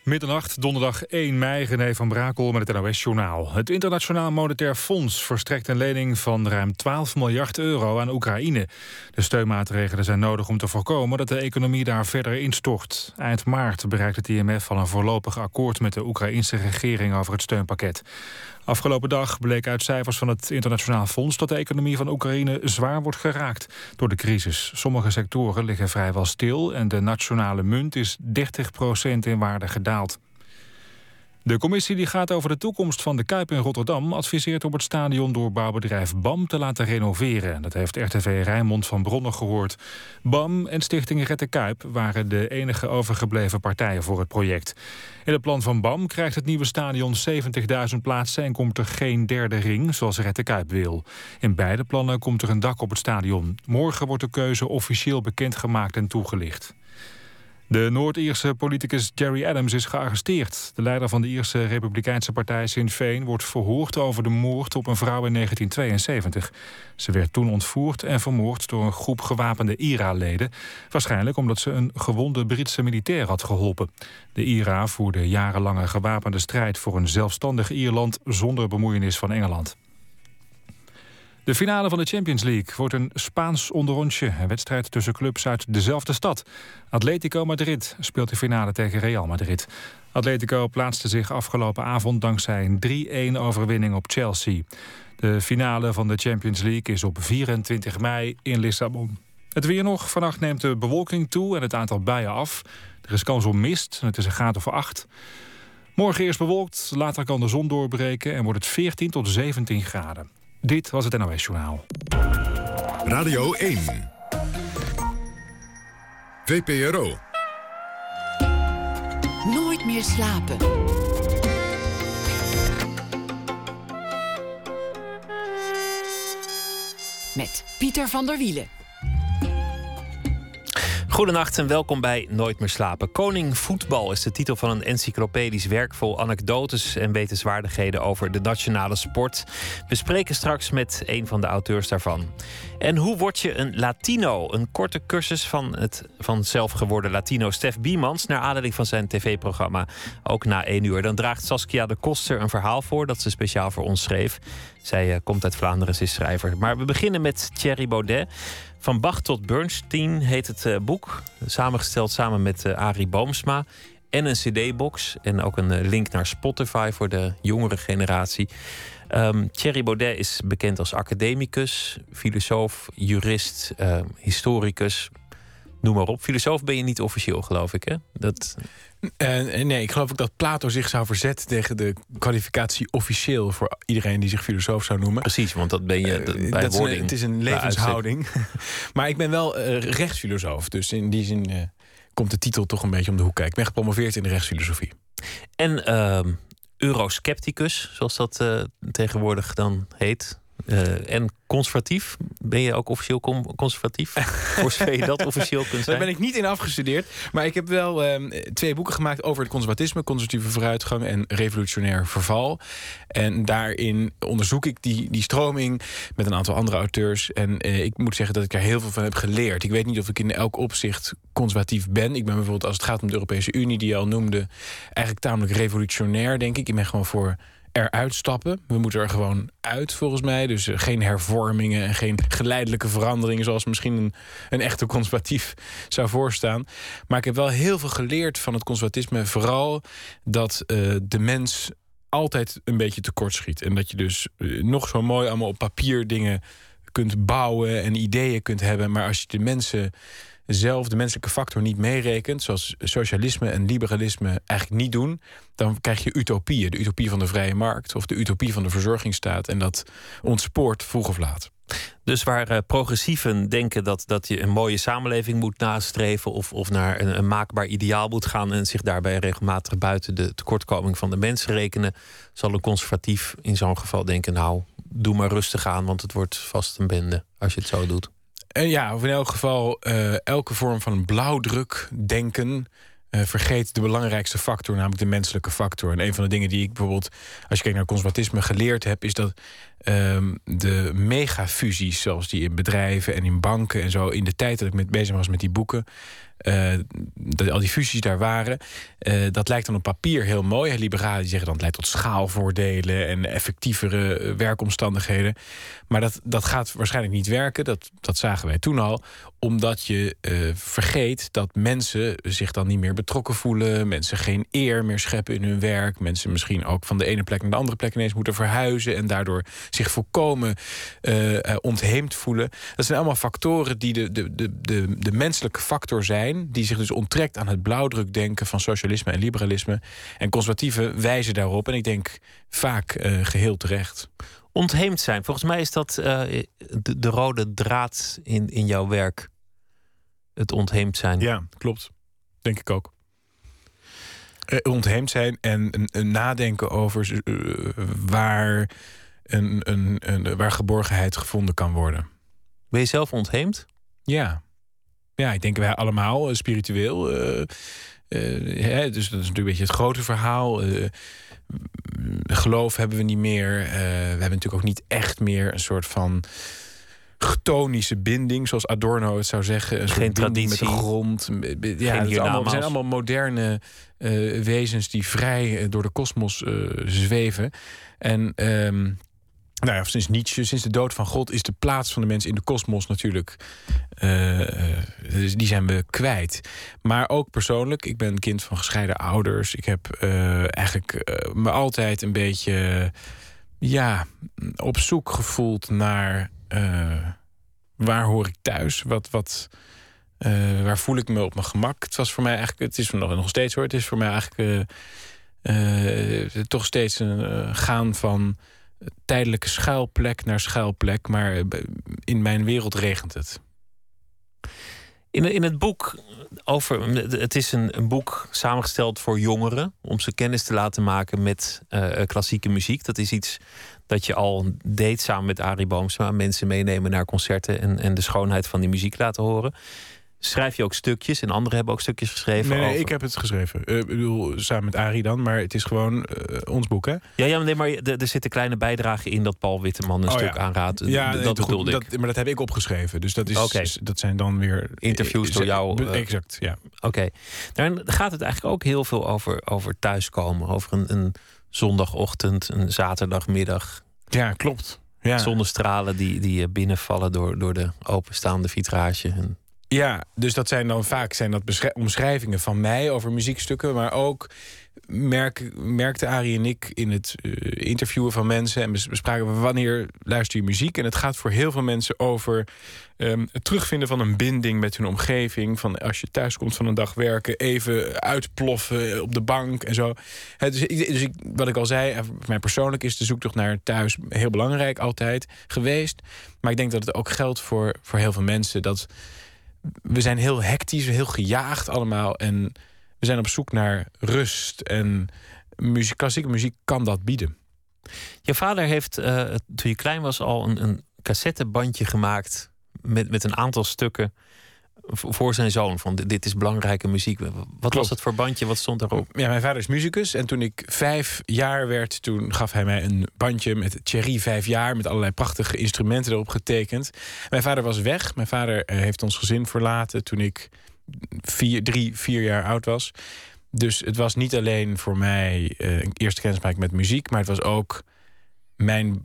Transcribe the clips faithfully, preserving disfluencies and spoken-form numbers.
Middernacht, donderdag één mei, René van Brakel met het N O S-journaal. Het Internationaal Monetair Fonds verstrekt een lening van ruim twaalf miljard euro aan Oekraïne. De steunmaatregelen zijn nodig om te voorkomen dat de economie daar verder instort. Eind maart bereikt het I M F al een voorlopig akkoord met de Oekraïnse regering over het steunpakket. Afgelopen dag bleek uit cijfers van het Internationaal Fonds dat de economie van Oekraïne zwaar wordt geraakt door de crisis. Sommige sectoren liggen vrijwel stil en de nationale munt is dertig procent in waarde gedaald. De commissie die gaat over de toekomst van de Kuip in Rotterdam adviseert om het stadion door bouwbedrijf B A M te laten renoveren. Dat heeft R T V Rijnmond van bronnen gehoord. B A M en Stichting Red de Kuip waren de enige overgebleven partijen voor het project. In het plan van B A M krijgt het nieuwe stadion zeventigduizend plaatsen en komt er geen derde ring, zoals Red de Kuip wil. In beide plannen komt er een dak op het stadion. Morgen wordt de keuze officieel bekendgemaakt en toegelicht. De Noord-Ierse politicus Gerry Adams is gearresteerd. De leider van de Ierse Republikeinse partij Sinn Féin wordt verhoord over de moord op een vrouw in negentien tweeënzeventig. Ze werd toen ontvoerd en vermoord door een groep gewapende I R A-leden. Waarschijnlijk omdat ze een gewonde Britse militair had geholpen. De I R A voerde jarenlange gewapende strijd voor een zelfstandig Ierland zonder bemoeienis van Engeland. De finale van de Champions League wordt een Spaans onderrondje. Een wedstrijd tussen clubs uit dezelfde stad. Atletico Madrid speelt de finale tegen Real Madrid. Atletico plaatste zich afgelopen avond dankzij een drie-een overwinning op Chelsea. De finale van de Champions League is op vierentwintig mei in Lissabon. Het weer nog. Vannacht neemt de bewolking toe en het aantal buien af. Er is kans op mist en het is een graad of acht. Morgen eerst bewolkt, later kan de zon doorbreken en wordt het veertien tot zeventien graden. Dit was het N O S-journaal. Radio één. V P R O. Nooit meer slapen. Met Pieter van der Wielen. Goedenacht en welkom bij Nooit meer slapen. Koning Voetbal is de titel van een encyclopedisch werk vol anekdotes en wetenswaardigheden over de nationale sport. We spreken straks met een van de auteurs daarvan. En hoe word je een Latino? Een korte cursus van het vanzelf geworden Latino Stef Biemans naar aanleiding van zijn tv-programma Ook na één uur. Dan draagt Saskia de Koster een verhaal voor dat ze speciaal voor ons schreef. Zij uh, komt uit Vlaanderen, ze is schrijver. Maar we beginnen met Thierry Baudet. Van Bach tot Bernstein heet het uh, boek. Samengesteld samen met uh, Arie Boomsma. En een cd-box. En ook een uh, link naar Spotify voor de jongere generatie. Um, Thierry Baudet is bekend als academicus, filosoof, jurist, uh, historicus. Noem maar op. Filosoof ben je niet officieel, geloof ik, hè? Dat... Uh, nee, ik geloof ook dat Plato zich zou verzetten tegen de kwalificatie officieel voor iedereen die zich filosoof zou noemen. Precies, want dat ben je uh, bij dat wording. Is een, het is een levenshouding. Maar ik ben wel uh, rechtsfilosoof, dus in die zin uh, komt de titel toch een beetje om de hoek kijken. Ik ben gepromoveerd in de rechtsfilosofie. En uh, euroscepticus, zoals dat uh, tegenwoordig dan heet. Uh, en conservatief. Ben je ook officieel com- conservatief? Voor zover je dat officieel kunt zijn. Daar ben ik niet in afgestudeerd. Maar ik heb wel uh, twee boeken gemaakt over het conservatisme, conservatieve vooruitgang en revolutionair verval. En daarin onderzoek ik die, die stroming met een aantal andere auteurs. En uh, ik moet zeggen dat ik er heel veel van heb geleerd. Ik weet niet of ik in elk opzicht conservatief ben. Ik ben bijvoorbeeld, als het gaat om de Europese Unie, die je al noemde, eigenlijk tamelijk revolutionair, denk ik. Ik ben gewoon voor eruit stappen. We moeten er gewoon uit, volgens mij. Dus uh, geen hervormingen en geen geleidelijke veranderingen, zoals misschien een, een echte conservatief zou voorstaan. Maar ik heb wel heel veel geleerd van het conservatisme. Vooral dat uh, de mens altijd een beetje tekortschiet. En dat je dus uh, nog zo mooi allemaal op papier dingen kunt bouwen en ideeën kunt hebben. Maar als je de mensen zelf, de menselijke factor, niet meerekent, zoals socialisme en liberalisme eigenlijk niet doen, dan krijg je utopieën. De utopie van de vrije markt of de utopie van de verzorgingsstaat. En dat ontspoort vroeg of laat. Dus waar uh, progressieven denken dat, dat je een mooie samenleving moet nastreven, of, of naar een, een maakbaar ideaal moet gaan en zich daarbij regelmatig buiten de tekortkoming van de mensen rekenen, zal een conservatief in zo'n geval denken, nou, doe maar rustig aan, want het wordt vast een bende als je het zo doet. En ja, of in elk geval uh, elke vorm van blauwdruk denken uh, vergeet de belangrijkste factor, namelijk de menselijke factor. En een van de dingen die ik bijvoorbeeld, als je kijkt naar conservatisme, geleerd heb, is dat um, de megafusies, zoals die in bedrijven en in banken en zo, in de tijd dat ik met bezig was met die boeken, uh, dat al die fusies daar waren. Uh, dat lijkt dan op papier heel mooi. Liberalen die zeggen dan het leidt tot schaalvoordelen en effectievere werkomstandigheden. Maar dat, dat gaat waarschijnlijk niet werken. Dat, dat zagen wij toen al. Omdat je uh, vergeet dat mensen zich dan niet meer betrokken voelen. Mensen geen eer meer scheppen in hun werk. Mensen misschien ook van de ene plek naar de andere plek ineens moeten verhuizen. En daardoor zich volkomen uh, ontheemd voelen. Dat zijn allemaal factoren die de, de, de, de, de menselijke factor zijn. Die zich dus onttrekt aan het blauwdrukdenken van socialisme en liberalisme. En conservatieven wijzen daarop. En ik denk vaak uh, geheel terecht. Ontheemd zijn. Volgens mij is dat uh, de, de rode draad in, in jouw werk. Het ontheemd zijn. Ja, klopt. Denk ik ook. Uh, ontheemd zijn en een, een nadenken over uh, waar, een, een, een, waar geborgenheid gevonden kan worden. Ben je zelf ontheemd? Ja. Ja, ik denk wij allemaal uh, spiritueel. Uh, uh, hè, dus dat is natuurlijk een beetje het grote verhaal. Uh, geloof hebben we niet meer. Uh, we hebben natuurlijk ook niet echt meer een soort van chtonische binding, zoals Adorno het zou zeggen. Een Geen traditie met de grond. Ja, het allemaal, we zijn allemaal moderne uh, wezens die vrij uh, door de kosmos uh, zweven. En um, nou ja, sinds Nietzsche, sinds de dood van God, is de plaats van de mens in de kosmos natuurlijk. Uh, uh, die zijn we kwijt. Maar ook persoonlijk, ik ben kind van gescheiden ouders. Ik heb uh, eigenlijk uh, me altijd een beetje uh, ja, op zoek gevoeld naar uh, waar hoor ik thuis? Wat, wat, uh, waar voel ik me op mijn gemak? Het was voor mij eigenlijk, het is nog, nog steeds hoor, het is voor mij eigenlijk uh, uh, toch steeds een uh, gaan van tijdelijke schuilplek naar schuilplek, maar in mijn wereld regent het. In, in het boek over, het is een, een boek samengesteld voor jongeren om ze kennis te laten maken met uh, klassieke muziek. Dat is iets dat je al deed samen met Arie Boomsma, mensen meenemen naar concerten en, en de schoonheid van die muziek laten horen. Schrijf je ook stukjes en anderen hebben ook stukjes geschreven? Nee, nee over... ik heb het geschreven. Uh, ik bedoel, samen met Arie dan, maar het is gewoon uh, ons boek, hè? Ja, ja nee, maar er, er zitten kleine bijdragen in dat Paul Witteman een oh, stuk ja. aanraadt. Ja, dat nee, bedoelde goed, ik. Dat, maar dat heb ik opgeschreven. Dus dat, is, okay. dat zijn dan weer interviews door jou. Uh, exact, ja. Oké. Okay. Dan gaat het eigenlijk ook heel veel over, over thuiskomen. Over een, een zondagochtend, een zaterdagmiddag. Ja, klopt. Ja. Zonnestralen die, die binnenvallen door, door de openstaande vitrage. En... Ja, dus dat zijn dan vaak zijn dat omschrijvingen van mij over muziekstukken, maar ook merk, merkte Arie en ik in het uh, interviewen van mensen en bespraken we wanneer luister je muziek. En het gaat voor heel veel mensen over um, het terugvinden van een binding met hun omgeving. Van als je thuis komt van een dag werken, even uitploffen op de bank en zo. He, dus dus ik, wat ik al zei, voor mij persoonlijk is de zoektocht naar thuis heel belangrijk altijd geweest. Maar ik denk dat het ook geldt voor, voor heel veel mensen. Dat we zijn heel hectisch, heel gejaagd allemaal. En we zijn op zoek naar rust. En muziek, klassieke muziek kan dat bieden. Je vader heeft, uh, toen je klein was, al een, een cassettebandje gemaakt met, met een aantal stukken voor zijn zoon. Van dit is belangrijke muziek. Wat Klopt. was het voor bandje? Wat stond daarop? Ja, mijn vader is muzikus. En toen ik vijf jaar werd, toen gaf hij mij een bandje met Thierry vijf jaar. Met allerlei prachtige instrumenten erop getekend. Mijn vader was weg. Mijn vader uh, heeft ons gezin verlaten toen ik vier, drie, vier jaar oud was. Dus het was niet alleen voor mij uh, een eerste kennismaking met muziek, maar het was ook mijn,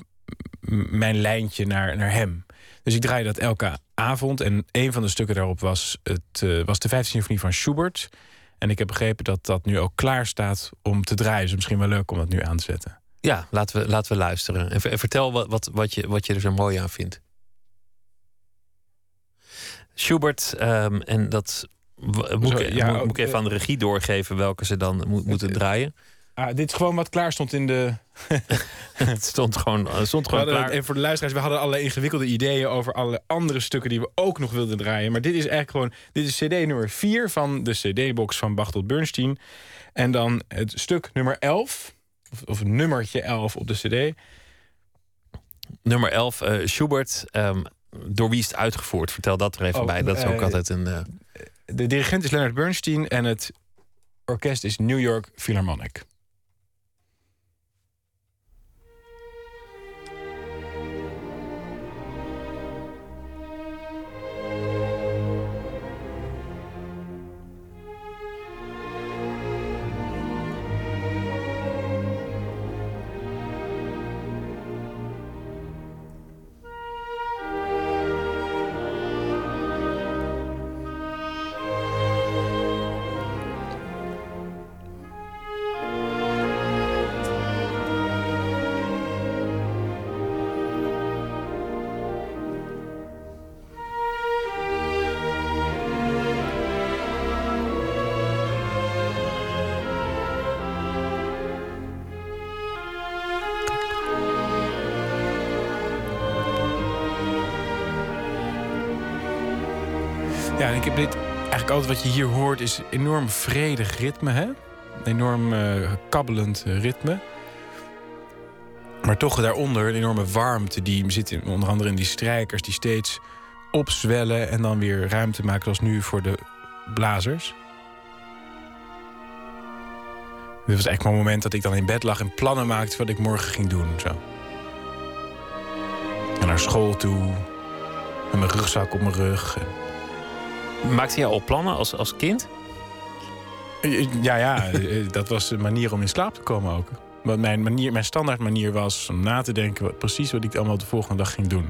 mijn lijntje naar, naar hem. Dus ik draaide dat elke avond. En een van de stukken daarop was, het, uh, was de vijfde symfonie van Schubert. En ik heb begrepen dat dat nu ook klaar staat om te draaien. Dus misschien wel leuk om dat nu aan te zetten. Ja, laten we, laten we luisteren. En, en vertel wat, wat, wat, je, wat je er zo mooi aan vindt. Schubert, um, en dat moet, zo, ik, ja, moet, moet ik even aan de regie doorgeven welke ze dan mo- moeten draaien. Ah, dit is gewoon wat klaar stond in de... Het stond gewoon, stond gewoon klaar. En voor de luisteraars, we hadden allerlei ingewikkelde ideeën over alle andere stukken die we ook nog wilden draaien. Maar dit is eigenlijk gewoon, dit is cd nummer vier van de cd-box van Bartolt Bernstein. En dan het stuk nummer elf, of, of nummertje elf op de cd. Nummer elf, uh, Schubert. Um, door wie is het uitgevoerd? Vertel dat er even oh, bij. Dat is ook uh, altijd een... Uh... De dirigent is Leonard Bernstein en het orkest is New York Philharmonic. Ja, en ik heb dit... Eigenlijk altijd wat je hier hoort is enorm vredig ritme, hè? Een enorm uh, kabbelend ritme. Maar toch daaronder een enorme warmte die zit in, onder andere in die strijkers die steeds opzwellen en dan weer ruimte maken, zoals nu voor de blazers. Dit was eigenlijk mijn moment dat ik dan in bed lag en plannen maakte wat ik morgen ging doen. Zo. En naar school toe, met mijn rugzak op mijn rug. Maakte jij al plannen als, als kind? Ja, ja, dat was een manier om in slaap te komen ook. Want mijn, manier, mijn standaard manier was om na te denken wat, precies wat ik allemaal de volgende dag ging doen.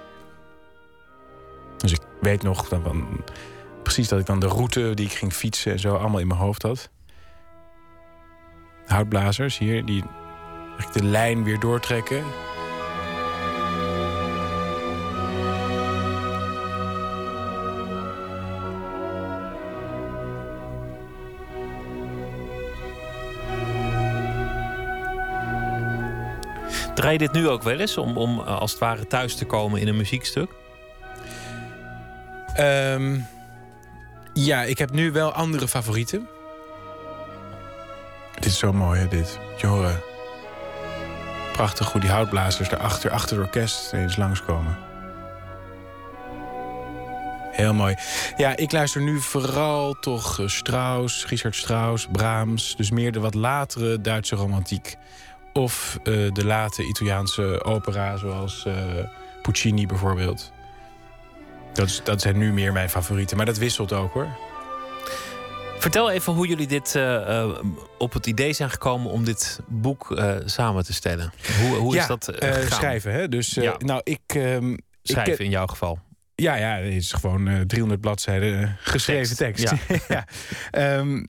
Dus ik weet nog dan, dan, precies dat ik dan de route die ik ging fietsen en zo allemaal in mijn hoofd had. Houtblazers hier, die de lijn weer doortrekken. Draai je dit nu ook wel eens om, om als het ware thuis te komen in een muziekstuk? Um, ja, ik heb nu wel andere favorieten. Dit is zo mooi, hè, dit. Je horen prachtig hoe die houtblazers daarachter, achter het orkest eens langskomen. Heel mooi. Ja, ik luister nu vooral toch Strauss, Richard Strauss, Brahms. Dus meer de wat latere Duitse romantiek. Of uh, de late Italiaanse opera, zoals uh, Puccini bijvoorbeeld. Dat, is, dat zijn nu meer mijn favorieten. Maar dat wisselt ook, hoor. Vertel even hoe jullie dit uh, uh, op het idee zijn gekomen om dit boek uh, samen te stellen. Hoe, hoe ja, is dat uh, gegaan? Uh, schrijven, hè? Dus, uh, ja. nou, ik... Um, schrijven ik, in jouw geval. Ja, ja, het is gewoon uh, driehonderd bladzijden uh, geschreven tekst. tekst. Ja. ja. Um,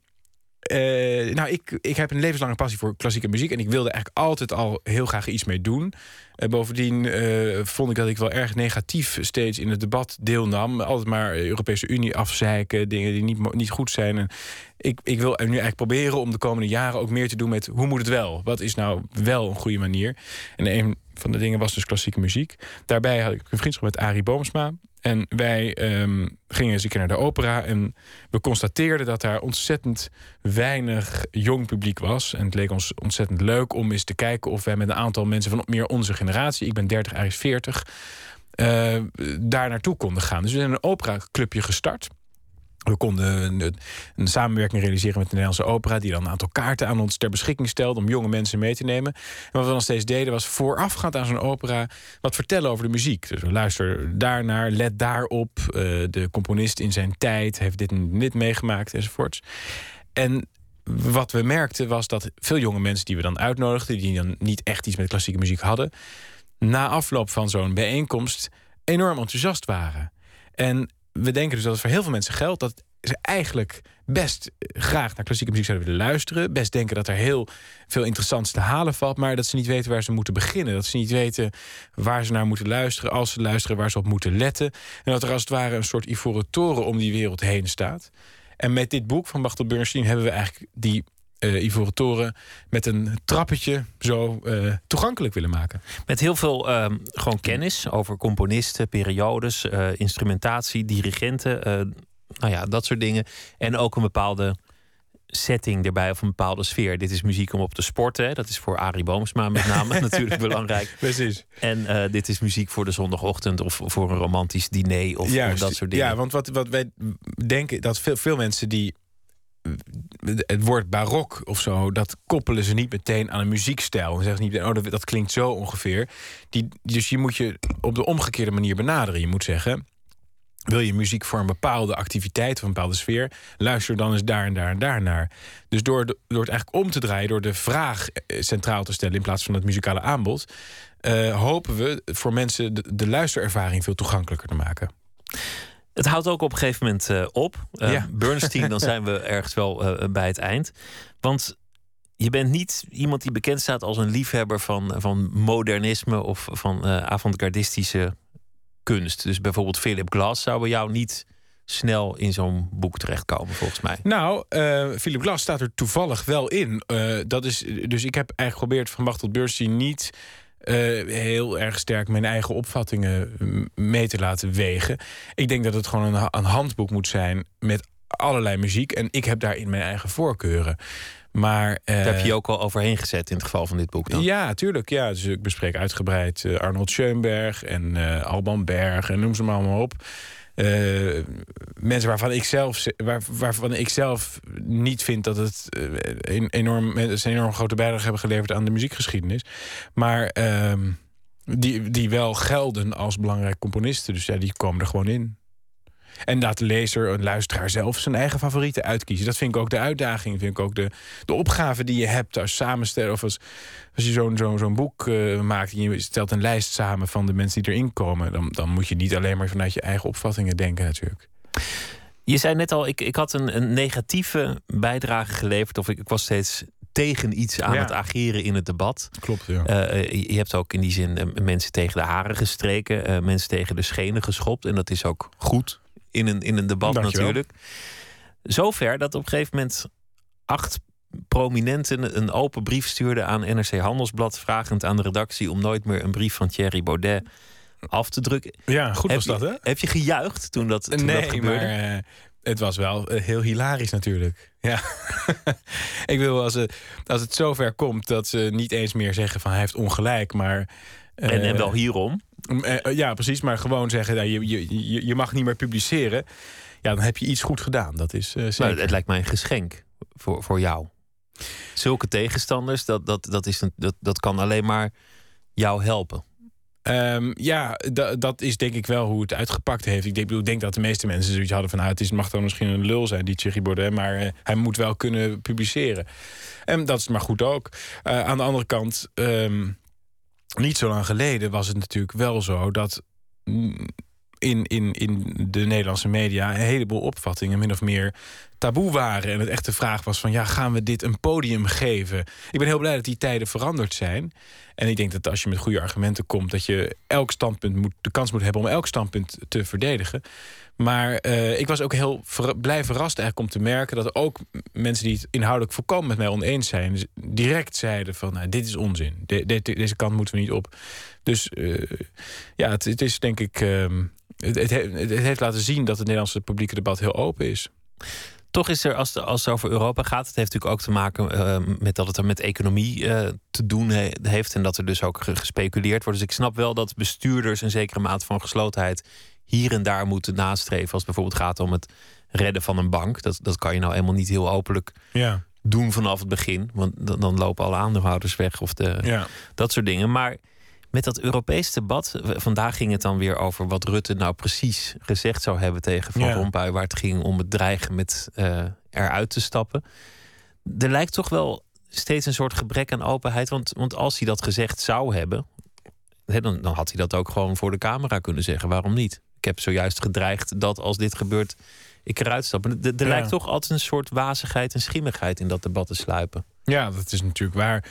Uh, nou, ik, ik heb een levenslange passie voor klassieke muziek. En ik wilde eigenlijk altijd al heel graag iets mee doen. Uh, bovendien uh, vond ik dat ik wel erg negatief steeds in het debat deelnam. Altijd maar Europese Unie afzeiken, dingen die niet, niet goed zijn. En ik, ik wil nu eigenlijk proberen om de komende jaren ook meer te doen met hoe moet het wel? Wat is nou wel een goede manier? En een van de dingen was dus klassieke muziek. Daarbij had ik een vriendschap met Arie Boomsma. En wij um, gingen eens een keer naar de opera en we constateerden dat daar ontzettend weinig jong publiek was. En het leek ons ontzettend leuk om eens te kijken of wij met een aantal mensen van meer onze generatie, ik ben dertig, hij is veertig, uh, daar naartoe konden gaan. Dus we zijn een operaclubje gestart. We konden een, een samenwerking realiseren met de Nederlandse opera, die dan een aantal kaarten aan ons ter beschikking stelde om jonge mensen mee te nemen. En wat we dan steeds deden was voorafgaand aan zo'n opera wat vertellen over de muziek. Dus we luisteren daarnaar, let daarop. Uh, de componist in zijn tijd heeft dit en dit meegemaakt enzovoorts. En wat we merkten was dat veel jonge mensen die we dan uitnodigden, die dan niet echt iets met klassieke muziek hadden, na afloop van zo'n bijeenkomst enorm enthousiast waren. En we denken dus dat het voor heel veel mensen geldt dat ze eigenlijk best graag naar klassieke muziek zouden willen luisteren. Best denken dat er heel veel interessants te halen valt, maar dat ze niet weten waar ze moeten beginnen. Dat ze niet weten waar ze naar moeten luisteren, als ze luisteren, waar ze op moeten letten. En dat er als het ware een soort ivoren toren om die wereld heen staat. En met dit boek van Barthold Bernstein hebben we eigenlijk die Uh, ivoren toren met een trappetje zo uh, toegankelijk willen maken. Met heel veel uh, gewoon kennis over componisten, periodes, uh, instrumentatie, dirigenten, uh, nou ja, dat soort dingen. En ook een bepaalde setting erbij of een bepaalde sfeer. Dit is muziek om op te sporten. Hè? Dat is voor Arie Boomsma met name natuurlijk belangrijk. Precies. En uh, dit is muziek voor de zondagochtend of voor een romantisch diner of, Juist, of dat soort dingen. Ja, want wat, wat wij denken, dat veel, veel mensen die het woord barok of zo, dat koppelen ze niet meteen aan een muziekstijl. En zeggen niet, oh, dat, dat klinkt zo ongeveer. Die, dus je moet je op de omgekeerde manier benaderen. Je moet zeggen, wil je muziek voor een bepaalde activiteit of een bepaalde sfeer, luister dan eens daar en daar en daar naar. Dus door, de, door het eigenlijk om te draaien, door de vraag centraal te stellen in plaats van het muzikale aanbod, uh, hopen we voor mensen de, de luisterervaring veel toegankelijker te maken. Het houdt ook op een gegeven moment uh, op. Uh, ja. Bernstein, dan zijn we ergens wel uh, bij het eind. Want je bent niet iemand die bekend staat als een liefhebber van, van modernisme of van uh, avant-gardistische kunst. Dus bijvoorbeeld Philip Glass zou bij jou niet snel in zo'n boek terechtkomen, volgens mij. Nou, uh, Philip Glass staat er toevallig wel in. Uh, dat is, dus ik heb eigenlijk geprobeerd van Barthold Bernstein niet Uh, heel erg sterk mijn eigen opvattingen mee te laten wegen. Ik denk dat het gewoon een, een handboek moet zijn met allerlei muziek. En ik heb daarin mijn eigen voorkeuren. Maar, uh, Daar heb je je ook al overheen gezet in het geval van dit boek dan? Ja, tuurlijk. Ja. Dus ik bespreek uitgebreid uh, Arnold Schoenberg en uh, Alban Berg en noem ze maar allemaal op. Uh, mensen waarvan ik zelf, waar, waarvan ik zelf niet vind dat het uh, een enorm, een enorm grote bijdrage hebben geleverd aan de muziekgeschiedenis. Maar uh, die, die wel gelden als belangrijke componisten. Dus ja, die komen er gewoon in. En laat de lezer, een luisteraar zelf zijn eigen favorieten uitkiezen. Dat vind ik ook de uitdaging. Vind ik ook de, de opgave die je hebt als samensteller. Of als, als je zo'n zo'n zo'n boek uh, maakt en je stelt een lijst samen van de mensen die erin komen. Dan, dan moet je niet alleen maar vanuit je eigen opvattingen denken natuurlijk. Je zei net al, ik, ik had een, een negatieve bijdrage geleverd. Of ik, ik was steeds tegen iets aan ja. het ageren in het debat. Klopt, ja. Uh, je hebt ook in die zin uh, mensen tegen de haren gestreken. Uh, mensen tegen de schenen geschopt. En dat is ook goed. In een, in een debat Dankjewel. natuurlijk. Zover dat op een gegeven moment acht prominenten een open brief stuurden aan N R C Handelsblad, vragend aan de redactie om nooit meer een brief van Thierry Baudet af te drukken. Ja, goed heb was je, dat, hè? Heb je gejuicht toen dat, toen nee, dat gebeurde? maar uh, het was wel uh, heel hilarisch natuurlijk. Ja. Ik wil als het, als het zover komt dat ze niet eens meer zeggen van hij heeft ongelijk, maar Uh, en, en wel hierom. Uh, uh, ja, precies. Maar gewoon zeggen, uh, je, je, je mag niet meer publiceren. Ja, dan heb je iets goed gedaan. Dat is uh, zeker. Maar het lijkt mij een geschenk voor, voor jou. Zulke tegenstanders, dat, dat, dat, is een, dat, dat kan alleen maar jou helpen. Um, ja, d- dat is denk ik wel hoe het uitgepakt heeft. Ik denk, bedoel, ik denk dat de meeste mensen zoiets hadden van... Nou, het is, mag dan misschien een lul zijn, die Thierry Baudet... maar uh, hij moet wel kunnen publiceren. En dat is maar goed ook. Uh, aan de andere kant... Um, Niet zo lang geleden was het natuurlijk wel zo dat in, in, in de Nederlandse media een heleboel opvattingen min of meer taboe waren. En het echt de vraag was van, ja, gaan we dit een podium geven? Ik ben heel blij dat die tijden veranderd zijn. En ik denk dat als je met goede argumenten komt, dat je elk standpunt moet, de kans moet hebben om elk standpunt te verdedigen. Maar uh, ik was ook heel ver, blij verrast eigenlijk om te merken dat er ook mensen die het inhoudelijk volkomen met mij oneens zijn, direct zeiden van, nou, dit is onzin. De, de, deze kant moeten we niet op. Dus uh, ja, het, het is denk ik... Uh, het, het, het heeft laten zien dat het Nederlandse publieke debat heel open is. Toch is er, als, als het over Europa gaat... het heeft natuurlijk ook te maken uh, met dat het er met economie uh, te doen he, heeft... en dat er dus ook gespeculeerd wordt. Dus ik snap wel dat bestuurders een zekere mate van geslotenheid... hier en daar moeten nastreven. Als het bijvoorbeeld gaat om het redden van een bank. Dat, dat kan je nou helemaal niet heel openlijk ja. doen vanaf het begin. Want dan, dan lopen alle aandeelhouders weg of de, ja. dat soort dingen. Maar met dat Europees debat... vandaag ging het dan weer over wat Rutte nou precies gezegd zou hebben... tegen Van ja. Rompuy, waar het ging om het dreigen met uh, eruit te stappen. Er lijkt toch wel steeds een soort gebrek aan openheid. Want, want als hij dat gezegd zou hebben... He, dan, dan had hij dat ook gewoon voor de camera kunnen zeggen. Waarom niet? Ik heb zojuist gedreigd dat als dit gebeurt... ik eruit stap. Er, er ja. lijkt toch altijd een soort wazigheid en schimmigheid... in dat debat te sluipen. Ja, dat is natuurlijk waar.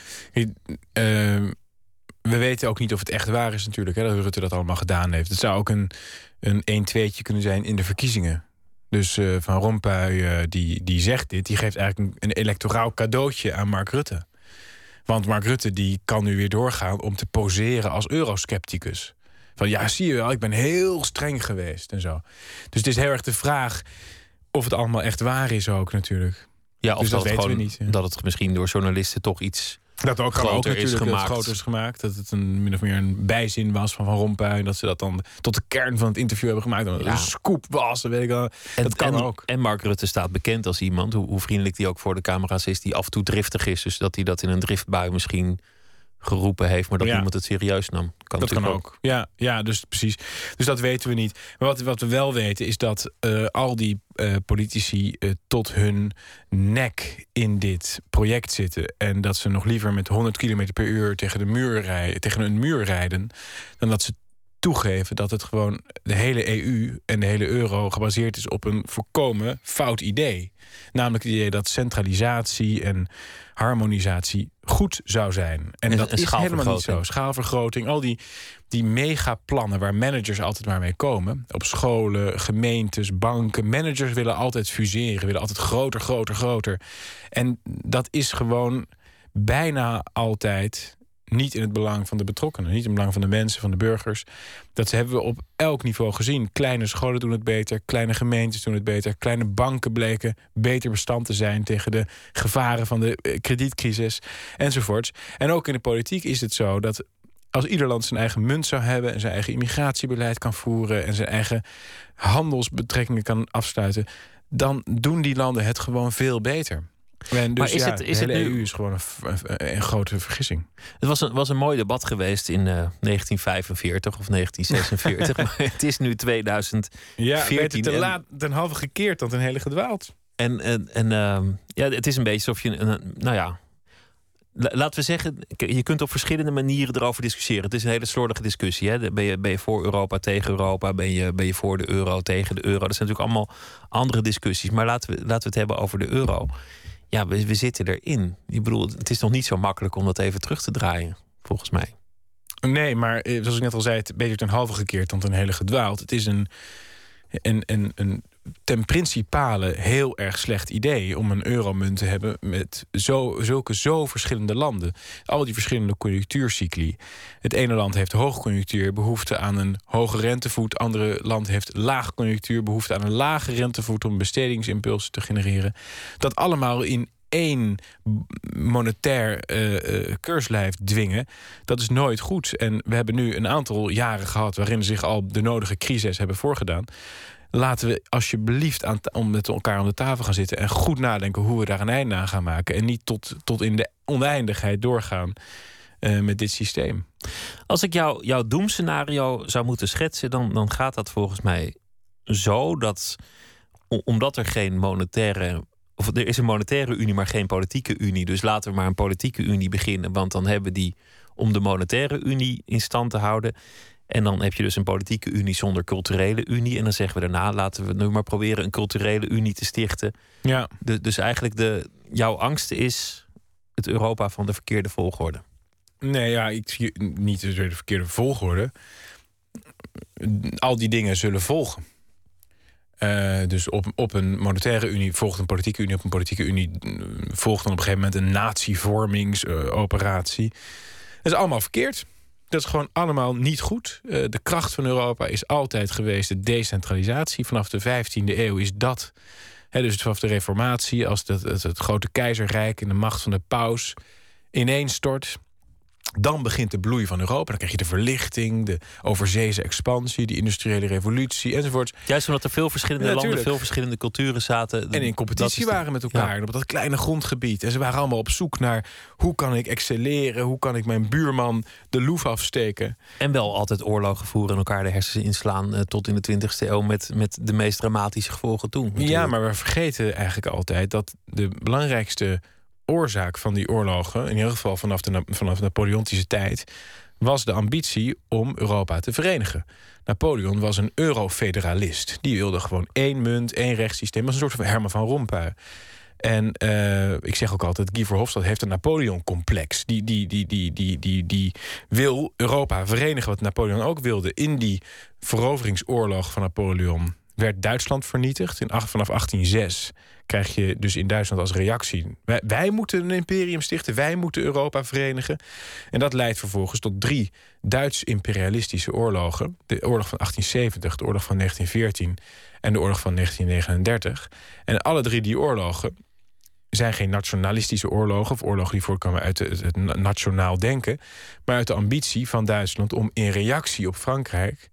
Uh, we weten ook niet of het echt waar is natuurlijk... Hè, dat Rutte dat allemaal gedaan heeft. Het zou ook een een een-tweetje kunnen zijn in de verkiezingen. Dus uh, Van Rompuy uh, die, die zegt dit... die geeft eigenlijk een, een electoraal cadeautje aan Mark Rutte. Want Mark Rutte die kan nu weer doorgaan... om te poseren als euroscepticus. Van ja, zie je wel, ik ben heel streng geweest en zo. Dus het is heel erg de vraag of het allemaal echt waar is ook natuurlijk. Ja, of dus dat, dat, het weten gewoon, we niet. Ja. Dat het misschien door journalisten toch iets dat ook groter ook is natuurlijk gemaakt. groter is gemaakt. Dat het een, min of meer een bijzin was van Van Rompuy. En dat ze dat dan tot de kern van het interview hebben gemaakt. En dat Ja. een scoop was, weet ik wel. En, dat kan en, ook. En Mark Rutte staat bekend als iemand, hoe, hoe vriendelijk die ook voor de camera's is, die af en toe driftig is. Dus dat hij dat in een driftbui misschien geroepen heeft, maar dat Ja. niemand het serieus nam. Kan Dat kan natuurlijk ook. Ja, ja, dus precies. Dus dat weten we niet. Maar wat, wat we wel weten is dat uh, al die uh, politici uh, tot hun nek in dit project zitten. En dat ze nog liever met honderd kilometer per uur tegen, de muur rijden, tegen een muur rijden, dan dat ze toegeven dat het gewoon de hele E U en de hele euro gebaseerd is op een volkomen fout idee. Namelijk het idee dat centralisatie en harmonisatie goed zou zijn. En, En- dat en is helemaal niet schaalvergroting. zo. Schaalvergroting, al die, die megaplannen waar managers altijd maar mee komen. Op scholen, gemeentes, banken. Managers willen altijd fuseren, willen altijd groter, groter, groter. En dat is gewoon bijna altijd niet in het belang van de betrokkenen. Niet in het belang van de mensen, van de burgers. Dat hebben we op elk niveau gezien. Kleine scholen doen het beter, kleine gemeentes doen het beter. Kleine banken bleken beter bestand te zijn tegen de gevaren van de kredietcrisis enzovoorts. En ook in de politiek is het zo dat als ieder land zijn eigen munt zou hebben en zijn eigen immigratiebeleid kan voeren en zijn eigen handelsbetrekkingen kan afsluiten, dan doen die landen het gewoon veel beter. En dus maar is ja, het, is de hele het nu... E U is gewoon een, een, een grote vergissing. Het was een, was een mooi debat geweest in uh, negentien vijfenveertig of negentien zesenveertig. Maar het is nu tweeduizend veertien. Ja, beter te en, laat ten halve gekeerd dan ten hele gedwaald. En, en, en uh, ja, het is een beetje alsof je... Een, nou ja, laten we zeggen, je kunt op verschillende manieren erover discussiëren. Het is een hele slordige discussie. Hè? Ben je, ben je voor Europa, tegen Europa? Ben je, ben je voor de euro, tegen de euro? Dat zijn natuurlijk allemaal andere discussies. Maar laten we, laten we het hebben over de euro. Ja, we, we zitten erin. Ik bedoel, het is nog niet zo makkelijk om dat even terug te draaien, volgens mij. Nee, maar zoals ik net al zei, het beter ten halve gekeerd dan ten hele gedwaald. Het is een, een, een, een ten principale heel erg slecht idee om een euromunt te hebben met zo, zulke zo verschillende landen. Al die verschillende conjunctuurcycli. Het ene land heeft hoogconjunctuur, behoefte aan een hoge rentevoet. Het andere land heeft laagconjunctuur, behoefte aan een lage rentevoet om bestedingsimpulsen te genereren. Dat allemaal in één monetair uh, uh, keurslijf dwingen, dat is nooit goed. En we hebben nu een aantal jaren gehad waarin zich al de nodige crises hebben voorgedaan. Laten we alsjeblieft aan om met elkaar aan de tafel gaan zitten en goed nadenken hoe we daar een einde aan gaan maken. En niet tot, tot in de oneindigheid doorgaan uh, met dit systeem. Als ik jou, jouw doemscenario zou moeten schetsen, dan, dan gaat dat volgens mij zo dat, omdat er geen monetaire, of er is een monetaire unie, maar geen politieke unie. Dus laten we maar een politieke unie beginnen, want dan hebben we die om de monetaire unie in stand te houden. En dan heb je dus een politieke unie zonder culturele unie. En dan zeggen we daarna, laten we nu maar proberen een culturele unie te stichten. Ja. De, dus eigenlijk de, jouw angst is het Europa van de verkeerde volgorde. Nee, ja, ik zie niet de verkeerde volgorde. Al die dingen zullen volgen. Uh, dus op, op een monetaire unie volgt een politieke unie. Op een politieke unie volgt dan op een gegeven moment een natievormingsoperatie. Uh, dat is allemaal verkeerd. Dat is gewoon allemaal niet goed. Uh, de kracht van Europa is altijd geweest de decentralisatie. Vanaf de vijftiende eeuw is dat, hè, dus vanaf de Reformatie, als het, het, het grote keizerrijk en de macht van de paus ineenstort, dan begint de bloei van Europa. Dan krijg je de verlichting, de overzeese expansie, de industriële revolutie enzovoort. Juist omdat er veel verschillende ja, landen, veel verschillende culturen zaten. En in competitie de... waren met elkaar. Ja. Op dat kleine grondgebied. En ze waren allemaal op zoek naar hoe kan ik excelleren? Hoe kan ik mijn buurman de loef afsteken? En wel altijd oorlogen voeren en elkaar de hersens inslaan uh, tot in de twintigste eeuw met, met de meest dramatische gevolgen toen. Natuurlijk. Ja, maar we vergeten eigenlijk altijd dat de belangrijkste oorzaak van die oorlogen, in ieder geval vanaf de, vanaf de Napoleontische tijd, was de ambitie om Europa te verenigen. Napoleon was een eurofederalist. Die wilde gewoon één munt, één rechtssysteem. Dat was een soort van Herman van Rompuy. En uh, ik zeg ook altijd, Guy Verhofstadt heeft een Napoleon-complex. Die, die, die, die, die, die, die wil Europa verenigen, wat Napoleon ook wilde. In die veroveringsoorlog van Napoleon werd Duitsland vernietigd. In, vanaf achttien zes krijg je dus in Duitsland als reactie, Wij, wij moeten een imperium stichten, wij moeten Europa verenigen. En dat leidt vervolgens tot drie Duits-imperialistische oorlogen. De oorlog van achttien zeventig, de oorlog van negentien veertien en de oorlog van negentien negenendertig. En alle drie die oorlogen zijn geen nationalistische oorlogen, of oorlogen die voortkomen uit het, het nationaal denken, maar uit de ambitie van Duitsland om in reactie op Frankrijk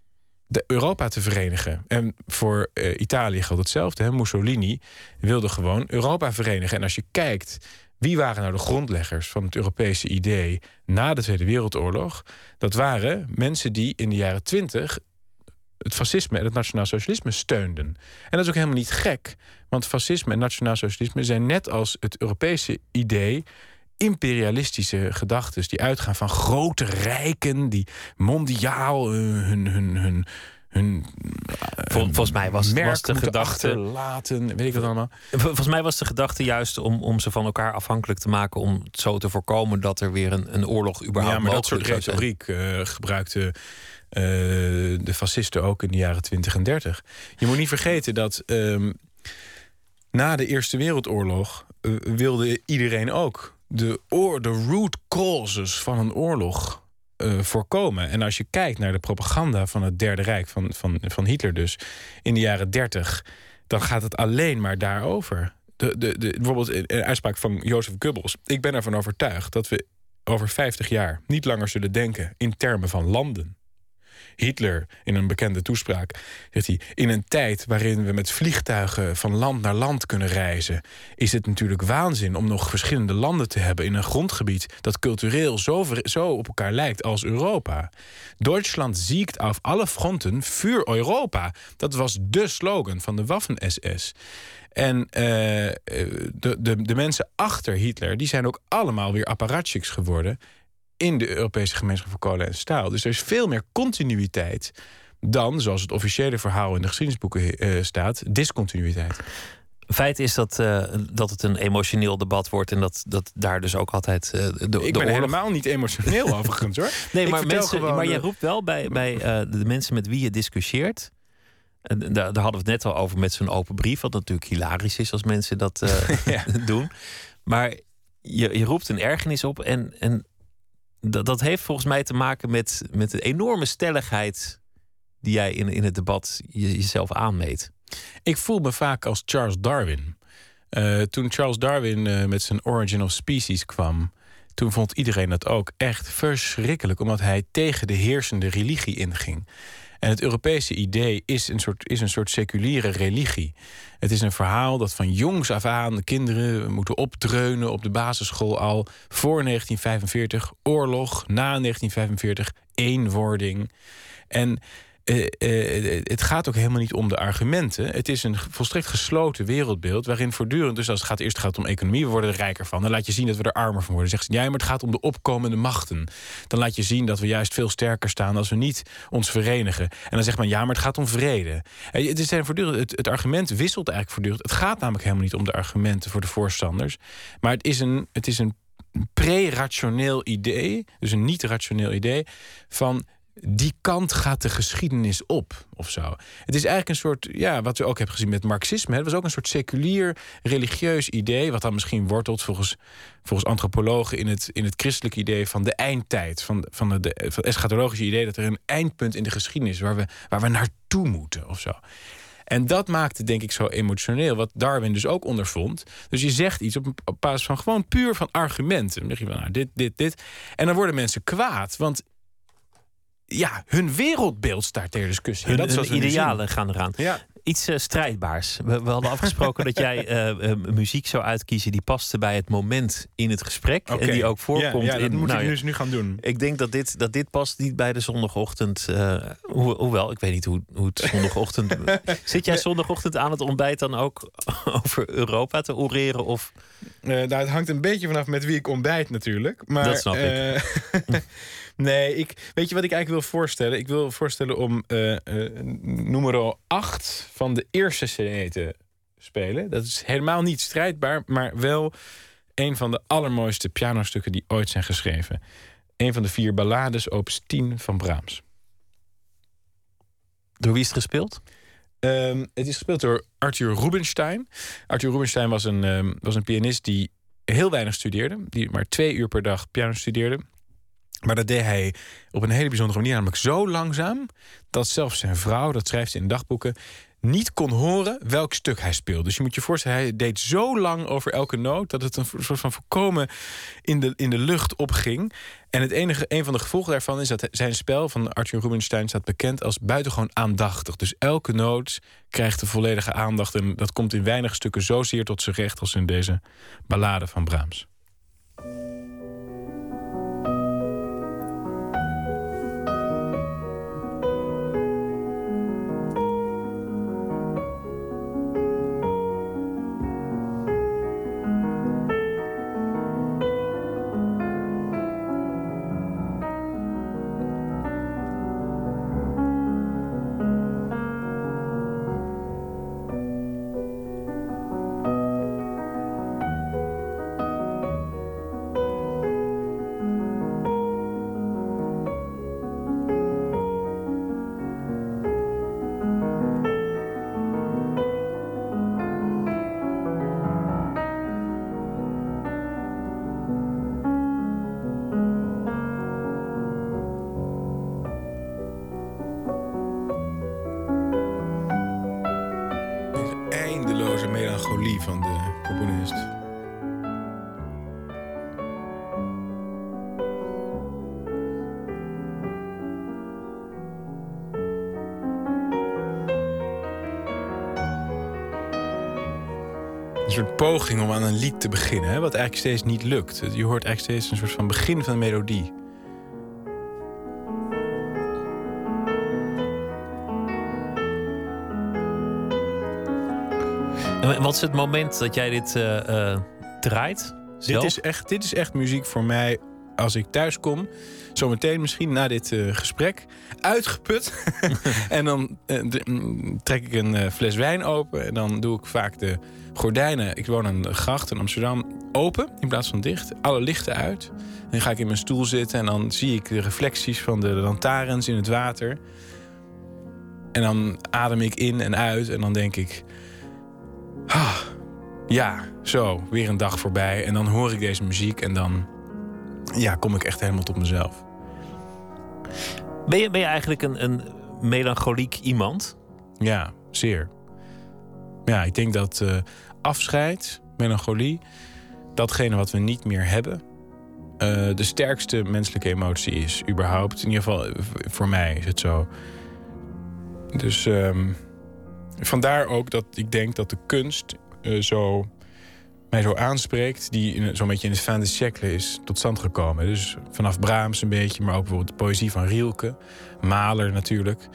de Europa te verenigen. En voor uh, Italië geldt hetzelfde. Hè? Mussolini wilde gewoon Europa verenigen. En als je kijkt, wie waren nou de grondleggers van het Europese idee na de Tweede Wereldoorlog? Dat waren mensen die in de jaren twintig het fascisme en het nationaal socialisme steunden. En dat is ook helemaal niet gek, want fascisme en nationaal socialisme zijn net als het Europese idee imperialistische gedachten die uitgaan van grote rijken die mondiaal uh, hun, hun, hun, hun Vol, volgens mij was, was de gedachte laten, weet ik wat allemaal. Volgens mij was de gedachte juist om, om ze van elkaar afhankelijk te maken, om het zo te voorkomen dat er weer een, een oorlog überhaupt ja, maar mogelijk dat soort retoriek uh, gebruikte uh, de fascisten ook in de jaren twintig en dertig. Je moet niet vergeten dat um, na de Eerste Wereldoorlog uh, wilde iedereen ook de, oor, de root causes van een oorlog uh, voorkomen. En als je kijkt naar de propaganda van het Derde Rijk, van, van, van Hitler dus, in de jaren dertig, dan gaat het alleen maar daarover. De, de, de, bijvoorbeeld een uitspraak van Jozef Goebbels. Ik ben ervan overtuigd dat we over vijftig jaar niet langer zullen denken in termen van landen. Hitler, in een bekende toespraak, zegt hij: in een tijd waarin we met vliegtuigen van land naar land kunnen reizen, is het natuurlijk waanzin om nog verschillende landen te hebben in een grondgebied dat cultureel zo, zo op elkaar lijkt als Europa. Duitsland siegt auf alle fronten für Europa. Dat was de slogan van de Waffen-S S. En uh, de, de, de mensen achter Hitler, die zijn ook allemaal weer apparatchiks geworden in de Europese Gemeenschap voor Kolen en Staal. Dus er is veel meer continuïteit dan, zoals het officiële verhaal in de geschiedenisboeken uh, staat, discontinuïteit. Feit is dat, uh, dat het een emotioneel debat wordt en dat, dat daar dus ook altijd uh, de, Ik de ben oorlog... helemaal niet emotioneel overigens, hoor. Nee, Ik maar, mensen, gewoon, maar uh... jij roept wel bij, bij uh, de mensen met wie je discussieert. En daar, daar hadden we het net al over met zo'n open brief, wat natuurlijk hilarisch is als mensen dat uh, ja. doen. Maar je, je roept een ergernis op en, en dat, dat heeft volgens mij te maken met, met de enorme stelligheid die jij in, in het debat je, jezelf aanmeet. Ik voel me vaak als Charles Darwin. Uh, toen Charles Darwin uh, met zijn Origin of Species kwam, toen vond iedereen dat ook echt verschrikkelijk, omdat hij tegen de heersende religie inging. En het Europese idee is een soort, is een soort seculiere religie. Het is een verhaal dat van jongs af aan de kinderen moeten opdreunen op de basisschool al. Voor negentien vijfenveertig, oorlog, na negentien vijfenveertig, eenwording. En Uh, uh, het gaat ook helemaal niet om de argumenten. Het is een volstrekt gesloten wereldbeeld waarin voortdurend, dus als het gaat eerst gaat het om economie, we worden er rijker van. Dan laat je zien dat we er armer van worden. Dan zegt ze, ja, maar het gaat om de opkomende machten. Dan laat je zien dat we juist veel sterker staan als we niet ons verenigen. En dan zegt men, ja, maar het gaat om vrede. Uh, het, is voortdurend, het, het argument wisselt eigenlijk voortdurend. Het gaat namelijk helemaal niet om de argumenten voor de voorstanders. Maar het is een, het is een pre-rationeel idee, dus een niet-rationeel idee van die kant gaat de geschiedenis op, of zo. Het is eigenlijk een soort, ja, wat we ook hebben gezien met Marxisme. Het was ook een soort seculier, religieus idee, wat dan misschien wortelt volgens, volgens antropologen in het, in het christelijke idee van de eindtijd. Van, van, de, van het eschatologische idee dat er een eindpunt in de geschiedenis is waar we, waar we naartoe moeten, of zo. En dat maakte, denk ik, zo emotioneel, wat Darwin dus ook ondervond. Dus je zegt iets op, op basis van gewoon puur van argumenten. Dan zeg je van, nou, dit, dit, dit. En dan worden mensen kwaad, want ja, hun wereldbeeld staat ter discussie. Hun, dat is hun idealen gaan eraan. Ja. Iets uh, strijdbaars. We, we hadden afgesproken dat jij uh, uh, muziek zou uitkiezen die paste bij het moment in het gesprek. Okay. En die ook voorkomt. Ja, ja, dat in, moet nou, ik dus nu gaan doen. Ik denk dat dit, dat dit past niet bij de zondagochtend. Uh, ho hoewel, ik weet niet hoe, hoe het zondagochtend... Zit jij zondagochtend aan het ontbijt dan ook over Europa te oreren? Of? Uh, nou, het hangt een beetje vanaf met wie ik ontbijt natuurlijk. Maar, dat snap uh, ik. Nee, ik, weet je wat ik eigenlijk wil voorstellen? Ik wil voorstellen om uh, uh, nummer acht van de eerste C D te spelen. Dat is helemaal niet strijdbaar, maar wel een van de allermooiste pianostukken die ooit zijn geschreven. Een van de vier ballades, opus tien van Brahms. Door wie is het gespeeld? Um, het is gespeeld door Arthur Rubinstein. Arthur Rubinstein was een, um, was een pianist die heel weinig studeerde. Die maar twee uur per dag piano studeerde. Maar dat deed hij op een hele bijzondere manier. Namelijk zo langzaam dat zelfs zijn vrouw, dat schrijft ze in dagboeken, niet kon horen welk stuk hij speelde. Dus je moet je voorstellen, hij deed zo lang over elke noot dat het een soort van volkomen in de, in de lucht opging. En het enige, een van de gevolgen daarvan is dat zijn spel van Arthur Rubinstein staat bekend als buitengewoon aandachtig. Dus elke noot krijgt de volledige aandacht. En dat komt in weinig stukken zozeer tot zijn recht als in deze ballade van Brahms. een soort poging om aan een lied te beginnen, hè, wat eigenlijk steeds niet lukt. Je hoort eigenlijk steeds een soort van begin van een melodie. En wat is het moment dat jij dit uh, uh, draait? Zelf? Dit is, echt, dit is echt muziek voor mij als ik thuis kom. Zometeen misschien na dit uh, gesprek. Uitgeput. En dan uh, de, mm, trek ik een uh, fles wijn open. En dan doe ik vaak de gordijnen. Ik woon aan de gracht in Amsterdam. Open in plaats van dicht. Alle lichten uit. En dan ga ik in mijn stoel zitten. En dan zie ik de reflecties van de lantaarns in het water. En dan adem ik in en uit. En dan denk ik... Ah, ja, zo, weer een dag voorbij. En dan hoor ik deze muziek en dan ja, kom ik echt helemaal tot mezelf. Ben je, ben je eigenlijk een, een melancholiek iemand? Ja, zeer. Ja, ik denk dat uh, afscheid, melancholie, datgene wat we niet meer hebben, uh, de sterkste menselijke emotie is, überhaupt. In ieder geval, voor mij is het zo. Dus um, vandaar ook dat ik denk dat de kunst uh, zo, mij zo aanspreekt, die zo'n beetje in het fin de siècle is tot stand gekomen. Dus vanaf Brahms een beetje, maar ook bijvoorbeeld de poëzie van Rilke, Mahler natuurlijk.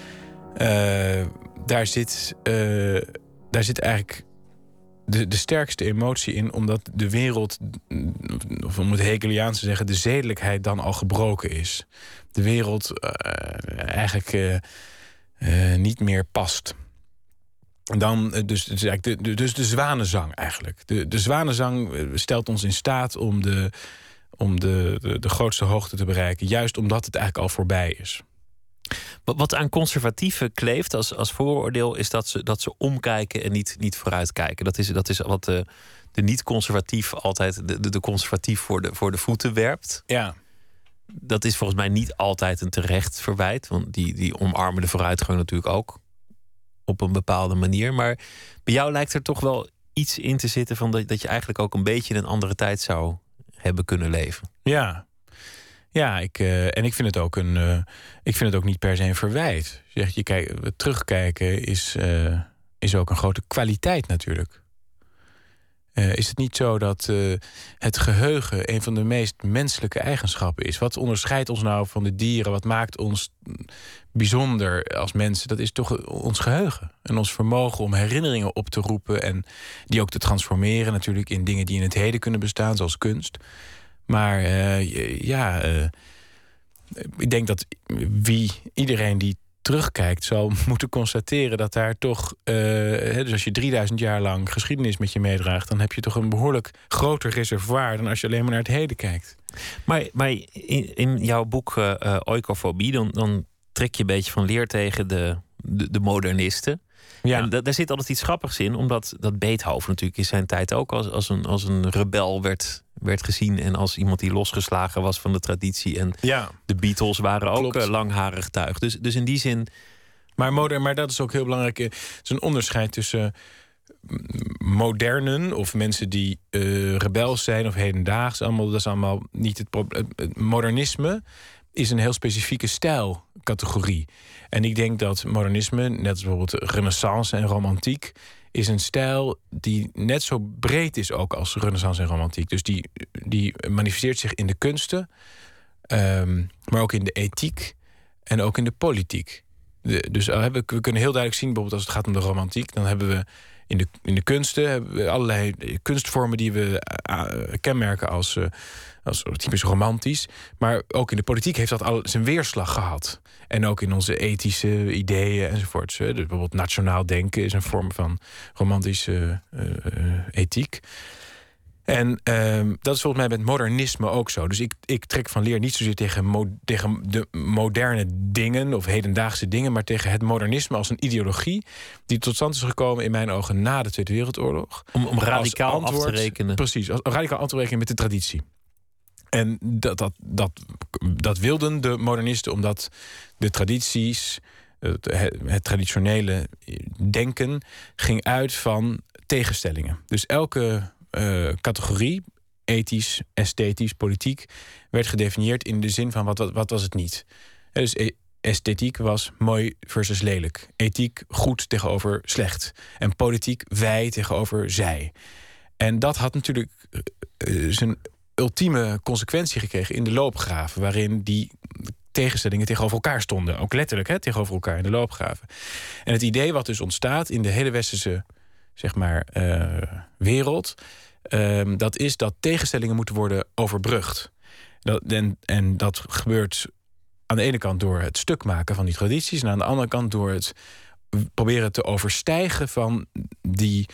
Uh, daar, zit, uh, daar zit eigenlijk de, de sterkste emotie in, omdat de wereld, of om het Hegeliaans te zeggen, de zedelijkheid dan al gebroken is. De wereld uh, eigenlijk uh, uh, niet meer past. En dan, dus, dus, de, de, dus de zwanenzang eigenlijk. De, de zwanenzang stelt ons in staat om, de, om de, de, de grootste hoogte te bereiken. Juist omdat het eigenlijk al voorbij is. Wat aan conservatieven kleeft als, als vooroordeel is dat ze, dat ze omkijken en niet, niet vooruitkijken. Dat is, dat is wat de, de niet-conservatief altijd de, de, de conservatief voor de, voor de voeten werpt. Ja. Dat is volgens mij niet altijd een terecht verwijt. Want die, die omarmen de vooruitgang natuurlijk ook op een bepaalde manier. Maar bij jou lijkt er toch wel iets in te zitten van dat, dat je eigenlijk ook een beetje in een andere tijd zou hebben kunnen leven. Ja. Ja, ik, uh, en ik vind het ook een. Uh, ik vind het ook niet per se een verwijt. Je zegt, je kijk, terugkijken is, uh, is ook een grote kwaliteit natuurlijk. Uh, is het niet zo dat uh, het geheugen een van de meest menselijke eigenschappen is? Wat onderscheidt ons nou van de dieren? Wat maakt ons bijzonder als mensen? Dat is toch ons geheugen. En ons vermogen om herinneringen op te roepen en die ook te transformeren natuurlijk in dingen die in het heden kunnen bestaan, zoals kunst. Maar uh, ja, uh, ik denk dat wie, iedereen die terugkijkt zal moeten constateren dat daar toch, uh, dus als je drieduizend jaar lang geschiedenis met je meedraagt, dan heb je toch een behoorlijk groter reservoir dan als je alleen maar naar het heden kijkt. Maar, maar in, in jouw boek uh, uh, Oikofobie, dan, dan trek je een beetje van leer tegen de, de, de modernisten. Ja. En da, daar zit altijd iets grappigs in, omdat dat Beethoven natuurlijk in zijn tijd ook als, als, een, als een rebel werd, werd gezien en als iemand die losgeslagen was van de traditie. En ja. de Beatles waren ook uh, langharig tuig. Dus, dus in die zin. Maar, modern, maar dat is ook heel belangrijk. Het is een onderscheid tussen modernen of mensen die uh, rebels zijn of hedendaags. Allemaal, dat is allemaal niet het probleem. Modernisme is een heel specifieke stijlcategorie. En ik denk dat modernisme, net als bijvoorbeeld renaissance en romantiek, is een stijl die net zo breed is ook als renaissance en romantiek. Dus die, die manifesteert zich in de kunsten, um, maar ook in de ethiek en ook in de politiek. De, dus uh, we, we kunnen heel duidelijk zien, bijvoorbeeld als het gaat om de romantiek, dan hebben we in de, in de kunsten hebben we allerlei kunstvormen die we uh, kenmerken als, uh, als typisch romantisch. Maar ook in de politiek heeft dat al zijn weerslag gehad. En ook in onze ethische ideeën enzovoorts. Dus bijvoorbeeld nationaal denken is een vorm van romantische uh, uh, ethiek. En uh, dat is volgens mij met modernisme ook zo. Dus ik, ik trek van leer niet zozeer tegen, mo- tegen de moderne dingen of hedendaagse dingen, maar tegen het modernisme als een ideologie die tot stand is gekomen in mijn ogen na de Tweede Wereldoorlog. Om, om radicaal antwoord, af te rekenen. Precies, als, radicaal af te rekenen met de traditie. En dat, dat, dat, dat wilden de modernisten omdat de tradities, het, het traditionele denken ging uit van tegenstellingen. Dus elke uh, categorie, ethisch, esthetisch, politiek, werd gedefinieerd in de zin van wat, wat, wat was het niet. Dus esthetiek was mooi versus lelijk. Ethiek goed tegenover slecht. En politiek wij tegenover zij. En dat had natuurlijk uh, zijn ultieme consequentie gekregen in de loopgraven, waarin die tegenstellingen tegenover elkaar stonden. Ook letterlijk hè, tegenover elkaar in de loopgraven. En het idee wat dus ontstaat in de hele westerse zeg maar, uh, wereld, uh, dat is dat tegenstellingen moeten worden overbrugd. Dat, en, en dat gebeurt aan de ene kant door het stuk maken van die tradities, en aan de andere kant door het proberen te overstijgen van die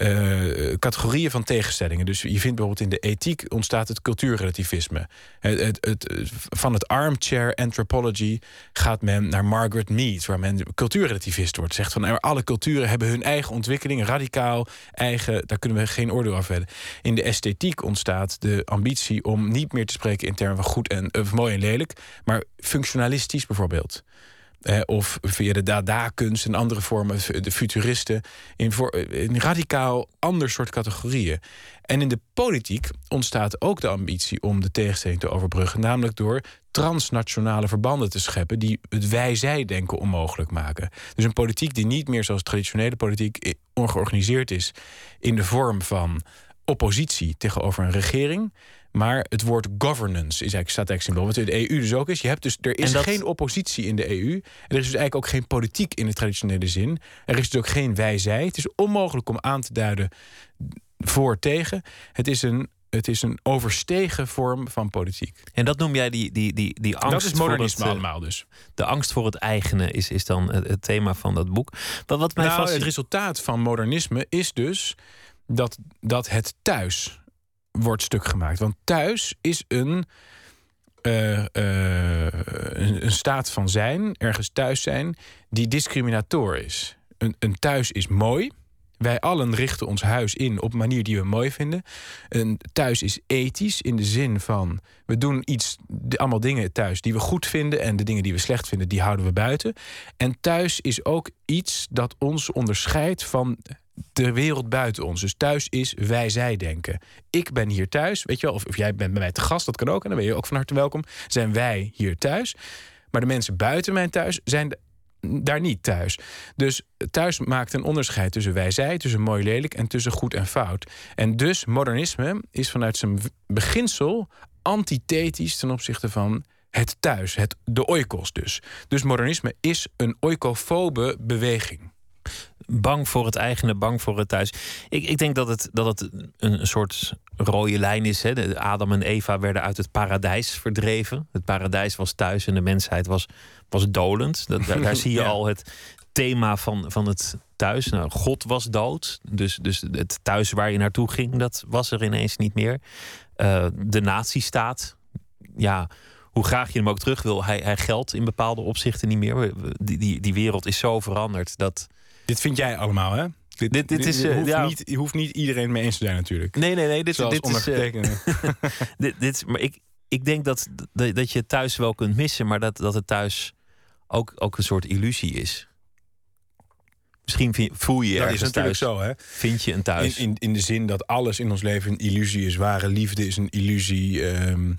uh, categorieën van tegenstellingen. Dus je vindt bijvoorbeeld in de ethiek ontstaat het cultuurrelativisme. Het, het, het, van het armchair anthropology gaat men naar Margaret Mead, waar men cultuurrelativist wordt. Zegt van alle culturen hebben hun eigen ontwikkeling, radicaal eigen, daar kunnen we geen oordeel af vellen. In de esthetiek ontstaat de ambitie om niet meer te spreken in termen van goed en of mooi en lelijk, maar functionalistisch bijvoorbeeld. Eh, of via de Dada-kunst en andere vormen, de futuristen, in, voor, in radicaal ander soort categorieën. En in de politiek ontstaat ook de ambitie om de tegenstelling te overbruggen, namelijk door transnationale verbanden te scheppen die het wij-zij-denken onmogelijk maken. Dus een politiek die niet meer zoals traditionele politiek ongeorganiseerd is in de vorm van oppositie tegenover een regering, maar het woord governance is eigenlijk, staat eigenlijk symbool. Wat in de E U dus ook is. Je hebt dus, er is dat... geen oppositie in de E U. En er is dus eigenlijk ook geen politiek in de traditionele zin. Er is dus ook geen wij-zij. Het is onmogelijk om aan te duiden voor tegen. Het is een, het is een overstegen vorm van politiek. En dat noem jij die, die, die, die angst. Dat is modernisme voor het, allemaal dus. De angst voor het eigene is, is dan het, het thema van dat boek. Wat, wat mij nou, vast... Het resultaat van modernisme is dus dat, dat het thuis wordt stuk gemaakt. Want thuis is een, uh, uh, een, een staat van zijn, ergens thuis zijn, die discriminator is. Een, een thuis is mooi. Wij allen richten ons huis in op een manier die we mooi vinden. Een thuis is ethisch in de zin van we doen iets, allemaal dingen thuis die we goed vinden en de dingen die we slecht vinden, die houden we buiten. En thuis is ook iets dat ons onderscheidt van de wereld buiten ons. Dus thuis is wij-zij denken. Ik ben hier thuis, weet je wel, of, of jij bent bij mij te gast, dat kan ook, en dan ben je ook van harte welkom. Zijn wij hier thuis. Maar de mensen buiten mijn thuis zijn daar niet thuis. Dus thuis maakt een onderscheid tussen wij-zij, tussen mooi-lelijk en tussen goed en fout. En dus modernisme is vanuit zijn beginsel antithetisch ten opzichte van het thuis, het, de oikos dus. Dus modernisme is een oikofobe beweging. Bang voor het eigene, bang voor het thuis. Ik, ik denk dat het, dat het een, een soort rode lijn is. Hè. De Adam en Eva werden uit het paradijs verdreven. Het paradijs was thuis en de mensheid was, was dolend. Dat, daar, daar zie je ja. al het thema van, van het thuis. Nou, God was dood. Dus, dus het thuis waar je naartoe ging, dat was er ineens niet meer. Uh, de nazistaat, ja, hoe graag je hem ook terug wil, hij, hij geldt in bepaalde opzichten niet meer. Die, die, die wereld is zo veranderd dat... Dit vind jij allemaal, hè? Dit, dit, dit is, uh, hoeft, ja. niet, hoeft niet iedereen mee eens te zijn natuurlijk. Nee, nee, nee. Dit, Zoals dit is... Uh, dit, dit, maar ik, ik denk dat, dat, dat je het thuis wel kunt missen, maar dat, dat het thuis ook, ook een soort illusie is. Misschien vind, voel je je dat ergens is natuurlijk thuis. zo, hè? Vind je een thuis? In, in, in de zin dat alles in ons leven een illusie is. Ware liefde is een illusie. Um,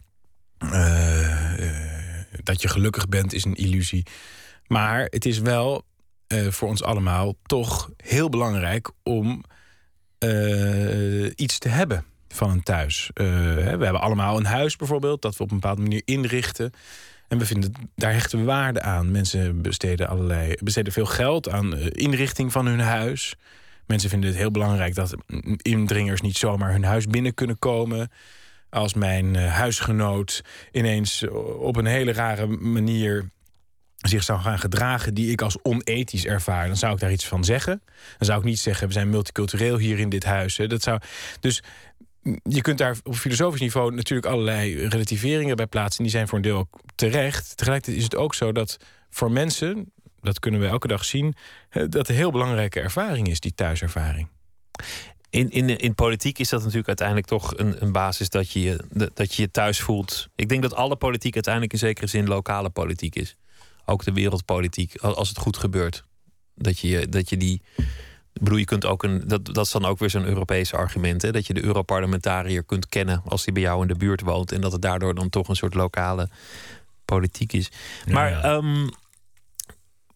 uh, uh, dat je gelukkig bent is een illusie. Maar het is wel uh, voor ons allemaal toch heel belangrijk om uh, iets te hebben van een thuis. Uh, we hebben allemaal een huis bijvoorbeeld, dat we op een bepaalde manier inrichten. En we vinden, daar hechten we waarde aan. Mensen besteden, allerlei, besteden veel geld aan uh, inrichting van hun huis. Mensen vinden het heel belangrijk dat indringers niet zomaar hun huis binnen kunnen komen. Als mijn uh, huisgenoot ineens op een hele rare manier zich zou gaan gedragen die ik als onethisch ervaar, dan zou ik daar iets van zeggen. Dan zou ik niet zeggen, we zijn multicultureel hier in dit huis. Hè. Dat zou, dus je kunt daar op filosofisch niveau natuurlijk allerlei relativeringen bij plaatsen. En die zijn voor een deel ook terecht. Tegelijkertijd is het ook zo dat voor mensen, dat kunnen we elke dag zien, dat een heel belangrijke ervaring is, die thuiservaring. In, in, in politiek is dat natuurlijk uiteindelijk toch een, een basis dat je, je dat je je thuis voelt. Ik denk dat alle politiek uiteindelijk in zekere zin lokale politiek is. Ook de wereldpolitiek, als het goed gebeurt. Dat je, dat je die... Ik bedoel, je kunt ook een, dat, dat is dan ook weer zo'n Europees argument. Hè? Dat je de Europarlementariër kunt kennen als die bij jou in de buurt woont. En dat het daardoor dan toch een soort lokale politiek is. Maar ja, ja. Um,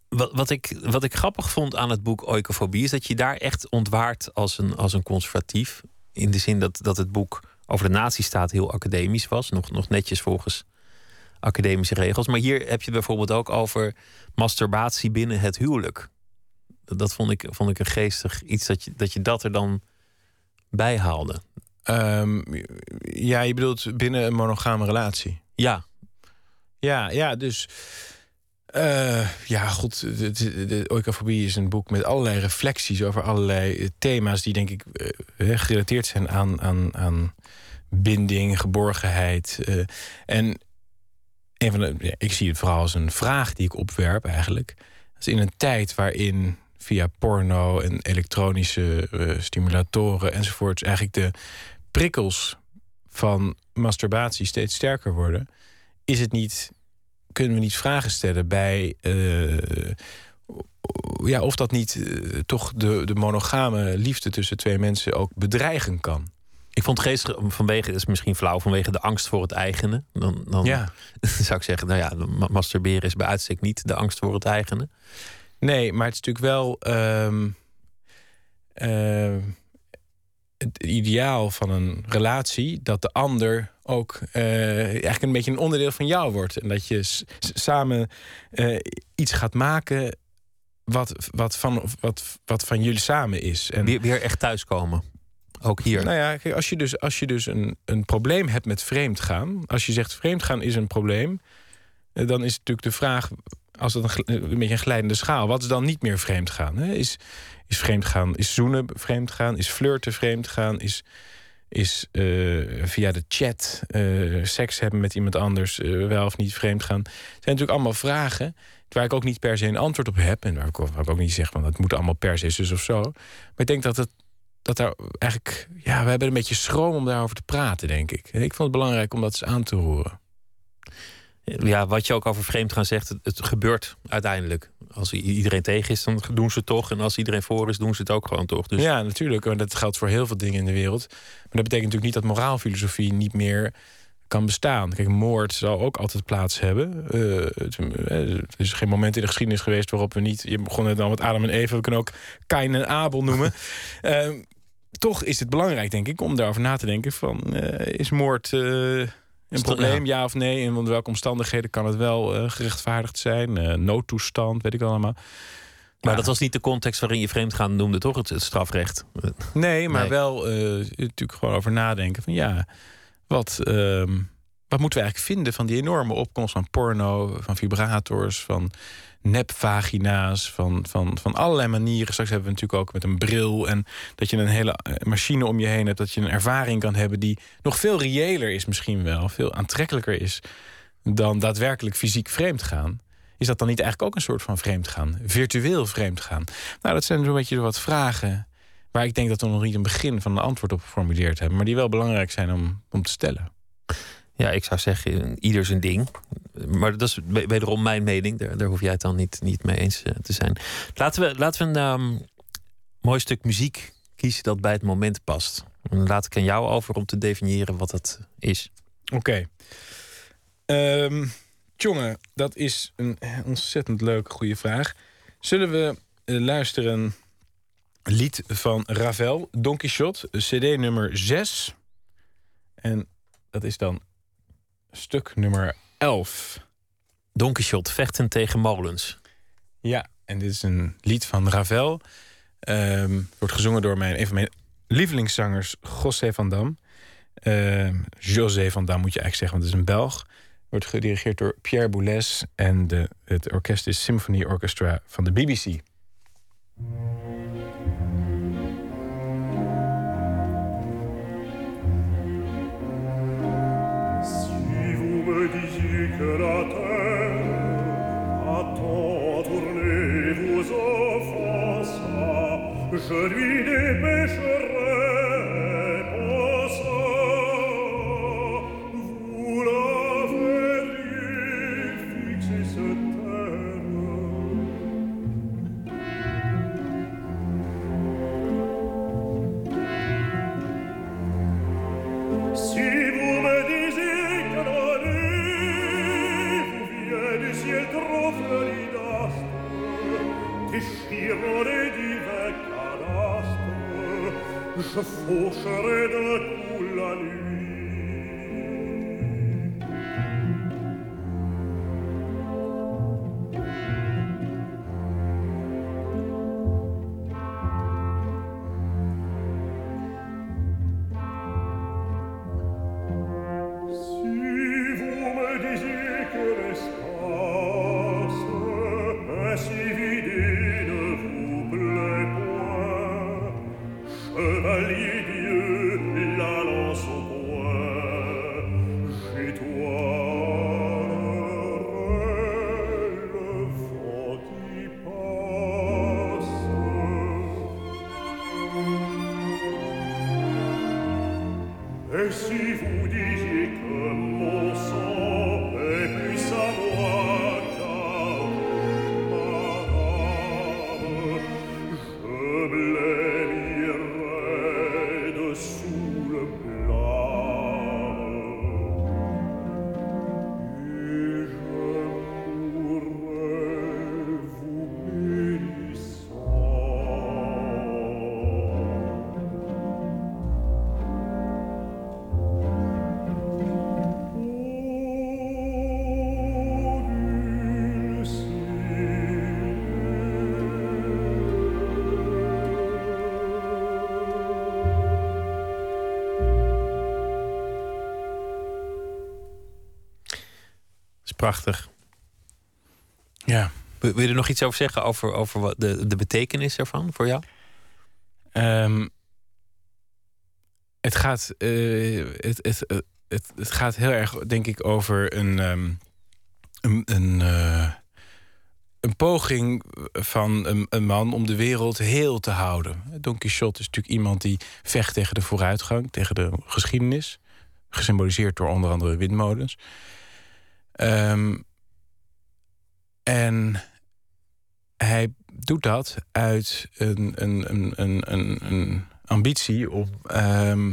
Wat, wat, ik, wat ik grappig vond aan het boek Oikofobie is dat je daar echt ontwaart als een, als een conservatief. In de zin dat, dat het boek over de nazistaat heel academisch was. Nog, nog netjes volgens academische regels. Maar hier heb je bijvoorbeeld ook over masturbatie binnen het huwelijk. Dat vond ik, vond ik een geestig iets dat je, dat je dat er dan bij haalde. Um, ja, je bedoelt binnen een monogame relatie? Ja. Ja, ja, dus... Uh, ja, goed, de, de, de Oikofobie is een boek met allerlei reflecties over allerlei thema's die denk ik uh, gerelateerd zijn aan, aan, aan binding, geborgenheid. Uh, en een van de, ja, ik zie het vooral als een vraag die ik opwerp eigenlijk. Dat is in een tijd waarin via porno en elektronische uh, stimulatoren enzovoorts eigenlijk de prikkels van masturbatie steeds sterker worden, is het niet... kunnen we niet vragen stellen bij... Uh, ja, of dat niet uh, toch de, de monogame liefde tussen twee mensen ook bedreigen kan. Ik vond het geestig vanwege, dat is misschien flauw, vanwege de angst voor het eigene. Dan, dan ja. zou ik zeggen, nou ja, masturberen is bij uitstek niet de angst voor het eigene. Nee, maar het is natuurlijk wel... Um, uh, het ideaal van een relatie dat de ander ook uh, eigenlijk een beetje een onderdeel van jou wordt. En dat je s- samen uh, iets gaat maken wat, wat, van, wat, wat van jullie samen is. En, weer, weer echt thuiskomen. Ook hier. Nou ja, kijk, als je dus, als je dus een, een probleem hebt met vreemdgaan, als je zegt vreemdgaan is een probleem, uh, dan is natuurlijk de vraag, als het een, een beetje een glijdende schaal, wat is dan niet meer vreemdgaan? Hè? Is, is vreemdgaan, is zoenen vreemdgaan, is flirten vreemdgaan, is, is uh, via de chat uh, seks hebben met iemand anders uh, wel of niet vreemdgaan? Het zijn natuurlijk allemaal vragen waar ik ook niet per se een antwoord op heb en waar ik, waar ik ook niet zeg van dat moet allemaal per se zus of zo. Maar ik denk dat het dat daar eigenlijk, ja, we hebben een beetje schroom om daarover te praten, denk ik. En ik vond het belangrijk om dat eens aan te roeren. Ja, wat je ook over vreemdgaan zegt, het, het gebeurt uiteindelijk. Als iedereen tegen is, dan doen ze het toch. En als iedereen voor is, doen ze het ook gewoon toch. Dus... Ja, natuurlijk. Maar dat geldt voor heel veel dingen in de wereld. Maar dat betekent natuurlijk niet dat moraalfilosofie niet meer kan bestaan. Kijk, moord zal ook altijd plaats hebben. Uh, het, uh, er is geen moment in de geschiedenis geweest waarop we niet... Je begon net dan met Adam en Eva, we kunnen ook Kain en Abel noemen. uh, toch is het belangrijk, denk ik, om daarover na te denken van... Uh, is moord... Uh, Een probleem, ja of nee? En onder welke omstandigheden kan het wel uh, gerechtvaardigd zijn? Uh, noodtoestand, weet ik allemaal. Maar ja. dat was niet de context waarin je vreemdgaan noemde, toch? Het, het strafrecht. Nee, maar nee. wel uh, natuurlijk gewoon over nadenken. Van ja, wat, uh, wat moeten we eigenlijk vinden van die enorme opkomst van porno, van vibrators, van nepvagina's, van, van, van allerlei manieren. Straks hebben we natuurlijk ook met een bril en dat je een hele machine om je heen hebt, dat je een ervaring kan hebben die nog veel reëler is misschien wel, veel aantrekkelijker is dan daadwerkelijk fysiek vreemdgaan. Is dat dan niet eigenlijk ook een soort van vreemdgaan? Virtueel vreemdgaan? Nou, dat zijn zo'n beetje wat vragen waar ik denk dat we nog niet een begin van een antwoord op geformuleerd hebben, maar die wel belangrijk zijn om, om te stellen. Ja, ik zou zeggen, ieder zijn ding. Maar dat is wederom mijn mening. Daar, daar hoef jij het dan niet, niet mee eens te zijn. Laten we, laten we een um, mooi stuk muziek kiezen dat bij het moment past. En dan laat ik aan jou over om te definiëren wat dat is. Oké. Okay. Um, Tjonge, dat is een ontzettend leuke, goede vraag. Zullen we uh, luisteren een lied van Ravel, Don Quixote, C D nummer zes. En dat is dan stuk nummer elf. Don Quixote, vechten tegen molens. Ja, en dit is een lied van Ravel. Um, wordt gezongen door mijn, een van mijn lievelingszangers, José van Dam. Uh, José van Dam moet je eigenlijk zeggen, want het is een Belg. Wordt gedirigeerd door Pierre Boulez. En de, het orkest is Symphony Orchestra van de B B C. Que la terre a tant tourné vous offensa, je lui dépêcherai pour ça. Vous la verriez fixer ce terre. Si vous me disiez que la ciel trop fleuri d'astre, je faucherai de toute la nuit. Et si vous disiez que mon sang est plus à moi qu'à madame, je blêmirais dessous le blâme et je mourrais vous bénissant. Prachtig. Ja. Wil, wil je er nog iets over zeggen over, over wat de, de betekenis ervan voor jou? Um, het, gaat, uh, het, het, het, het, het gaat heel erg, denk ik, over een, um, een, een, uh, een poging van een, een man om de wereld heel te houden. Don Quixote is natuurlijk iemand die vecht tegen de vooruitgang, tegen de geschiedenis. Gesymboliseerd door onder andere windmolens. Um, en hij doet dat uit een, een, een, een, een, een ambitie om um,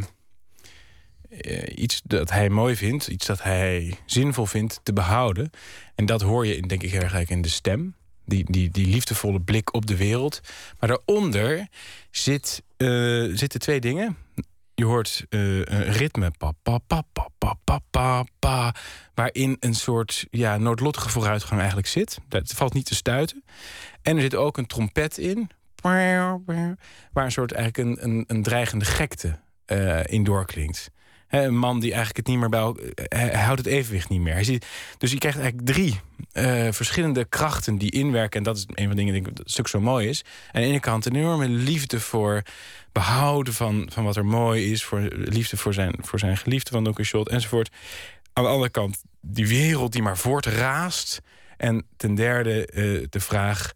iets dat hij mooi vindt, iets dat hij zinvol vindt, te behouden. En dat hoor je, in, denk ik, heel erg in de stem. Die, die, die liefdevolle blik op de wereld. Maar daaronder zit, uh, zitten twee dingen. Je hoort uh, een ritme, pa, pa, pa, pa, pa, pa, pa, pa, waarin een soort ja, noodlottige vooruitgang eigenlijk zit. Dat valt niet te stuiten. En er zit ook een trompet in, waar een soort eigenlijk een, een, een dreigende gekte uh, in doorklinkt. He, een man die eigenlijk het niet meer bij elkaar, hij, hij houdt het evenwicht niet meer. Hij ziet, dus je krijgt eigenlijk drie uh, verschillende krachten die inwerken. En dat is een van de dingen die het stuk zo mooi is. Aan de ene kant een enorme liefde voor behouden van, van wat er mooi is, voor liefde voor zijn, voor zijn geliefde van Don Quixote enzovoort. Aan de andere kant die wereld die maar voortraast. En ten derde uh, de vraag,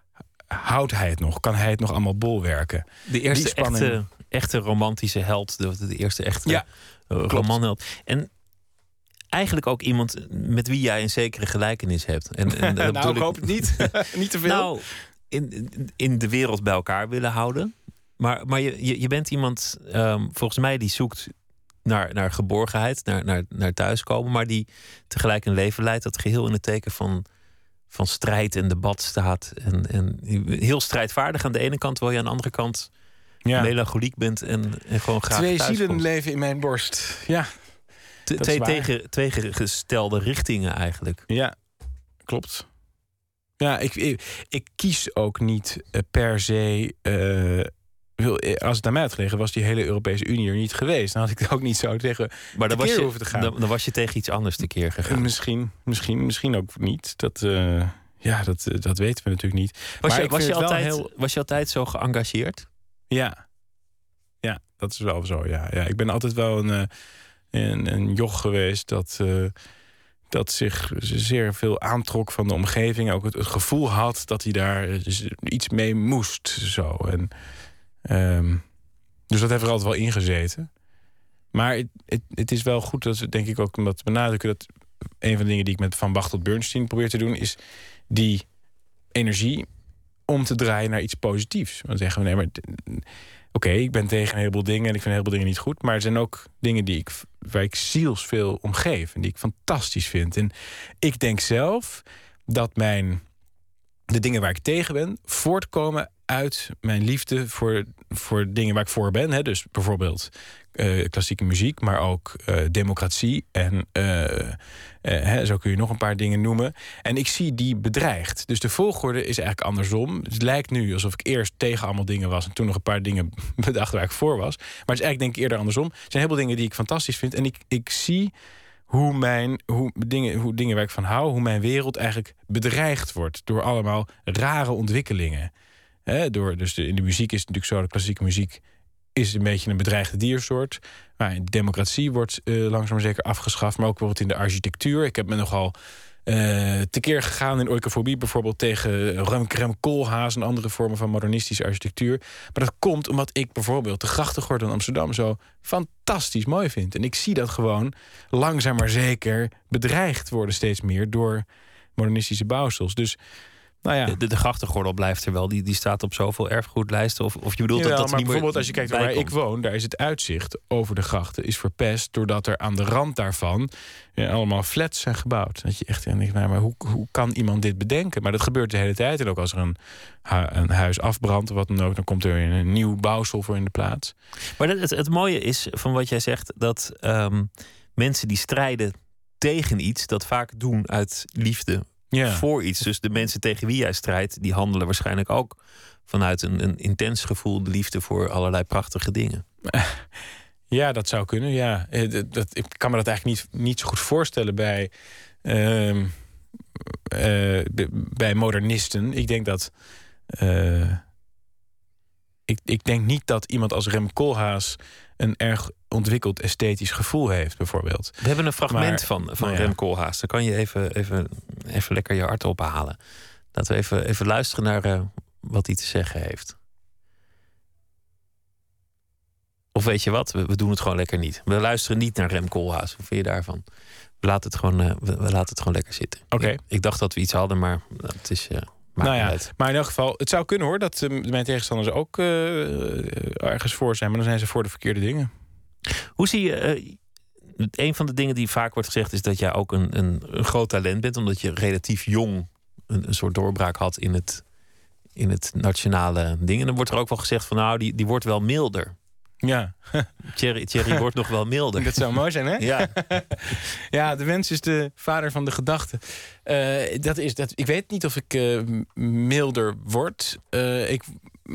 houdt hij het nog? Kan hij het nog allemaal bolwerken? De eerste echte, echte romantische held, de, de eerste echte ja, uh, romanheld. En eigenlijk ook iemand met wie jij een zekere gelijkenis hebt. En, en, nou, ik, ik hoop het niet. Niet te veel. Nou, in, in de wereld bij elkaar willen houden. Maar, maar je, je, je bent iemand, um, volgens mij, die zoekt naar, naar geborgenheid, naar, naar, naar thuiskomen, maar die tegelijk een leven leidt dat geheel in het teken van, van strijd en debat staat. En, en heel strijdvaardig aan de ene kant, terwijl je aan de andere kant ja. melancholiek bent en, en gewoon graag Twee thuis zielen komt. leven in mijn borst. Ja. T- twee, tegen, twee gestelde richtingen eigenlijk. Ja, klopt. Ja, ik, ik, ik kies ook niet uh, per se. Uh, als het naar mij had gelegen, was die hele Europese Unie er niet geweest. Dan had ik er ook niet zo tegen maar dan was je, hoeven te gaan. Dan, dan was je tegen iets anders tekeer gegaan. Uh, misschien, misschien, misschien ook niet. Dat, uh, ja, dat, uh, dat weten we natuurlijk niet. Was, maar je, ik was, je altijd, heel... was je altijd zo geëngageerd? Ja. Ja, dat is wel zo. Ja, ja. Ik ben altijd wel een, uh, een, een joch geweest dat... Uh, dat zich zeer veel aantrok van de omgeving. Ook het, het gevoel had dat hij daar iets mee moest. Zo. En, um, dus dat heeft er altijd wel ingezeten. Maar het, het, het is wel goed, dat denk ik ook om dat te benadrukken, dat een van de dingen die ik met Van Bach tot Bernstein probeer te doen, is die energie om te draaien naar iets positiefs. Dan zeggen we, nee, maar oké, okay, ik ben tegen een heleboel dingen en ik vind een heleboel dingen niet goed, maar er zijn ook dingen die ik, waar ik zielsveel om geef en die ik fantastisch vind. En ik denk zelf dat mijn, de dingen waar ik tegen ben, voortkomen uit mijn liefde voor, voor dingen waar ik voor ben. Hè. Dus bijvoorbeeld uh, klassieke muziek, maar ook uh, democratie. En uh, uh, hè, zo kun je nog een paar dingen noemen. En ik zie die bedreigd. Dus de volgorde is eigenlijk andersom. Het lijkt nu alsof ik eerst tegen allemaal dingen was en toen nog een paar dingen bedacht waar ik voor was. Maar het is eigenlijk denk ik eerder andersom. Er zijn heel veel dingen die ik fantastisch vind. En ik, ik zie hoe mijn hoe dingen, hoe dingen waar ik van hou, hoe mijn wereld eigenlijk bedreigd wordt door allemaal rare ontwikkelingen. He, door, dus de, in de muziek is het natuurlijk zo, de klassieke muziek is een beetje een bedreigde diersoort. Maar in democratie wordt uh, langzaam maar zeker afgeschaft. Maar ook bijvoorbeeld in de architectuur. Ik heb me nogal uh, tekeer gegaan in oikofobie, bijvoorbeeld tegen Rem, Rem Koolhaas en andere vormen van modernistische architectuur. Maar dat komt omdat ik bijvoorbeeld de grachtengordel in Amsterdam zo fantastisch mooi vind. En ik zie dat gewoon langzaam maar zeker bedreigd worden steeds meer door modernistische bouwsels. Dus nou ja. De, de grachtengordel blijft er wel. Die, die staat op zoveel erfgoedlijsten. Of, of je bedoelt Jawel, dat dat maar niet bijvoorbeeld als je kijkt waar ik woon, daar is het uitzicht over de grachten is verpest doordat er aan de rand daarvan ja, allemaal flats zijn gebouwd. Dat je echt denkt, maar hoe, hoe kan iemand dit bedenken? Maar dat gebeurt de hele tijd. En ook als er een, een huis afbrandt of wat dan ook, dan komt er een nieuw bouwsel voor in de plaats. Maar het, het mooie is van wat jij zegt dat um, mensen die strijden tegen iets dat vaak doen uit liefde. Ja. Voor iets. Dus de mensen tegen wie jij strijdt, die handelen waarschijnlijk ook vanuit een, een intens gevoel de liefde voor allerlei prachtige dingen. Ja, dat zou kunnen. Ja, dat, dat, ik kan me dat eigenlijk niet, niet zo goed voorstellen bij, uh, uh, bij modernisten. Ik denk dat uh, ik, ik denk niet dat iemand als Rem Koolhaas een erg ontwikkeld esthetisch gevoel heeft, bijvoorbeeld. We hebben een fragment maar, van, van nou ja. Rem Koolhaas. Dan kan je even, even, even lekker je hart ophalen. Laten we even, even luisteren naar uh, wat hij te zeggen heeft. Of weet je wat? We, we doen het gewoon lekker niet. We luisteren niet naar Rem Koolhaas. Hoe vind je daarvan? We laten het gewoon, uh, we, we laten het gewoon lekker zitten. Oké. Ik, ik dacht dat we iets hadden, maar het is... Uh, nou ja, uit. Maar in elk geval, het zou kunnen hoor dat uh, mijn tegenstanders ook uh, ergens voor zijn, maar dan zijn ze voor de verkeerde dingen. Hoe zie je... Uh, een van de dingen die vaak wordt gezegd is dat jij ook een, een, een groot talent bent, omdat je relatief jong een, een soort doorbraak had in het, in het nationale ding. En dan wordt er ook wel gezegd van nou, die, die wordt wel milder. Ja. Thierry, Thierry wordt nog wel milder. Dat zou mooi zijn, hè? Ja. Ja, de wens is de vader van de gedachte. Uh, dat is, dat, ik weet niet of ik uh, milder word. Uh, ik...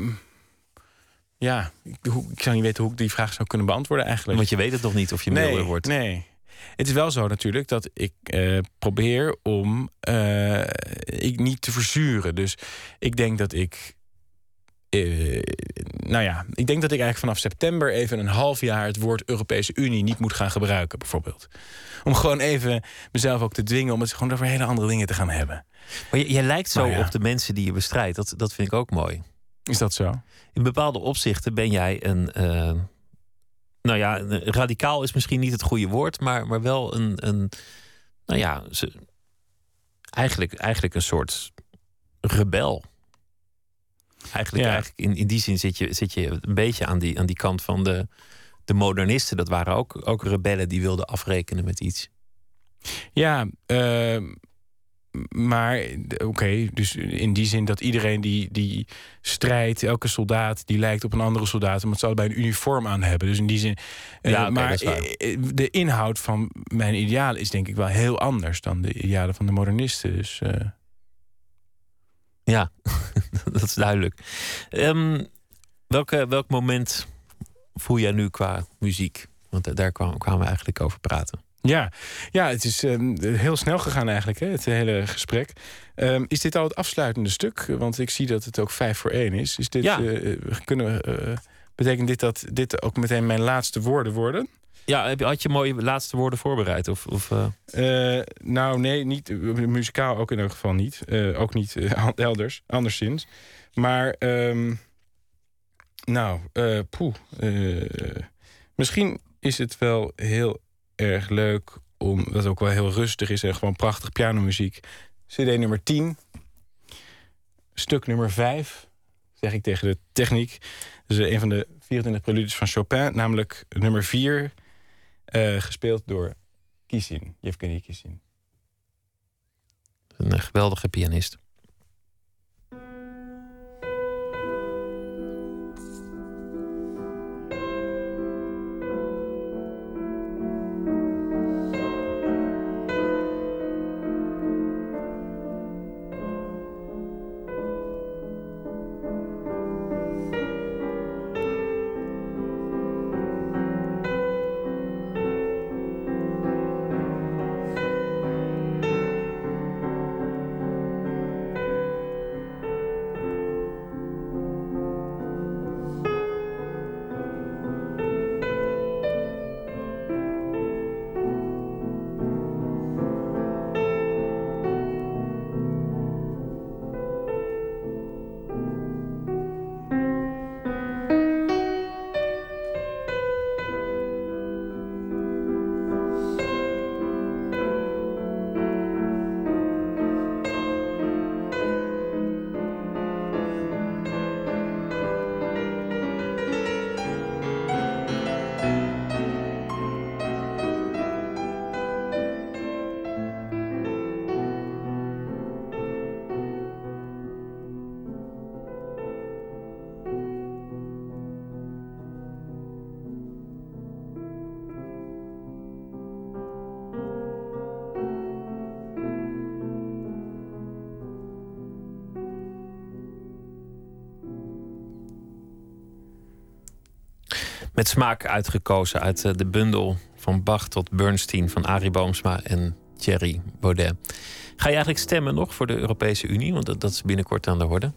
Ja, ik, hoe, ik zou niet weten hoe ik die vraag zou kunnen beantwoorden eigenlijk. Want je weet het nog niet of je milder nee, wordt. Nee, het is wel zo natuurlijk dat ik uh, probeer om uh, ik niet te verzuren. Dus ik denk dat ik... Uh, nou ja, ik denk dat ik eigenlijk vanaf september even een half jaar het woord Europese Unie niet moet gaan gebruiken, bijvoorbeeld. Om gewoon even mezelf ook te dwingen om het gewoon over hele andere dingen te gaan hebben. Maar jij lijkt zo ja. op de mensen die je bestrijdt. Dat, dat vind ik ook mooi. Is dat zo? In bepaalde opzichten ben jij een... Uh, nou ja, radicaal is misschien niet het goede woord, maar, maar wel een... een nou ja, ze, eigenlijk, eigenlijk een soort rebel. Eigenlijk, ja. eigenlijk in, in die zin zit je, zit je een beetje aan die, aan die kant van de, de modernisten. Dat waren ook, ook rebellen die wilden afrekenen met iets. Ja, uh, maar oké, okay, dus in die zin dat iedereen die, die strijdt, elke soldaat die lijkt op een andere soldaat, omdat ze allebei een uniform aan hebben. Dus in die zin. Uh, ja, okay, maar de inhoud van mijn idealen is denk ik wel heel anders dan de idealen van de modernisten. Dus. Uh... Ja, dat is duidelijk. Um, welke, welk moment voel jij nu qua muziek? Want daar kwamen, kwamen we eigenlijk over praten. Ja, ja het is um, heel snel gegaan eigenlijk, hè, het hele gesprek. Um, is dit al het afsluitende stuk? Want ik zie dat het ook vijf voor één is. Is dit, ja. uh, kunnen we, uh, betekent dit dat dit ook meteen mijn laatste woorden worden? Ja, had je mooie laatste woorden voorbereid? Of, of, uh... Uh, nou, nee, niet, muzikaal ook in elk geval niet. Uh, ook niet uh, elders, anderszins. Maar, um, nou, uh, poeh. Uh, misschien is het wel heel erg leuk, omdat het ook wel heel rustig is en gewoon prachtig pianomuziek. C D nummer tien, stuk nummer vijf, zeg ik tegen de techniek. Dus een van de vierentwintig preludes van Chopin, namelijk nummer vier... Uh, gespeeld door Kissin, Yevgeny Kissin. Een geweldige pianist. Met smaak uitgekozen uit uh, de bundel van Bach tot Bernstein van Arie Boomsma en Thierry Baudet. Ga je eigenlijk stemmen nog voor de Europese Unie? Want dat, dat is binnenkort aan de orde.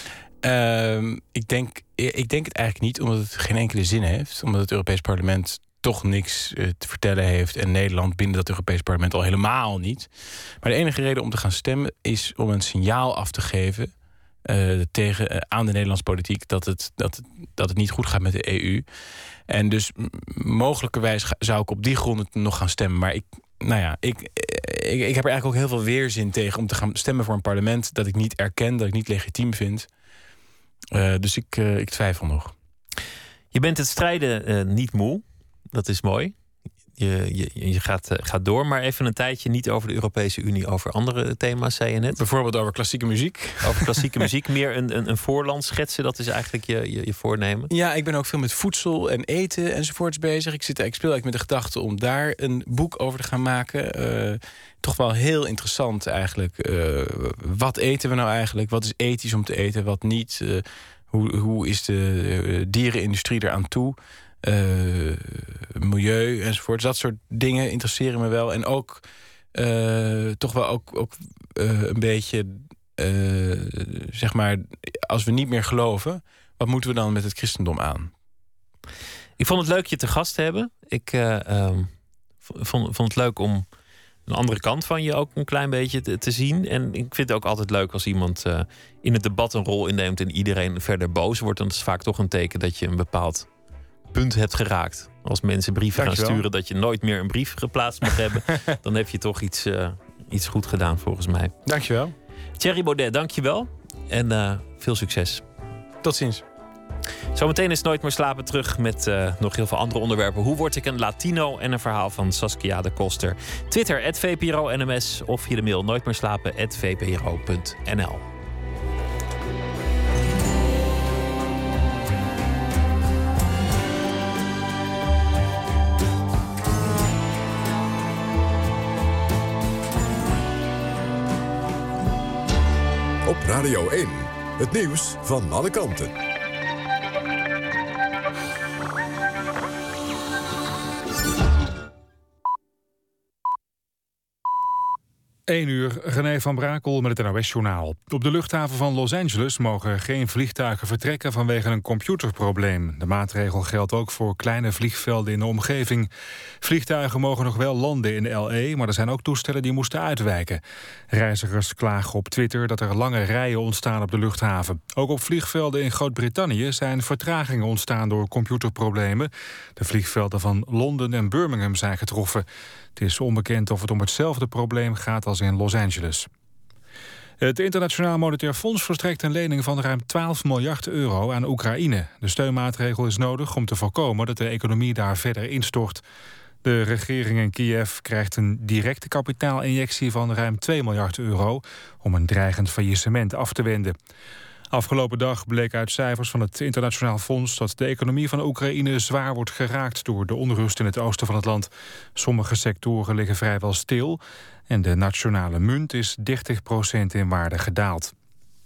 Uh, ik, denk, ik denk het eigenlijk niet, omdat het geen enkele zin heeft. Omdat het Europees Parlement toch niks uh, te vertellen heeft. En Nederland binnen dat Europees Parlement al helemaal niet. Maar de enige reden om te gaan stemmen is om een signaal af te geven Uh, tegen, uh, aan de Nederlandse politiek dat het, dat, dat het niet goed gaat met de E U. En dus m- mogelijkerwijs ga, zou ik op die gronden nog gaan stemmen. Maar ik, nou ja, ik, ik, ik heb er eigenlijk ook heel veel weerzin tegen om te gaan stemmen voor een parlement dat ik niet erken, dat ik niet legitiem vind. Uh, dus ik, uh, ik twijfel nog. Je bent het strijden uh, niet moe. Dat is mooi. Je, je, je gaat, uh, gaat door, maar even een tijdje niet over de Europese Unie, over andere thema's, zei je net. Bijvoorbeeld over klassieke muziek. Over klassieke muziek, meer een, een, een voorland schetsen, dat is eigenlijk je, je, je voornemen. Ja, ik ben ook veel met voedsel en eten enzovoorts bezig. Ik, zit, ik speel eigenlijk met de gedachte om daar een boek over te gaan maken. Uh, toch wel heel interessant eigenlijk. Uh, wat eten we nou eigenlijk? Wat is ethisch om te eten, wat niet? Uh, hoe, hoe is de uh, dierenindustrie eraan toe? Uh, milieu enzovoort. Dat soort dingen interesseren me wel. En ook uh, toch wel ook, ook uh, een beetje uh, zeg maar, als we niet meer geloven, wat moeten we dan met het christendom aan? Ik vond het leuk je te gast te hebben. Ik uh, um, vond, vond het leuk om een andere kant van je ook een klein beetje te, te zien. En ik vind het ook altijd leuk als iemand uh, in het debat een rol inneemt en iedereen verder boos wordt. Dan is het vaak toch een teken dat je een bepaald punt hebt geraakt. Als mensen brieven gaan sturen dat je nooit meer een brief geplaatst mag hebben, dan heb je toch iets, uh, iets goed gedaan volgens mij. Dankjewel. Thierry Baudet, dankjewel. En uh, veel succes. Tot ziens. Zometeen is Nooit meer slapen terug met uh, nog heel veel andere onderwerpen. Hoe word ik een Latino? En een verhaal van Saskia de Koster. Twitter, at V P R O N M S. Of via de mail nooitmeerslapen at v p r o punt n l. Op Radio één, het nieuws van alle kanten. één uur, René van Brakel met het N O S-journaal. Op de luchthaven van Los Angeles mogen geen vliegtuigen vertrekken vanwege een computerprobleem. De maatregel geldt ook voor kleine vliegvelden in de omgeving. Vliegtuigen mogen nog wel landen in L A, maar er zijn ook toestellen die moesten uitwijken. Reizigers klagen op Twitter dat er lange rijen ontstaan op de luchthaven. Ook op vliegvelden in Groot-Brittannië zijn vertragingen ontstaan door computerproblemen. De vliegvelden van Londen en Birmingham zijn getroffen. Het is onbekend of het om hetzelfde probleem gaat als in Los Angeles. Het Internationaal Monetair Fonds verstrekt een lening van ruim twaalf miljard euro aan Oekraïne. De steunmaatregel is nodig om te voorkomen dat de economie daar verder instort. De regering in Kiev krijgt een directe kapitaalinjectie van ruim twee miljard euro om een dreigend faillissement af te wenden. Afgelopen dag bleek uit cijfers van het Internationaal Fonds dat de economie van Oekraïne zwaar wordt geraakt door de onrust in het oosten van het land. Sommige sectoren liggen vrijwel stil en de nationale munt is dertig procent in waarde gedaald.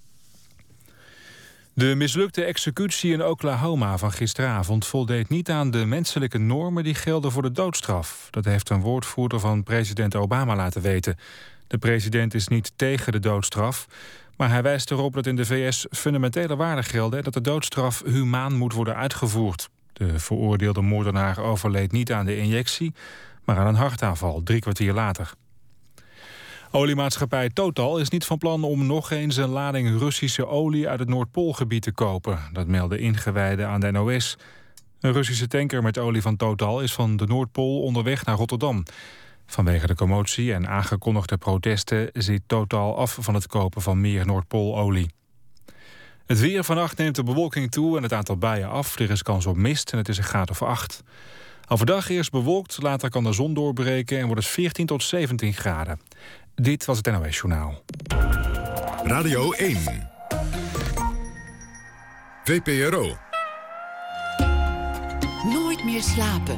De mislukte executie in Oklahoma van gisteravond voldeed niet aan de menselijke normen die gelden voor de doodstraf. Dat heeft een woordvoerder van president Obama laten weten. De president is niet tegen de doodstraf, maar hij wijst erop dat in de V S fundamentele waarden gelden en dat de doodstraf humaan moet worden uitgevoerd. De veroordeelde moordenaar overleed niet aan de injectie, maar aan een hartaanval drie kwartier later. Oliemaatschappij Total is niet van plan om nog eens een lading Russische olie uit het Noordpoolgebied te kopen. Dat melden ingewijden aan de N O S. Een Russische tanker met olie van Total is van de Noordpool onderweg naar Rotterdam. Vanwege de commotie en aangekondigde protesten ziet Total af van het kopen van meer Noordpoololie. Het weer: vannacht neemt de bewolking toe en het aantal buien af. Er is kans op mist en het is een graad of acht. Overdag eerst bewolkt, later kan de zon doorbreken en wordt het veertien tot zeventien graden. Dit was het N O S-journaal. Radio één. V P R O. Nooit meer slapen.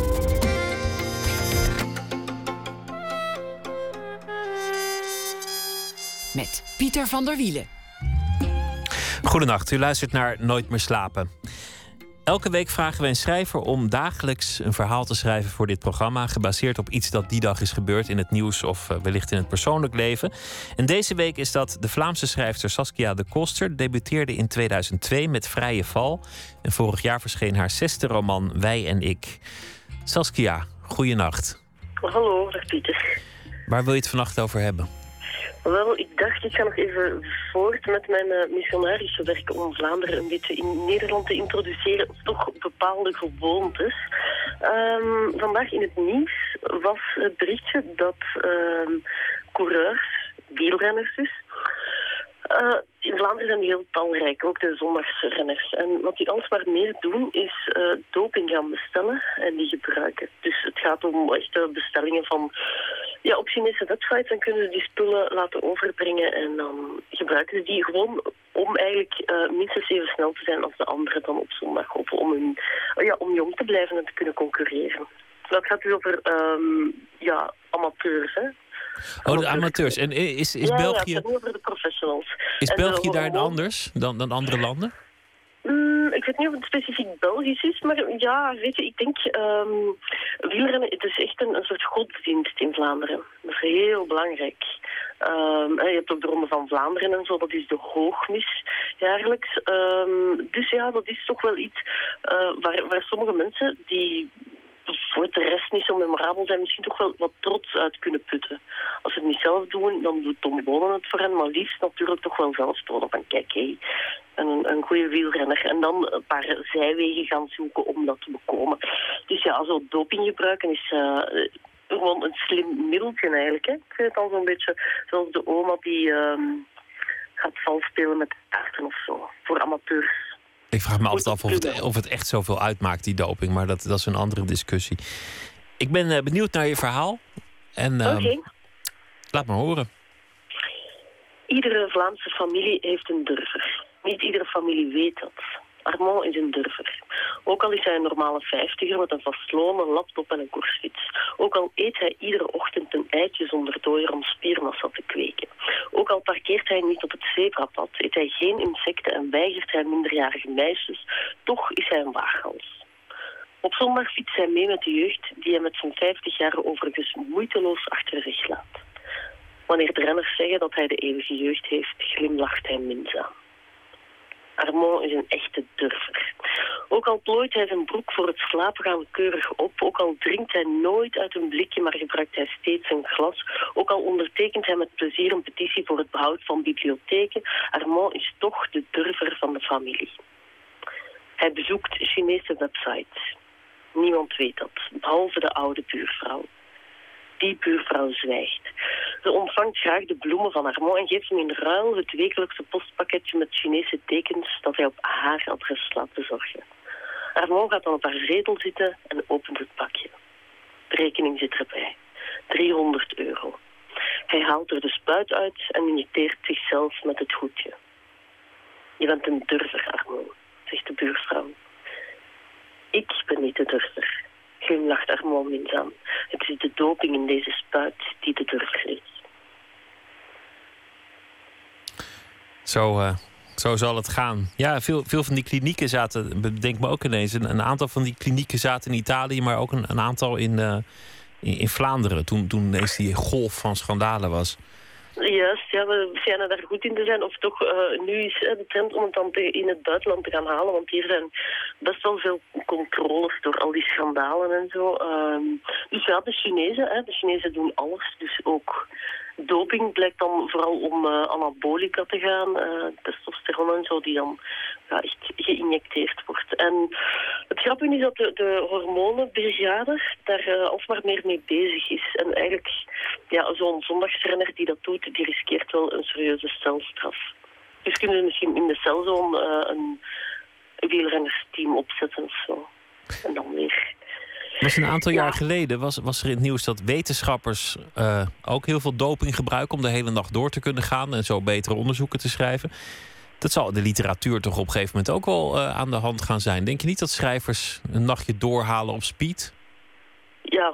Met Pieter van der Wielen. Goedenacht, u luistert naar Nooit meer slapen. Elke week vragen we een schrijver om dagelijks een verhaal te schrijven voor dit programma, gebaseerd op iets dat die dag is gebeurd in het nieuws of uh, wellicht in het persoonlijk leven. En deze week is dat de Vlaamse schrijfster Saskia de Koster. Debuteerde in tweeduizend twee met Vrije Val. En vorig jaar verscheen haar zesde roman Wij en ik. Saskia, goeienacht. Hallo, dag Pieter. Waar wil je het vannacht over hebben? Wel, ik dacht, ik ga nog even voort met mijn uh, missionarische werk om Vlaanderen een beetje in Nederland te introduceren, toch bepaalde gewoontes. Um, vandaag in het nieuws was het berichtje dat um, coureurs, wielrenners dus, Uh, in Vlaanderen zijn die heel talrijk, ook de zondagsrenners. En wat die alsmaar meer doen, is uh, doping gaan bestellen en die gebruiken. Dus het gaat om echte bestellingen van... Ja, op Chinese websites dan kunnen ze die spullen laten overbrengen en dan gebruiken ze die gewoon om eigenlijk uh, minstens even snel te zijn als de anderen dan op zondag. Of om, hun, uh, ja, om jong te blijven en te kunnen concurreren. Dat gaat dus over um, ja, amateurs, hè. Oh, de amateurs. En is, is ja, België... Ja, het gaat niet over de professionals. Is en België de, daarin anders dan, dan andere landen? Mm, ik weet niet of het specifiek Belgisch is, maar ja, weet je, ik denk... Um, wielrennen, het is echt een, een soort godsdienst in Vlaanderen. Dat is heel belangrijk. Um, je hebt ook de Ronde van Vlaanderen en zo, dat is de hoogmis jaarlijks. Um, dus ja, dat is toch wel iets uh, waar, waar sommige mensen die... voor de rest niet zo memorabel zijn, misschien toch wel wat trots uit kunnen putten. Als ze het niet zelf doen, dan doet Tom Bonen het voor hen, maar liefst natuurlijk toch wel zelf tonen van kijk, hé, hey, een, een goede wielrenner. En dan een paar zijwegen gaan zoeken om dat te bekomen. Dus ja, zo doping gebruiken is uh, gewoon een slim middeltje eigenlijk. Hè. Ik vind het al zo'n beetje zoals de oma die um, gaat vals spelen met kaarten of zo, voor amateurs. Ik vraag me altijd af of het, of het echt zoveel uitmaakt, die doping. Maar dat, dat is een andere discussie. Ik ben uh, benieuwd naar je verhaal. En uh, okay. Laat me horen. Iedere Vlaamse familie heeft een durver. Niet iedere familie weet dat. Armand is een durver. Ook al is hij een normale vijftiger met een vast loon, een laptop en een koersfiets. Ook al eet hij iedere ochtend een eitje zonder dooier om spiermassa te kweken. Ook al parkeert hij niet op het zebrapad, eet hij geen insecten en weigert hij minderjarige meisjes, toch is hij een waaghals. Op zondag fietst hij mee met de jeugd die hij met zijn vijftig jaar overigens moeiteloos achter zich laat. Wanneer de renners zeggen dat hij de eeuwige jeugd heeft, glimlacht hij minzaam. Armand is een echte durver. Ook al plooit hij zijn broek voor het slapen gaan keurig op, ook al drinkt hij nooit uit een blikje, maar gebruikt hij steeds een glas, ook al ondertekent hij met plezier een petitie voor het behoud van bibliotheken, Armand is toch de durver van de familie. Hij bezoekt Chinese websites. Niemand weet dat, behalve de oude buurvrouw. Die buurvrouw zwijgt. Ze ontvangt graag de bloemen van Armand en geeft hem in ruil het wekelijkse postpakketje met Chinese tekens dat hij op haar adres laat bezorgen. Armand gaat dan op haar zetel zitten en opent het pakje. De rekening zit erbij. driehonderd euro. Hij haalt er de spuit uit en injecteert zichzelf met het goedje. Je bent een durver, Armand, zegt de buurvrouw. Ik ben niet de durver. Glimlacht Armand minzaam. Het is de doping in deze spuit die de durver is. Zo, uh, zo zal het gaan. Ja, veel, veel van die klinieken zaten, bedenk me ook ineens, een, een aantal van die klinieken zaten in Italië, maar ook een, een aantal in, uh, in, in Vlaanderen, toen, toen ineens die golf van schandalen was. Juist, ja, we schijnen daar goed in te zijn. Of toch, uh, nu is uh, de trend om het dan te, in het buitenland te gaan halen. Want hier zijn best wel veel controles door al die schandalen en zo. Um, dus ja, de Chinezen, hè, de Chinezen doen alles. Dus ook doping blijkt dan vooral om uh, anabolica te gaan. Uh, testosteron en zo, die dan ja, echt geïnjecteerd wordt. En het grappige is dat de, de hormonenbrigade daar uh, alsmaar meer mee bezig is. En eigenlijk, ja, zo'n zondagsrenner die dat doet, die riskeert wel een serieuze celstraf. Dus kunnen we misschien in de celzone uh, een wielrennersteam opzetten of zo. En dan weer... Was een aantal jaar ja. geleden was, was er in het nieuws dat wetenschappers uh, ook heel veel doping gebruiken om de hele nacht door te kunnen gaan en zo betere onderzoeken te schrijven. Dat zal de literatuur toch op een gegeven moment ook wel uh, aan de hand gaan zijn. Denk je niet dat schrijvers een nachtje doorhalen op speed? Ja, hoeft. De,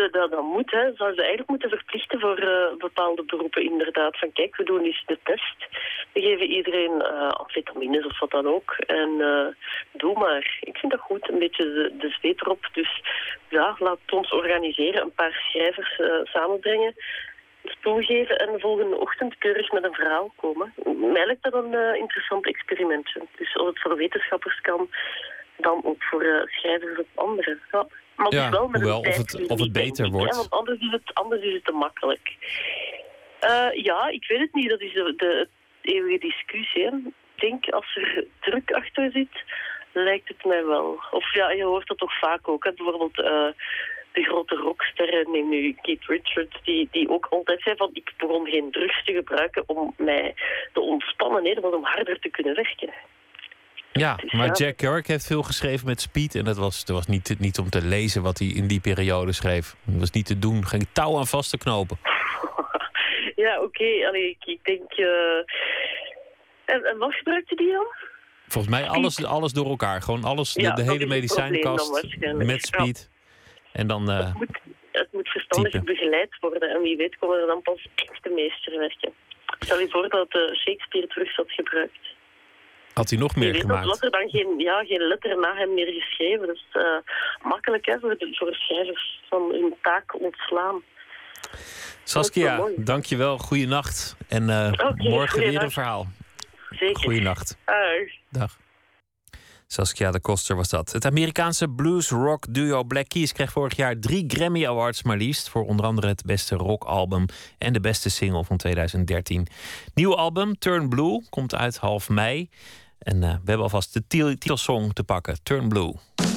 dat, dat, dat moet, hè. Zouden ze eigenlijk moeten verplichten voor uh, bepaalde beroepen inderdaad. Van kijk, we doen eens de test. We geven iedereen uh, amfetamines of wat dan ook. En uh, doe maar. Ik vind dat goed, een beetje de, de zweet erop. Dus ja, laat ons organiseren, een paar schrijvers uh, samenbrengen, stoel geven en de volgende ochtend keurig met een verhaal komen. Mij lijkt dat een uh, interessant experimentje. Dus als het voor wetenschappers kan, dan ook voor uh, schrijvers of anderen. Ja. Maar ja, dus wel met hoewel, een of het, of het beter wordt. Ja, want anders is het, anders is het te makkelijk. Uh, ja, ik weet het niet. Dat is de, de eeuwige discussie. Hè. Ik denk, als er druk achter zit, lijkt het mij wel. Of ja, je hoort dat toch vaak ook. Hè. Bijvoorbeeld uh, de grote rocksterren, neem nu Keith Richards, die, die ook altijd zei van ik begon geen drugs te gebruiken om mij te ontspannen. Nee, dat was om harder te kunnen werken. Ja, dus maar ja. Jack Kerouac heeft veel geschreven met Speed. En dat was, dat was niet, niet om te lezen wat hij in die periode schreef. Dat was niet te doen. Geen touw aan vast te knopen. Ja, oké. Okay. Ik, ik denk... Uh... En, en wat gebruikte die dan? Volgens mij alles, alles door elkaar. Gewoon alles, de, ja, de hele medicijnkast met Speed. Ja. En dan uh, het, moet, het moet verstandig typen. begeleid worden. En wie weet komen er dan pas echte meesterwerken. Stel je voor dat uh, Shakespeare drugs had gebruikt. Had hij nog meer je gemaakt? Had er dan geen, ja, geen letter na hem meer geschreven. Dat is uh, makkelijk hè, voor de, voor de schrijvers van hun taak ontslaan. Saskia, dankjewel. Goeienacht. En uh, okay, morgen weer een verhaal. Zeker. Goeienacht. Uh. Dag. Saskia de Koster was dat. Het Amerikaanse blues-rock duo Black Keys kreeg vorig jaar drie Grammy Awards maar liefst. Voor onder andere het beste rockalbum en de beste single van tweeduizend dertien. Nieuw album, Turn Blue, komt uit half mei. En uh, we hebben alvast de titelsong te pakken, Turn Blue.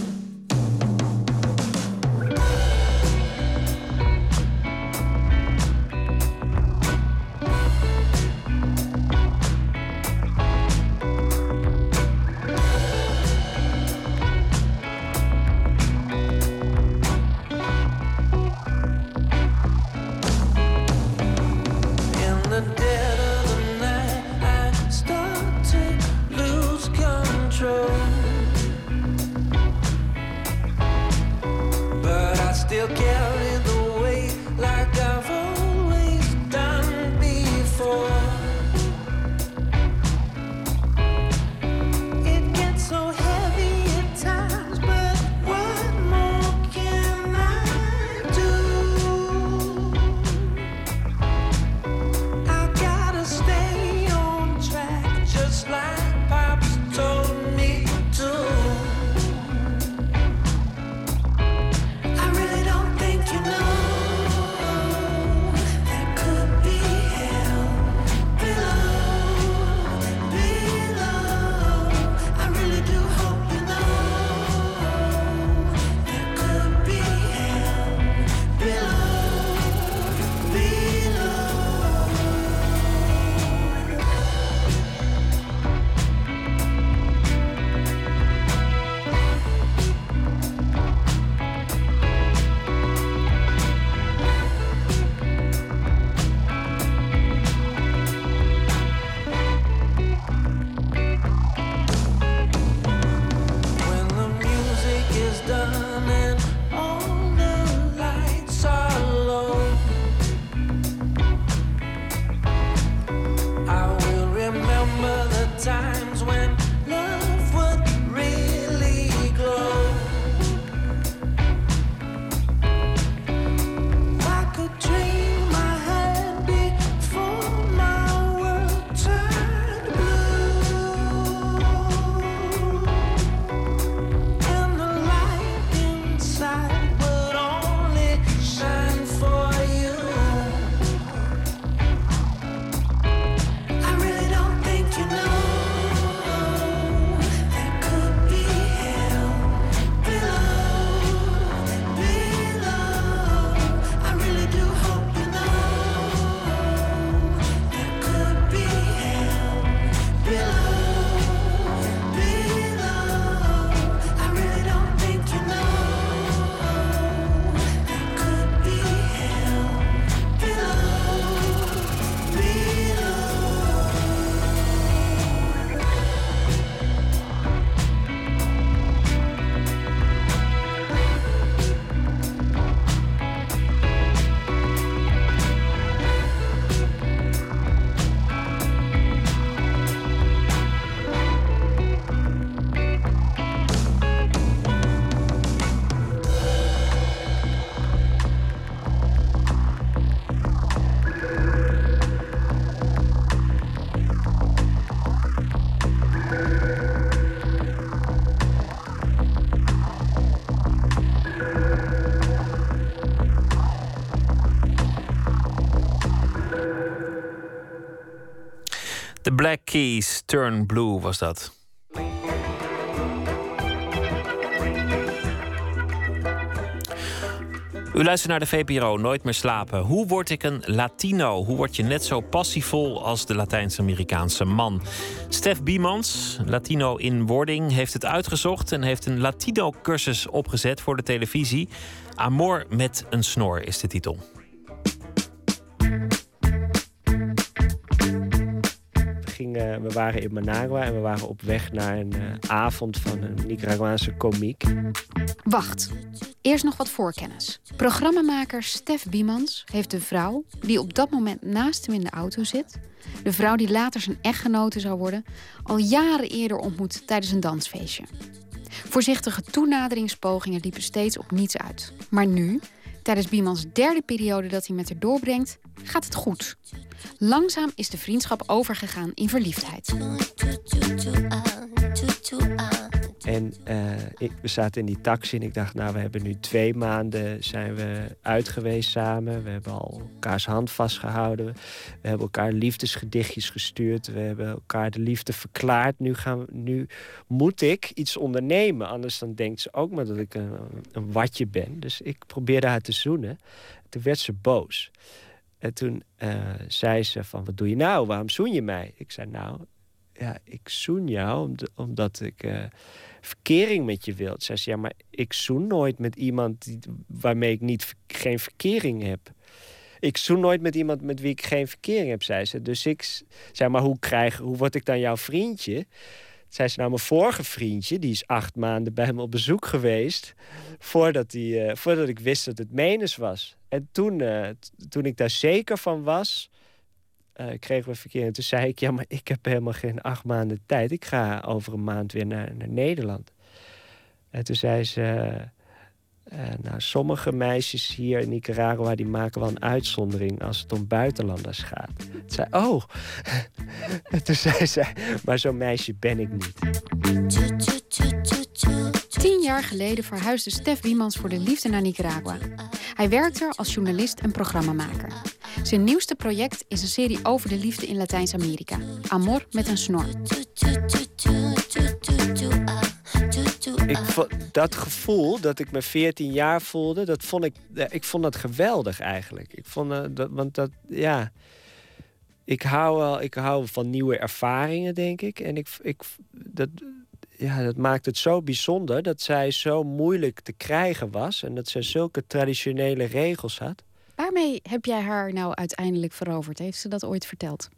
Still carry the weight like I've always done before. It gets so heavy at times, but what more can I do? I gotta stay on track, just like Pops told me to. I really don't think The Black Keys, Turn Blue was dat. U luistert naar de V P R O, Nooit meer slapen. Hoe word ik een Latino? Hoe word je net zo passievol als de Latijns-Amerikaanse man? Stef Biemans, Latino in wording, heeft het uitgezocht en heeft een Latino-cursus opgezet voor de televisie. Amor met een snor is de titel. We, gingen, we waren in Managua en we waren op weg naar een uh, avond van een Nicaraguaanse komiek. Wacht, eerst nog wat voorkennis. Programmamaker Stef Biemans heeft de vrouw die op dat moment naast hem in de auto zit, de vrouw die later zijn echtgenote zou worden, al jaren eerder ontmoet tijdens een dansfeestje. Voorzichtige toenaderingspogingen liepen steeds op niets uit. Maar nu, tijdens Biemans derde periode dat hij met haar doorbrengt, gaat het goed. Langzaam is de vriendschap overgegaan in verliefdheid. En uh, ik, we zaten in die taxi en ik dacht, nou, we hebben nu twee maanden zijn we uit geweest samen. We hebben al elkaars hand vastgehouden. We hebben elkaar liefdesgedichtjes gestuurd. We hebben elkaar de liefde verklaard. Nu, gaan we, nu moet ik iets ondernemen. Anders dan denkt ze ook maar dat ik een, een watje ben. Dus ik probeerde haar te zoenen. Toen werd ze boos. En toen uh, zei ze van, wat doe je nou? Waarom zoen je mij? Ik zei, nou, ja, ik zoen jou omdat ik uh, verkering met je wil. Zei ze, ja, maar ik zoen nooit met iemand die, waarmee ik niet, geen verkering heb. Ik zoen nooit met iemand met wie ik geen verkering heb, zei ze. Dus ik zei, maar hoe, krijg, hoe word ik dan jouw vriendje? Zei ze, nou, mijn vorige vriendje, die is acht maanden bij me op bezoek geweest, voordat, die, uh, voordat ik wist dat het menens was. En toen, uh, t- toen ik daar zeker van was, uh, kregen we verkeer. En toen zei ik, ja, maar ik heb helemaal geen acht maanden tijd. Ik ga over een maand weer naar, naar Nederland. En toen zei ze, uh, nou, sommige meisjes hier in Nicaragua, die maken wel een uitzondering als het om buitenlanders gaat. Toen zei, oh. En toen zei ze, maar zo'n meisje ben ik niet. Tien jaar geleden verhuisde Stef Biemans voor de liefde naar Nicaragua. Hij werkt er als journalist en programmamaker. Zijn nieuwste project is een serie over de liefde in Latijns-Amerika. Amor met een snor. Ik vond, dat gevoel dat ik me veertien jaar voelde, dat vond ik, ik vond dat geweldig eigenlijk. Ik vond uh, dat, want dat, ja, ik hou wel, ik hou van nieuwe ervaringen, denk ik. En ik, ik dat, ja, dat maakt het zo bijzonder dat zij zo moeilijk te krijgen was en dat zij zulke traditionele regels had. Waarmee heb jij haar nou uiteindelijk veroverd? Heeft ze dat ooit verteld?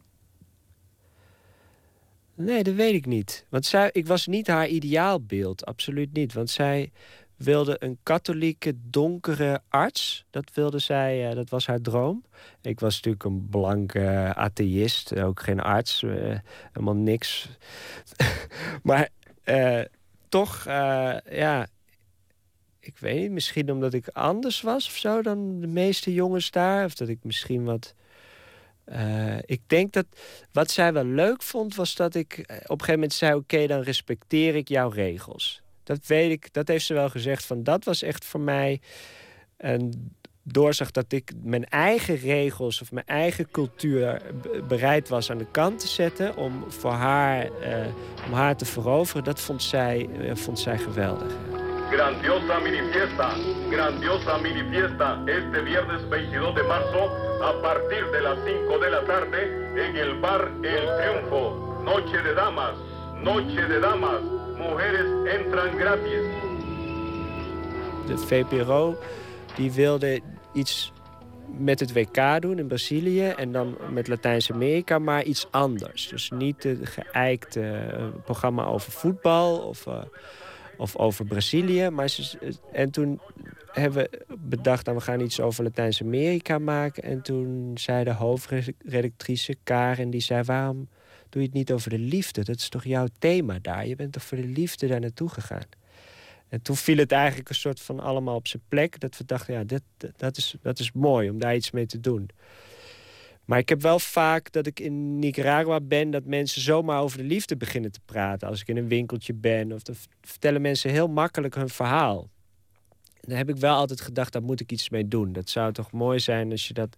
Nee, dat weet ik niet. Want zij, ik was niet haar ideaalbeeld, absoluut niet. Want zij wilde een katholieke, donkere arts. Dat wilde zij, uh, dat was haar droom. Ik was natuurlijk een blanke uh, atheïst, ook geen arts, uh, helemaal niks. Maar uh, toch, uh, ja, ik weet niet, misschien omdat ik anders was of zo dan de meeste jongens daar. Of dat ik misschien wat... Uh, ik denk dat wat zij wel leuk vond, was dat ik op een gegeven moment zei, oké, okay, dan respecteer ik jouw regels. Dat weet ik, dat heeft ze wel gezegd. Van dat was echt voor mij een doorzag dat ik mijn eigen regels of mijn eigen cultuur bereid was aan de kant te zetten om voor haar, uh, om haar te veroveren. Dat vond zij, uh, vond zij geweldig. Grandiosa mini fiesta, grandiosa mini fiesta, este viernes veintidós de marzo, a partir de las cinco de la tarde, en el bar El Triunfo. Noche de damas, noche de damas, mujeres entran gratis. De V P R O die wilde iets met het W K doen in Brazilië en dan met Latijns-Amerika, maar iets anders. Dus niet een geëikte uh, programma over voetbal of... Uh, Of over Brazilië. Maar ze, en toen hebben we bedacht dat we gaan iets over Latijns-Amerika maken. En toen zei de hoofdredactrice Karen, die zei, waarom doe je het niet over de liefde? Dat is toch jouw thema daar? Je bent toch voor de liefde daar naartoe gegaan? En toen viel het eigenlijk een soort van allemaal op zijn plek. Dat we dachten, ja, dit, dat, is, dat is mooi om daar iets mee te doen. Maar ik heb wel vaak dat ik in Nicaragua ben, dat mensen zomaar over de liefde beginnen te praten. Als ik in een winkeltje ben, of dan vertellen mensen heel makkelijk hun verhaal. En dan heb ik wel altijd gedacht, daar moet ik iets mee doen. Dat zou toch mooi zijn als je dat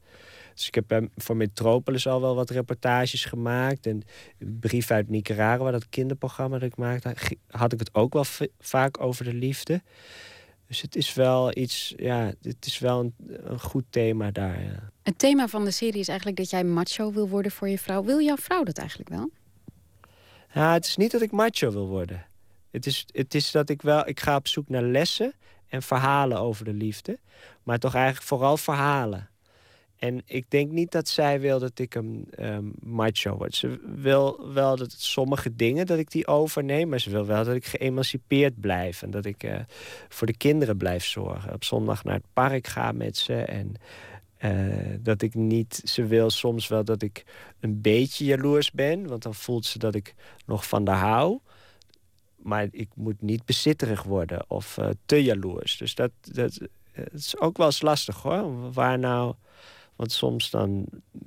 Dus ik heb bij, voor Metropolis al wel wat reportages gemaakt. En een brief uit Nicaragua, dat kinderprogramma dat ik maakte, had ik het ook wel v- vaak over de liefde. Dus het is wel iets, ja, het is wel een, een goed thema daar. Ja. Het thema van de serie is eigenlijk dat jij macho wil worden voor je vrouw. Wil jouw vrouw dat eigenlijk wel? Ja, het is niet dat ik macho wil worden. Het is, het is dat ik wel, ik ga op zoek naar lessen en verhalen over de liefde. Maar toch eigenlijk vooral verhalen. En ik denk niet dat zij wil dat ik een um, macho word. Ze wil wel dat het sommige dingen dat ik die overneem. Maar ze wil wel dat ik geëmancipeerd blijf. En dat ik uh, voor de kinderen blijf zorgen. Op zondag naar het park ga met ze. En uh, dat ik niet... Ze wil soms wel dat ik een beetje jaloers ben. Want dan voelt ze dat ik nog van haar hou. Maar ik moet niet bezitterig worden of uh, te jaloers. Dus dat, dat, dat is ook wel eens lastig hoor. Waar nou... Want soms dan,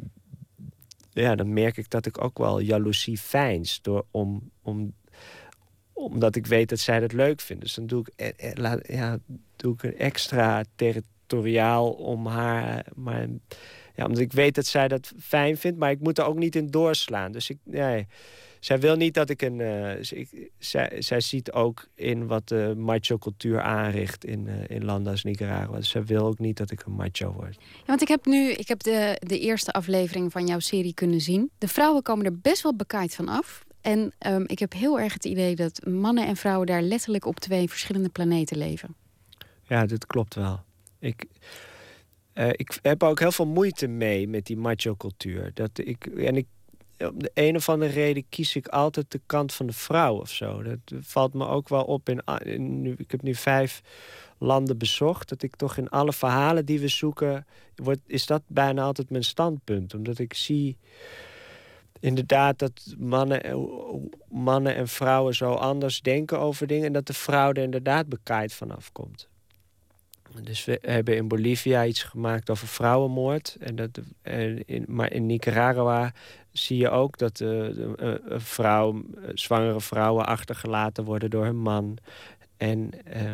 ja, dan merk ik dat ik ook wel jaloezie veins. Door om, om, omdat ik weet dat zij dat leuk vindt. Dus dan doe ik, eh, eh, laat, ja, doe ik een extra territoriaal om haar. Maar, ja, omdat ik weet dat zij dat fijn vindt. Maar ik moet er ook niet in doorslaan. Dus ik, nee, zij wil niet dat ik een... Uh, ik, zij, zij ziet ook in wat de macho-cultuur aanricht in, uh, in landen als Nicaragua. Dus zij wil ook niet dat ik een macho word. Ja, want ik heb nu ik heb de, de eerste aflevering van jouw serie kunnen zien. De vrouwen komen er best wel bekaaid van af. En um, ik heb heel erg het idee dat mannen en vrouwen daar letterlijk op twee verschillende planeten leven. Ja, dat klopt wel. Ik... Uh, ik heb ook heel veel moeite mee met die macho-cultuur. Dat ik, en ik, om de een of andere reden kies ik altijd de kant van de vrouw of zo. Dat valt me ook wel op. In, in, nu, ik heb nu vijf landen bezocht. Dat ik toch in alle verhalen die we zoeken... Wordt, is dat bijna altijd mijn standpunt. Omdat ik zie inderdaad dat mannen, mannen en vrouwen zo anders denken over dingen. En dat de vrouw er inderdaad bekaaid vanaf komt. Dus we hebben in Bolivia iets gemaakt over vrouwenmoord. En dat, en in, maar in Nicaragua zie je ook dat uh, een vrouw, zwangere vrouwen achtergelaten worden door hun man. En uh,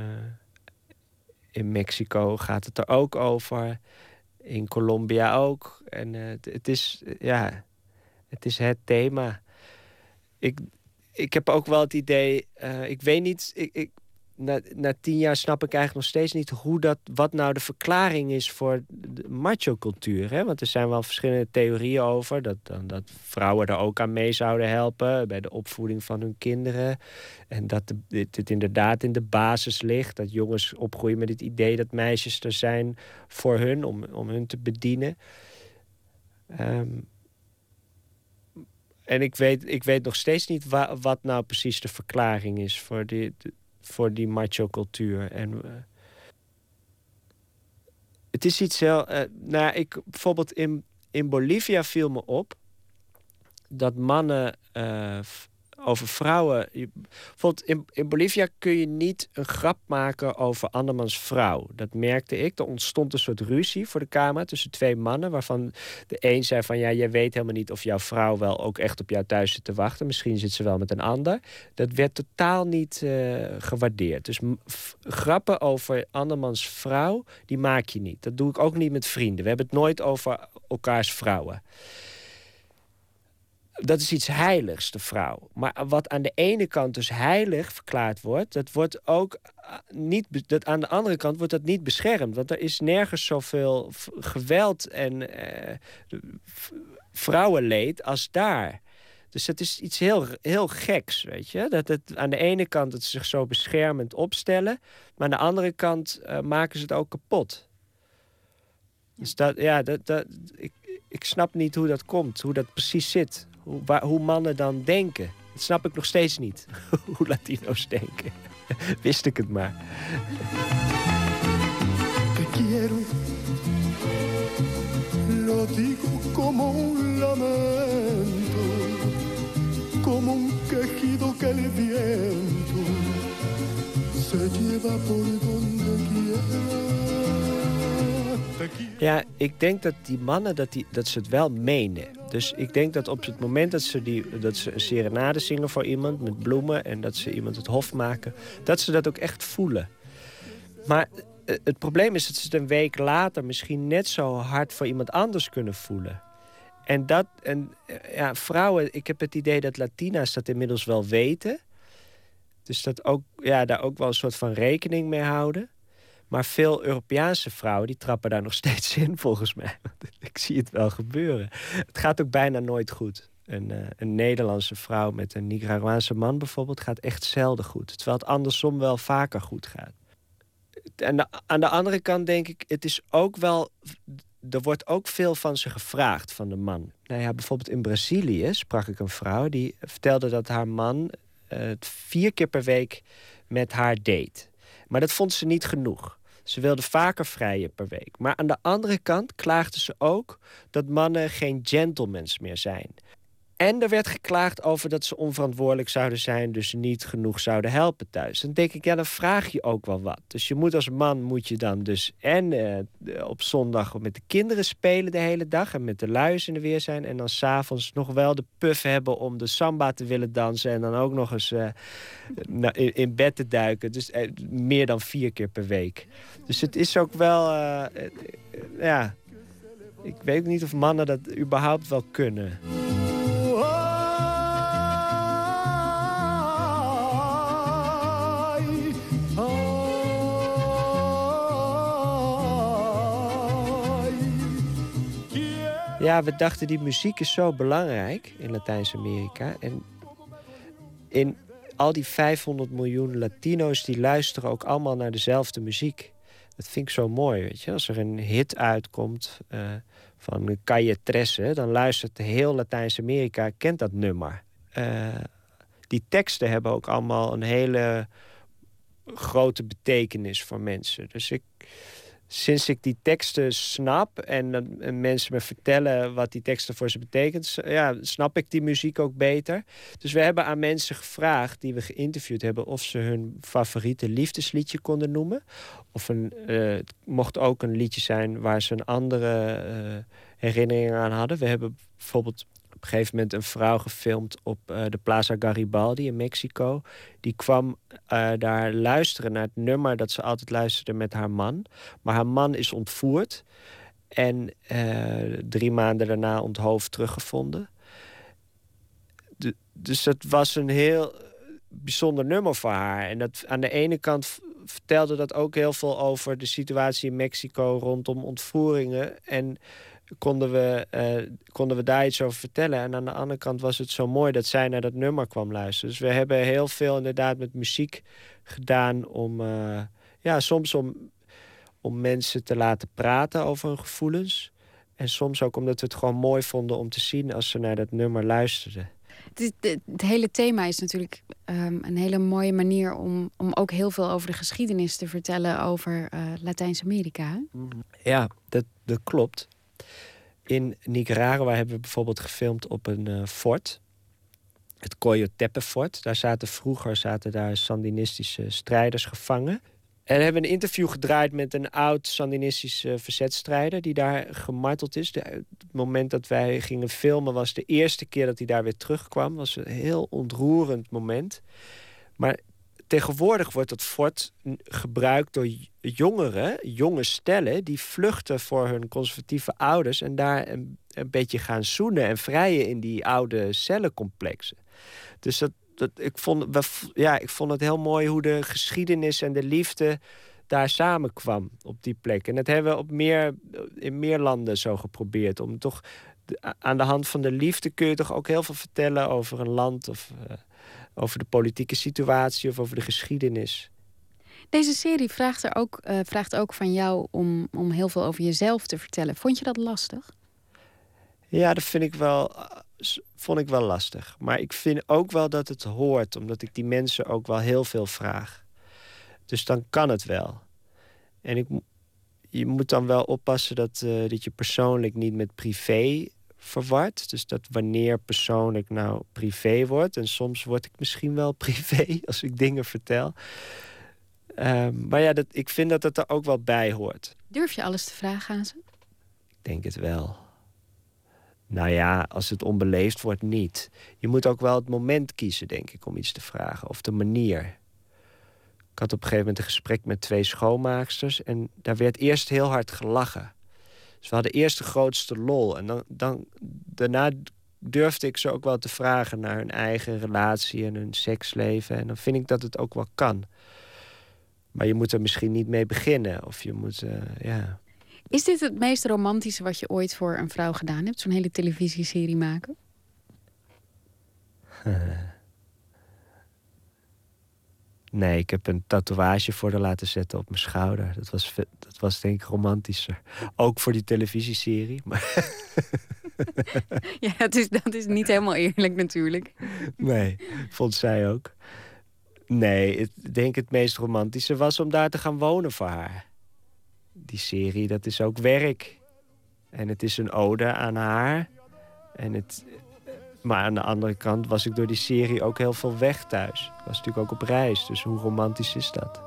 in Mexico gaat het er ook over. In Colombia ook. En uh, het, het is, ja, het is het thema. Ik, ik heb ook wel het idee, uh, ik weet niet... Ik, ik, Na, na tien jaar snap ik eigenlijk nog steeds niet hoe dat, wat nou de verklaring is voor de macho-cultuur. Hè? Want er zijn wel verschillende theorieën over. Dat, dan, dat vrouwen er ook aan mee zouden helpen bij de opvoeding van hun kinderen. En dat de, dit, dit inderdaad in de basis ligt. Dat jongens opgroeien met het idee dat meisjes er zijn voor hun, om, om hun te bedienen. Um, en ik weet, ik weet nog steeds niet wa, wat nou precies de verklaring is voor die... De, voor die macho-cultuur. En uh, het is iets heel... Uh, nou, ik, bijvoorbeeld in, in Bolivia viel me op dat mannen uh, over vrouwen... Je, bijvoorbeeld in, in Bolivia kun je niet een grap maken over andermans vrouw. Dat merkte ik. Er ontstond een soort ruzie voor de camera tussen twee mannen, waarvan de een zei van... ja, jij weet helemaal niet of jouw vrouw wel ook echt op jou thuis zit te wachten. Misschien zit ze wel met een ander. Dat werd totaal niet uh, gewaardeerd. Dus f- grappen over andermans vrouw, die maak je niet. Dat doe ik ook niet met vrienden. We hebben het nooit over elkaars vrouwen. Dat is iets heiligs, de vrouw. Maar wat aan de ene kant dus heilig verklaard wordt... dat wordt ook niet... Dat aan de andere kant wordt dat niet beschermd. Want er is nergens zoveel geweld en uh, vrouwenleed als daar. Dus dat is iets heel, heel geks, weet je. Dat het aan de ene kant dat ze zich zo beschermend opstellen... maar aan de andere kant uh, maken ze het ook kapot. Dus dat, ja, dat, dat, ik, ik snap niet hoe dat komt, hoe dat precies zit... Hoe, waar, hoe mannen dan denken. Dat snap ik nog steeds niet. Hoe Latino's denken. Wist ik het maar. Te quiero. Lo digo como un lamento. Como un quejido que el viento se lleva por donde quiera. Ja, ik denk dat die mannen dat die, dat ze het wel menen. Dus ik denk dat op het moment dat ze, die, dat ze een serenade zingen voor iemand met bloemen... en dat ze iemand het hof maken, dat ze dat ook echt voelen. Maar het probleem is dat ze het een week later misschien net zo hard voor iemand anders kunnen voelen. En dat, en ja, vrouwen, ik heb het idee dat Latina's dat inmiddels wel weten. Dus dat ook, ja, daar ook wel een soort van rekening mee houden. Maar veel Europese vrouwen die trappen daar nog steeds in, volgens mij. Ik zie het wel gebeuren. Het gaat ook bijna nooit goed. Een, uh, een Nederlandse vrouw met een Nicaraguaanse man bijvoorbeeld gaat echt zelden goed. Terwijl het andersom wel vaker goed gaat. En de, aan de andere kant denk ik, het is ook wel... Er wordt ook veel van ze gevraagd, van de man. Nou ja, bijvoorbeeld in Brazilië sprak ik een vrouw... die vertelde dat haar man uh, vier keer per week met haar date. Maar dat vond ze niet genoeg. Ze wilde vaker vrijen per week. Maar aan de andere kant klaagde ze ook dat mannen geen gentlemans meer zijn. En er werd geklaagd over dat ze onverantwoordelijk zouden zijn... dus niet genoeg zouden helpen thuis. Dan denk ik, ja, dan vraag je ook wel wat. Dus je moet als man moet je dan dus... en uh, op zondag met de kinderen spelen de hele dag... en met de luiers in de weer zijn... en dan s'avonds nog wel de puff hebben om de samba te willen dansen... en dan ook nog eens uh, in, in bed te duiken. Dus uh, meer dan vier keer per week. Dus het is ook wel... Uh, uh, uh, ja, ik weet niet of mannen dat überhaupt wel kunnen... Ja, we dachten die muziek is zo belangrijk in Latijns-Amerika. En in al die vijfhonderd miljoen Latino's die luisteren ook allemaal naar dezelfde muziek. Dat vind ik zo mooi, weet je. Als er een hit uitkomt uh, van Calle Trece, dan luistert heel Latijns-Amerika, kent dat nummer. Uh, die teksten hebben ook allemaal een hele grote betekenis voor mensen. Dus ik... Sinds ik die teksten snap en, en mensen me vertellen wat die teksten voor ze betekent... Ja, snap ik die muziek ook beter. Dus we hebben aan mensen gevraagd die we geïnterviewd hebben... of ze hun favoriete liefdesliedje konden noemen. Of een, uh, het mocht ook een liedje zijn waar ze een andere uh, herinnering aan hadden. We hebben bijvoorbeeld op een gegeven moment een vrouw gefilmd... op uh, de Plaza Garibaldi in Mexico. Die kwam uh, daar luisteren naar het nummer dat ze altijd luisterde met haar man. Maar haar man is ontvoerd. En uh, drie maanden daarna onthoofd teruggevonden. De, dus dat was een heel bijzonder nummer voor haar. En dat, aan de ene kant vertelde dat ook heel veel over de situatie in Mexico... rondom ontvoeringen. En konden we, uh, konden we daar iets over vertellen. En aan de andere kant was het zo mooi dat zij naar dat nummer kwam luisteren. Dus we hebben heel veel inderdaad met muziek gedaan... om uh, ja, soms om, om mensen te laten praten over hun gevoelens. En soms ook omdat we het gewoon mooi vonden om te zien... als ze naar dat nummer luisterden. Het, het, het hele thema is natuurlijk um, een hele mooie manier... Om, om ook heel veel over de geschiedenis te vertellen over uh, Latijns-Amerika. Ja, dat, dat klopt. In Nicaragua hebben we bijvoorbeeld gefilmd op een uh, fort. Het Coyotepe-fort. Daar zaten vroeger zaten daar Sandinistische strijders gevangen. En we hebben een interview gedraaid met een oud Sandinistische verzetstrijder... die daar gemarteld is. De, het moment dat wij gingen filmen was de eerste keer dat hij daar weer terugkwam. Dat was een heel ontroerend moment. Maar tegenwoordig wordt het fort gebruikt door jongeren, jonge stellen... die vluchten voor hun conservatieve ouders... en daar een, een beetje gaan zoenen en vrijen in die oude cellencomplexen. Dus dat, dat, ik, vond, ja, ik vond het heel mooi hoe de geschiedenis en de liefde... daar samenkwam op die plek. En dat hebben we op meer, in meer landen zo geprobeerd. Om toch aan de hand van de liefde kun je toch ook heel veel vertellen over een land... of uh, over de politieke situatie of over de geschiedenis. Deze serie vraagt, er ook, uh, vraagt ook van jou om, om heel veel over jezelf te vertellen. Vond je dat lastig? Ja, dat vind ik wel, vond ik wel lastig. Maar ik vind ook wel dat het hoort, omdat ik die mensen ook wel heel veel vraag. Dus dan kan het wel. En ik, je moet dan wel oppassen dat, uh, dat je persoonlijk niet met privé verward. Dus dat wanneer persoonlijk nou privé wordt... en soms word ik misschien wel privé als ik dingen vertel. Um, maar ja, dat, ik vind dat het er ook wel bij hoort. Durf je alles te vragen aan ze? Ik denk het wel. Nou ja, als het onbeleefd wordt, niet. Je moet ook wel het moment kiezen, denk ik, om iets te vragen. Of de manier. Ik had op een gegeven moment een gesprek met twee schoonmaaksters. En daar werd eerst heel hard gelachen. Dus we hadden eerst de grootste lol. En dan, dan, daarna durfde ik ze ook wel te vragen naar hun eigen relatie en hun seksleven. En dan vind ik dat het ook wel kan. Maar je moet er misschien niet mee beginnen. Of je moet, uh, ja... Is dit het meest romantische wat je ooit voor een vrouw gedaan hebt? Zo'n hele televisieserie maken? Nee, ik heb een tatoeage voor haar laten zetten op mijn schouder. Dat was, dat was denk ik romantischer. Ook voor die televisieserie. Maar ja, dat is, dat is niet helemaal eerlijk natuurlijk. Nee, vond zij ook. Nee, ik denk het meest romantische was om daar te gaan wonen voor haar. Die serie, dat is ook werk. En het is een ode aan haar. En het... Maar aan de andere kant was ik door die serie ook heel veel weg thuis. Ik was natuurlijk ook op reis, dus hoe romantisch is dat?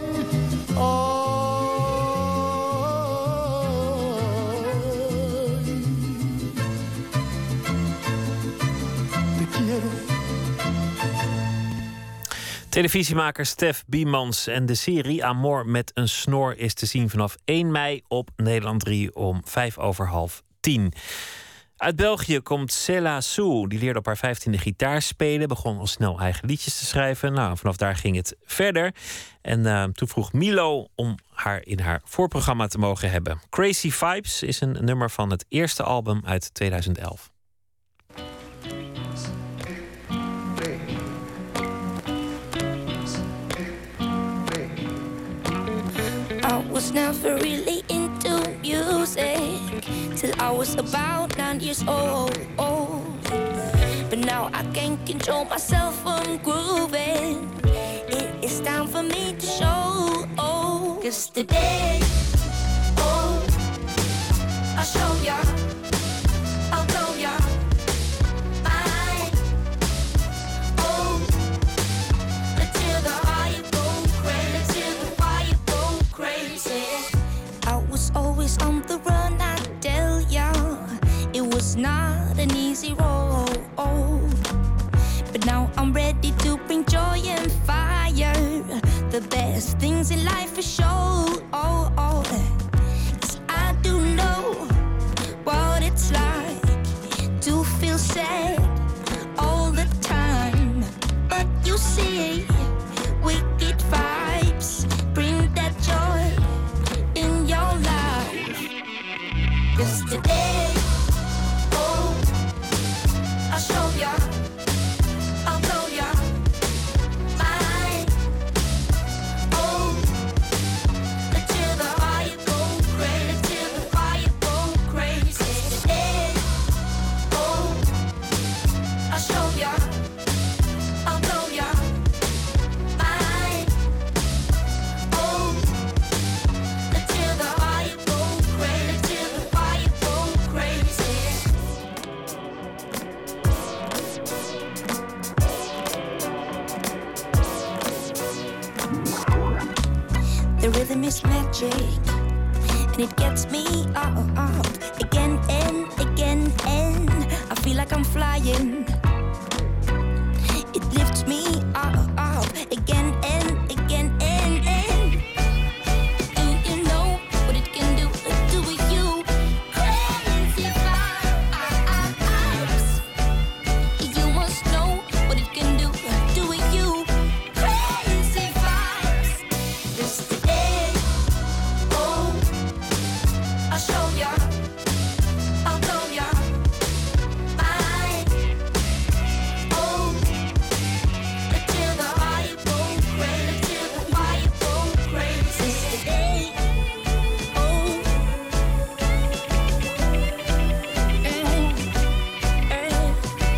Televisiemaker Stef Biemans en de serie Amor met een snor is te zien vanaf één mei op Nederland drie om vijf over half tien. Uit België komt Céla Sou. Die leerde op haar vijftiende gitaar spelen. Begon al snel eigen liedjes te schrijven. Nou, vanaf daar ging het verder. En uh, toen vroeg Milo om haar in haar voorprogramma te mogen hebben. Crazy Vibes is een nummer van het eerste album uit tweeduizend elf. I was never really into music till I was about nine years old. But now I can't control myself from grooving. It is time for me to show. Oh, 'cause today, oh, I'll show ya, I'll blow ya. I, oh, until the higher go crazy, until the fire go crazy. I was always on the run, I tell ya. It was not an easy road, but now I'm ready to bring joy and fire. The best things in life are show. Oh, oh. 'Cause I do know what it's like to feel sad all the time. But you see, wicked vibes bring that joy in your life. 'Cause today, oh, I'll show ya, I'll blow ya. I, oh, until the fire go crazy, until the fire go crazy. Today, oh, I'll show ya, I'll blow ya. I, oh, until the fire go crazy, until the fire go crazy. The rhythm is magic, and it gets me up, up again and again, and I feel like I'm flying. It lifts me up, up again and again, and and do you know what it can do? Do you crazy vibes? You must know what it can do. Do you crazy vibes? 'Cause today, oh, I'll show ya, I'll blow ya. I, oh, until the fire go crazy, until the fire go crazy. Today, oh, eh, eh.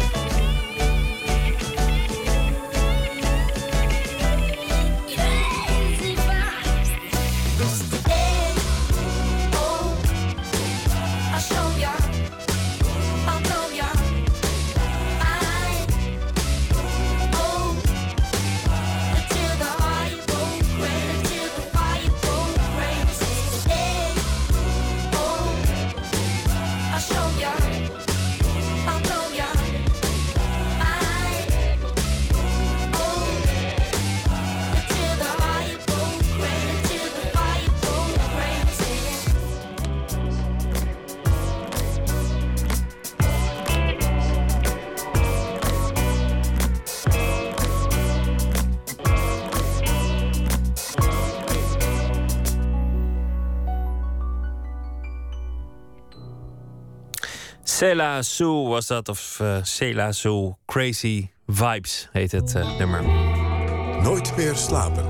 Crazy vibes. 'Cause today, oh, I'll show ya, I'll blow ya. I, oh, until the fire go crazy, until the fire go crazy. Today, oh, I'll show ya, I'll blow ya. I, oh, until the fire C'est la Sou was dat, of uh, C'est la Sou. Crazy Vibes heet het uh, nummer. Nooit meer slapen.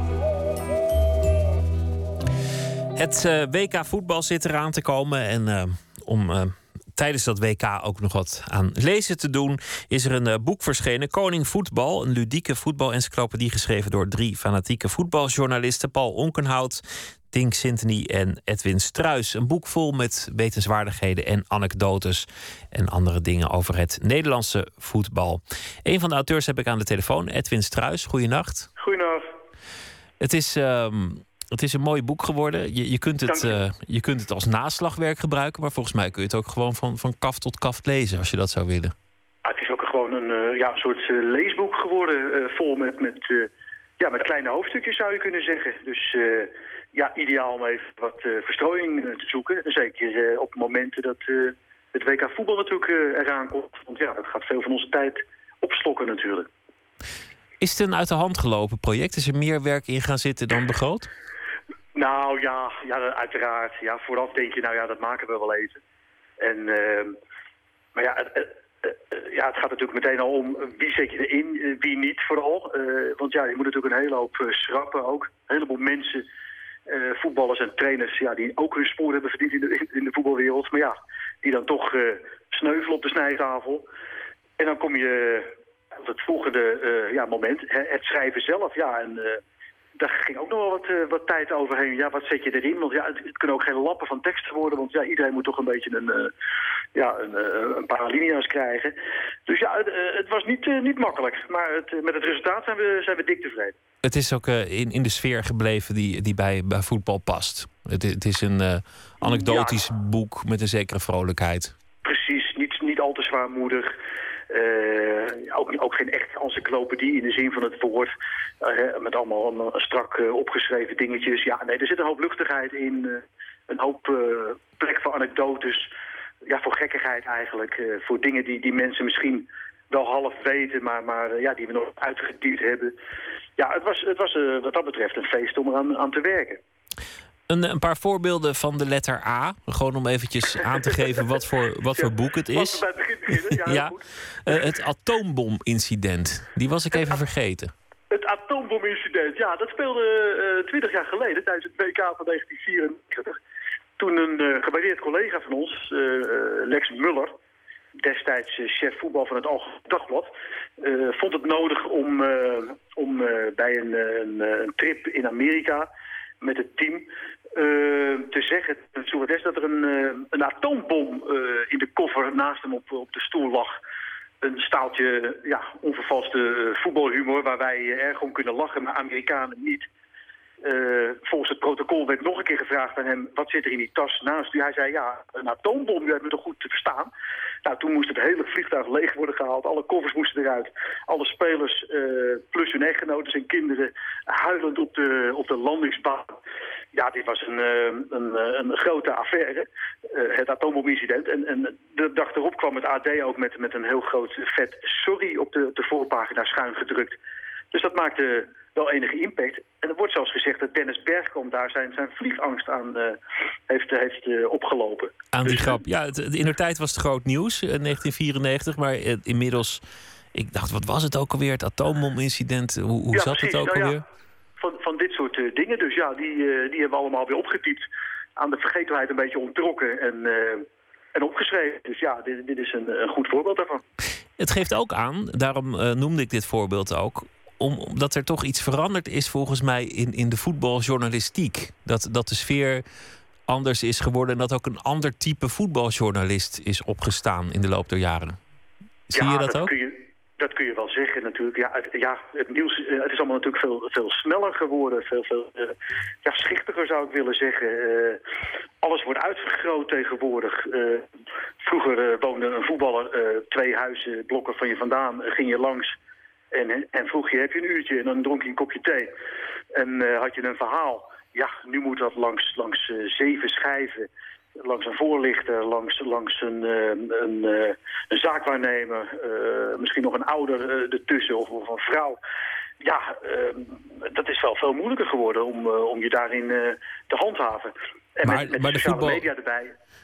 Het uh, W K voetbal zit eraan te komen en uh, om uh, tijdens dat W K ook nog wat aan lezen te doen, is er een uh, boek verschenen, Koning Voetbal, een ludieke voetbalencyclopedie geschreven door drie fanatieke voetbaljournalisten, Paul Onkenhout, Tink Sintony en Edwin Struijs. Een boek vol met wetenswaardigheden en anekdotes en andere dingen over het Nederlandse voetbal. Een van de auteurs heb ik aan de telefoon, Edwin Struijs. Goeienacht. Goeienacht. Het is, um, het is een mooi boek geworden. Je, je, kunt het, uh, je kunt het als naslagwerk gebruiken, maar volgens mij kun je het ook gewoon van, van kaft tot kaft lezen als je dat zou willen. Ah, het is ook gewoon een, uh, ja, een soort uh, leesboek geworden, uh, vol met, met, uh, ja, met kleine hoofdstukjes zou je kunnen zeggen. Dus uh, ja, ideaal om even wat uh, verstrooiing uh, te zoeken. Zeker uh, op momenten dat uh, het W K voetbal natuurlijk uh, eraan komt. Want ja, dat gaat veel van onze tijd opslokken natuurlijk. Is het een uit de hand gelopen project? Is er meer werk in gaan zitten dan begroot? Nou ja, ja, uiteraard. Ja, vooraf denk je, nou ja, dat maken we wel even. En, uh, maar ja, het, uh, uh, ja, het gaat natuurlijk meteen al om wie zet je erin, uh, wie niet vooral. Uh, want ja, je moet natuurlijk een hele hoop uh, schrappen ook. Een heleboel mensen, uh, voetballers en trainers, ja, die ook hun spoor hebben verdiend in de, in de voetbalwereld. Maar ja, die dan toch uh, sneuvelen op de snijtafel. En dan kom je op het volgende uh, ja, moment, het schrijven zelf. Ja, en uh, daar ging ook nog wel wat, uh, wat tijd overheen. Ja, wat zet je erin? Want ja, het, het kunnen ook geen lappen van tekst worden. Want ja, iedereen moet toch een beetje een, uh, ja, een, uh, een paar alinea's krijgen. Dus ja, het, uh, het was niet, uh, niet makkelijk. Maar het, uh, met het resultaat zijn we, zijn we dik tevreden. Het is ook uh, in, in de sfeer gebleven die, die bij, bij voetbal past. Het, het is een uh, anekdotisch ja. boek met een zekere vrolijkheid. Precies, niet, niet al te zwaarmoedig. Uh, ook, ook geen echte encyclopedie in de zin van het woord. Uh, met allemaal uh, strak uh, opgeschreven dingetjes. Ja, nee, er zit een hoop luchtigheid in. Uh, een hoop uh, plek voor anekdotes. Ja, voor gekkigheid eigenlijk. Uh, voor dingen die, die mensen misschien wel half weten, maar, maar uh, ja, die we nog uitgediend hebben. Ja, het was, het was uh, wat dat betreft een feest om eraan aan te werken. Een, een paar voorbeelden van de letter A. Gewoon om eventjes aan te geven wat voor, wat ja, voor boek het is. Bij het begin beginnen, ja. ja. Uh, het atoombomincident. Die was ik even vergeten. Het atoombomincident, ja. Dat speelde twintig uh, jaar geleden tijdens het W K van negentien vierennegentig. Toen een uh, gewaardeerd collega van ons, uh, Lex Muller, destijds uh, chef voetbal van het Algemeen Dagblad, uh, vond het nodig om, uh, om uh, bij een, een, een trip in Amerika met het team uh, te zeggen, de stewardess, dat er een, uh, een atoombom uh, in de koffer naast hem op, op de stoel lag. Een staaltje ja, onvervalste uh, voetbalhumor waar wij uh, erg om kunnen lachen, maar Amerikanen niet. Uh, volgens het protocol werd nog een keer gevraagd aan hem, wat zit er in die tas naast u? Hij zei, ja, een atoombom, u hebt me toch goed te verstaan? Nou, toen moest het hele vliegtuig leeg worden gehaald. Alle koffers moesten eruit. Alle spelers, uh, plus hun echtgenoten en kinderen, huilend op de, op de landingsbaan. Ja, dit was een, uh, een, een grote affaire, uh, het atoombomincident. En, en de dag erop kwam het A D ook met, met een heel groot vet sorry op de, op de voorpagina schuin gedrukt. Dus dat maakte wel enige impact. En er wordt zelfs gezegd dat Dennis Bergkamp daar zijn, zijn vliegangst aan uh, heeft, heeft uh, opgelopen. Aan die dus, grap. Ja, het, in de tijd was het groot nieuws, in negentien vierennegentig. Maar uh, inmiddels, ik dacht, wat was het ook alweer? Het atoombomincident, hoe, hoe ja, zat precies. het ook nou, alweer? Ja, van, van dit soort uh, dingen. Dus ja, die, uh, die hebben we allemaal weer opgetypt. Aan de vergetelheid een beetje onttrokken en, uh, en opgeschreven. Dus ja, dit, dit is een, een goed voorbeeld daarvan. Het geeft ook aan, daarom uh, noemde ik dit voorbeeld ook, omdat er toch iets veranderd is volgens mij in, in de voetbaljournalistiek. Dat, dat de sfeer anders is geworden en dat ook een ander type voetbaljournalist is opgestaan in de loop der jaren. Zie ja, je dat, dat ook? Kun je, dat kun je wel zeggen natuurlijk. Ja, het, ja, het nieuws het is allemaal natuurlijk veel, veel sneller geworden. Veel, veel uh, ja, schichtiger zou ik willen zeggen. Uh, alles wordt uitvergroot tegenwoordig. Uh, vroeger uh, woonde een voetballer uh, twee huizen, blokken van je vandaan. Uh, ging je langs. En, en vroeg je, heb je een uurtje? En dan dronk je een kopje thee. En uh, had je een verhaal. Ja, nu moet dat langs, langs uh, zeven schijven. Langs een voorlichter, langs, langs een, uh, een, uh, een zaakwaarnemer. Uh, misschien nog een ouder uh, ertussen of, of een vrouw. Ja, uh, dat is wel veel moeilijker geworden om, uh, om je daarin uh, te handhaven. En maar met, met maar de de sociale voetbal... media erbij.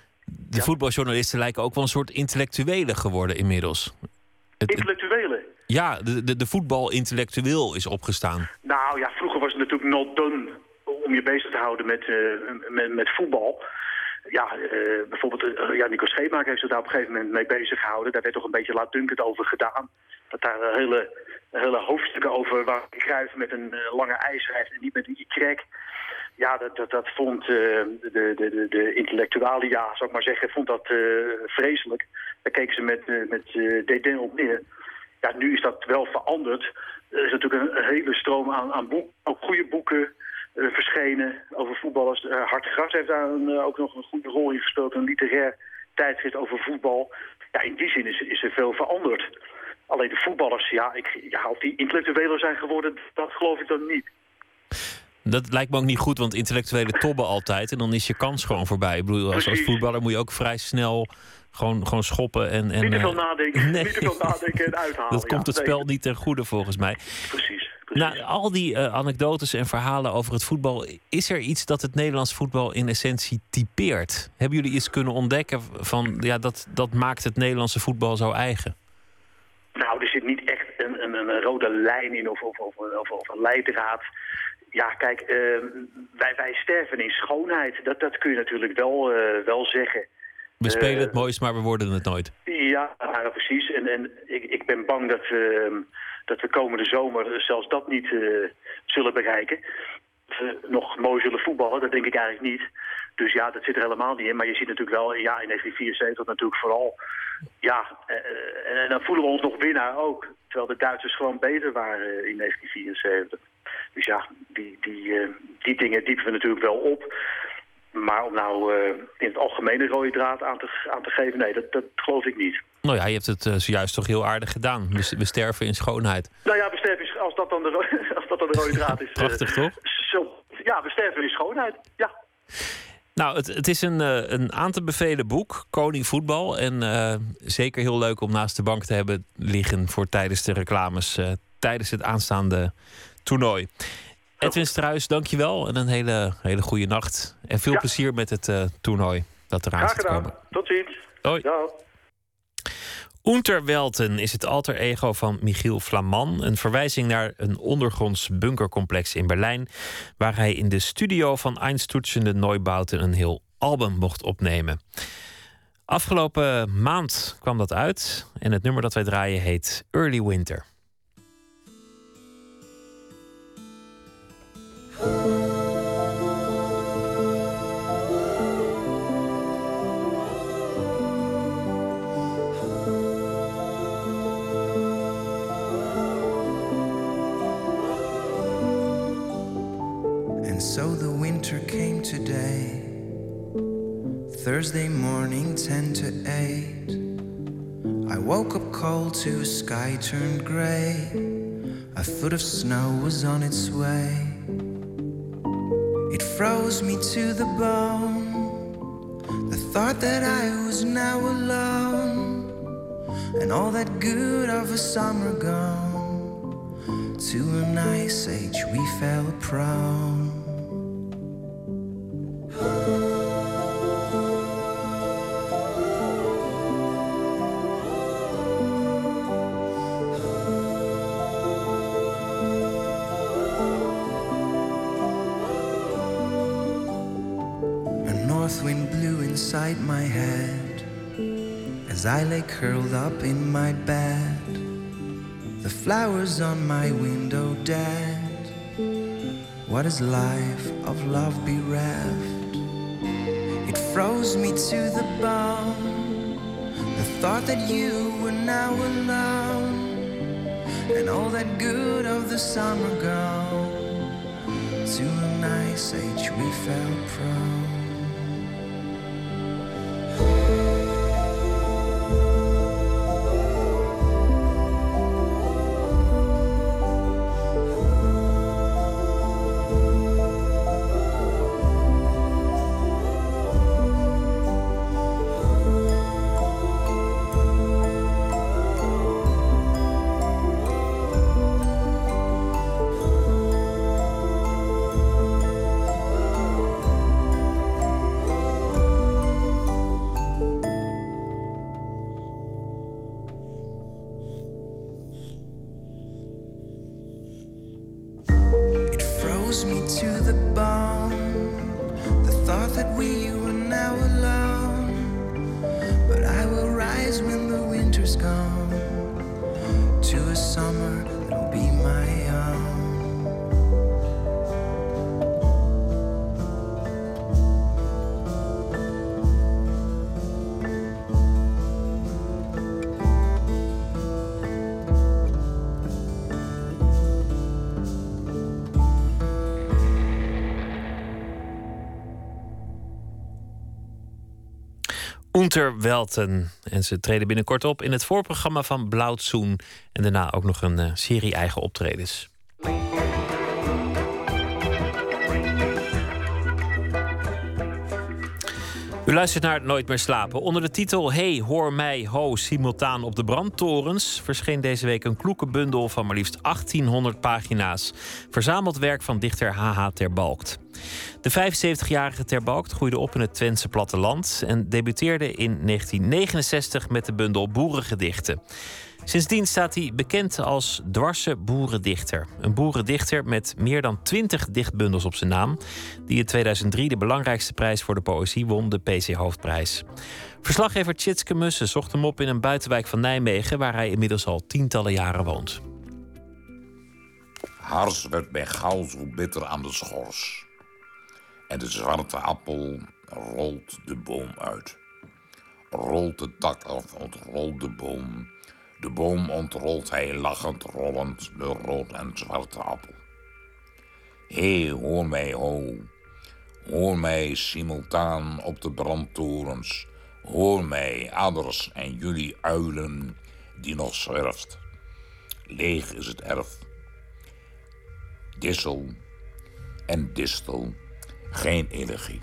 de voetbaljournalisten lijken ook wel een soort intellectuelen geworden inmiddels. Het, Intellectuelen? Ja, de, de, de voetbal-intellectueel is opgestaan. Nou ja, vroeger was het natuurlijk not done om je bezig te houden met, uh, met, met voetbal. Ja, uh, bijvoorbeeld uh, ja, Nico Scheepmaker heeft zich daar op een gegeven moment mee bezig gehouden. Daar werd toch een beetje laatdunkend over gedaan. Dat daar uh, hele, hele hoofdstukken over waar Cruijff met een uh, lange ei schrijft en niet met een y-krek. Ja, dat, dat, dat vond uh, de, de, de, de intellectualia, zou ik maar zeggen, vond dat uh, vreselijk. Daar keken ze met, uh, met uh, dédain op neer. Ja, nu is dat wel veranderd. Er is natuurlijk een, een hele stroom aan, aan boeken, ook goede boeken uh, verschenen over voetballers. Uh, Hart Gras heeft daar een, uh, ook nog een goede rol in gespeeld, een literair tijdschrift over voetbal. Ja, in die zin is, is er veel veranderd. Alleen de voetballers, ja, ik, ja, of die intellectuelen zijn geworden, dat geloof ik dan niet. Dat lijkt me ook niet goed, want intellectuelen tobben altijd. En dan is je kans gewoon voorbij. Ik bedoel, als, als voetballer moet je ook vrij snel gewoon, gewoon schoppen. En, en, niet te veel uh, nadenken, nee. niet te veel nadenken en uithalen. Dat komt het ja, spel nee. niet ten goede volgens mij. Precies. precies. Nou, al die uh, anekdotes en verhalen over het voetbal. Is er iets dat het Nederlands voetbal in essentie typeert? Hebben jullie iets kunnen ontdekken van, ja, dat, dat maakt het Nederlandse voetbal zo eigen? Nou, er zit niet echt een, een, een rode lijn in of, of, of, of, of een leidraad. Ja, kijk, uh, wij, wij sterven in schoonheid. Dat, dat kun je natuurlijk wel, uh, wel zeggen. We spelen Uh, het mooist, maar we worden het nooit. Ja, nou, precies. En, en ik, ik ben bang dat, uh, dat we komende zomer zelfs dat niet uh, zullen bereiken. Dat we nog mooi zullen voetballen, dat denk ik eigenlijk niet. Dus ja, dat zit er helemaal niet in. Maar je ziet natuurlijk wel, ja, in negentien vierenzeventig natuurlijk vooral. Ja, uh, en, en dan voelen we ons nog winnaar ook. Terwijl de Duitsers gewoon beter waren in negentien vierenzeventig. Dus ja, die, die, uh, die dingen diepen we natuurlijk wel op. Maar om nou uh, in het algemeen een rode draad aan te, aan te geven, nee, dat, dat geloof ik niet. Nou ja, je hebt het uh, zojuist toch heel aardig gedaan. We, we sterven in schoonheid. Nou ja, we sterven, als dat dan de, ro- als dat dan de rode draad is. Prachtig, uh, toch? Zo, ja, we sterven in schoonheid, ja. Nou, het, het is een, uh, een aan te bevelen boek, Koning Voetbal. En uh, zeker heel leuk om naast de bank te hebben liggen voor tijdens de reclames, uh, tijdens het aanstaande toernooi. Edwin Struijs, dankjewel en een hele, hele goede nacht. En veel ja. plezier met het uh, toernooi dat eraan Graag zit te gedaan. komen. Tot ziens. Hoi. Ciao. Unterwelten is het alter ego van Michiel Flamand. Een verwijzing naar een ondergronds bunkercomplex in Berlijn, waar hij in de studio van Einstürzende Neubauten een heel album mocht opnemen. Afgelopen maand kwam dat uit en het nummer dat wij draaien heet Early Winter. And so the winter came today, Thursday morning, ten to eight. I woke up cold to a sky turned gray. A foot of snow was on its way. It froze me to the bone, the thought that I was now alone, and all that good of a summer gone. To an ice age we fell prone. Wind blew inside my head as I lay curled up in my bed. The flowers on my window dead. What is life of love bereft? It froze me to the bone, the thought that you were now alone, and all that good of the summer gone. To an ice age we fell prone. chills me to the bone. The thought that we were now alone. But I will rise when the winter's gone, to a summer that'll be my own. Unterwelten. En ze treden binnenkort op in het voorprogramma van Blauwtsoen. En daarna ook nog een uh, serie eigen optredens. U luistert naar Nooit meer slapen. Onder de titel Hey, hoor mij, ho, simultaan op de brandtorens verscheen deze week een kloeke bundel van maar liefst achttienhonderd pagina's. Verzameld werk van dichter H H. ter Balkt. De vijfenzeventigjarige ter Balkt groeide op in het Twentse platteland en debuteerde in negentien negenenzestig met de bundel Boerengedichten. Sindsdien staat hij bekend als dwarse boerendichter. Een boerendichter met meer dan twintig dichtbundels op zijn naam, die in tweeduizend drie de belangrijkste prijs voor de poëzie won, de P C Hoofdprijs. Verslaggever Tjitske Mussen zocht hem op in een buitenwijk van Nijmegen, waar hij inmiddels al tientallen jaren woont. Hars werd mij gauw zo bitter aan de schors. En de zwarte appel rolt de boom uit. Rolt de tak af, ontrolt de boom. De boom ontrolt hij lachend, rollend, de rood en zwarte appel. Hé, hoor mij, ho. Hoor mij simultaan op de brandtorens. Hoor mij, adders en jullie uilen, die nog zwerft. Leeg is het erf. Dissel en distel, geen elegie.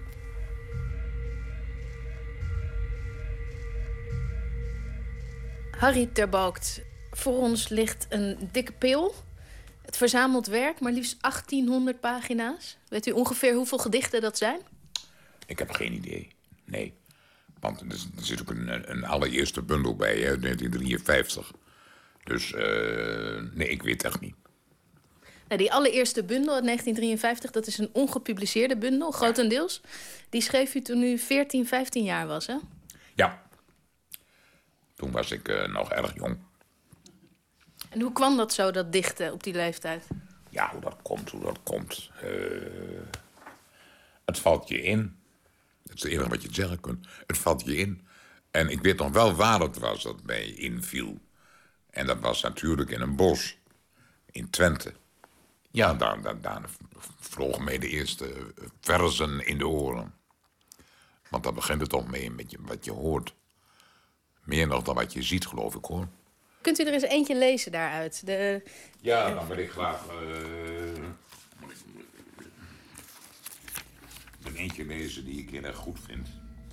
Harry ter Balkt, voor ons ligt een dikke pil. Het verzameld werk, maar liefst achttienhonderd pagina's. Weet u ongeveer hoeveel gedichten dat zijn? Ik heb geen idee, nee. Want er zit ook een, een allereerste bundel bij, hè, negentien drieënvijftig. Dus, uh, nee, ik weet echt niet. Nou, die allereerste bundel uit negentien drieënvijftig, dat is een ongepubliceerde bundel, grotendeels. Die schreef u toen u veertien, vijftien jaar was, hè? Ja. Toen was ik uh, nog erg jong. En hoe kwam dat zo, dat dichten op die leeftijd? Ja, hoe dat komt, hoe dat komt. Uh, het valt je in. Dat is het enige wat je zeggen kunt. Het valt je in. En ik weet nog wel waar het was dat mij inviel. En dat was natuurlijk in een bos. In Twente. Ja, daar, daar, daar vlogen mij de eerste verzen in de oren. Want daar begint het toch mee met je, wat je hoort. Meer nog dan wat je ziet, geloof ik, hoor. Kunt u er eens eentje lezen daaruit? De... Ja, dan wil ik graag uh, een eentje lezen die ik heel erg goed vind.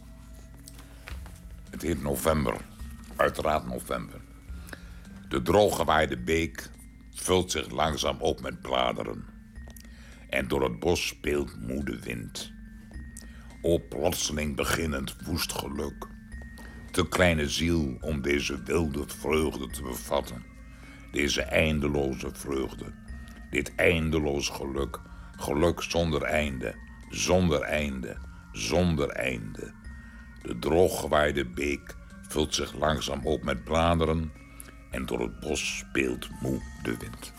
Het heet November. Uiteraard November. De drooggewaaide beek vult zich langzaam op met bladeren. En door het bos speelt moe de wind. O plotseling beginnend woest geluk. Te kleine ziel om deze wilde vreugde te bevatten. Deze eindeloze vreugde. Dit eindeloos geluk. Geluk zonder einde. Zonder einde. Zonder einde. De drooggewaaide beek vult zich langzaam op met bladeren. En door het bos speelt moe de wind.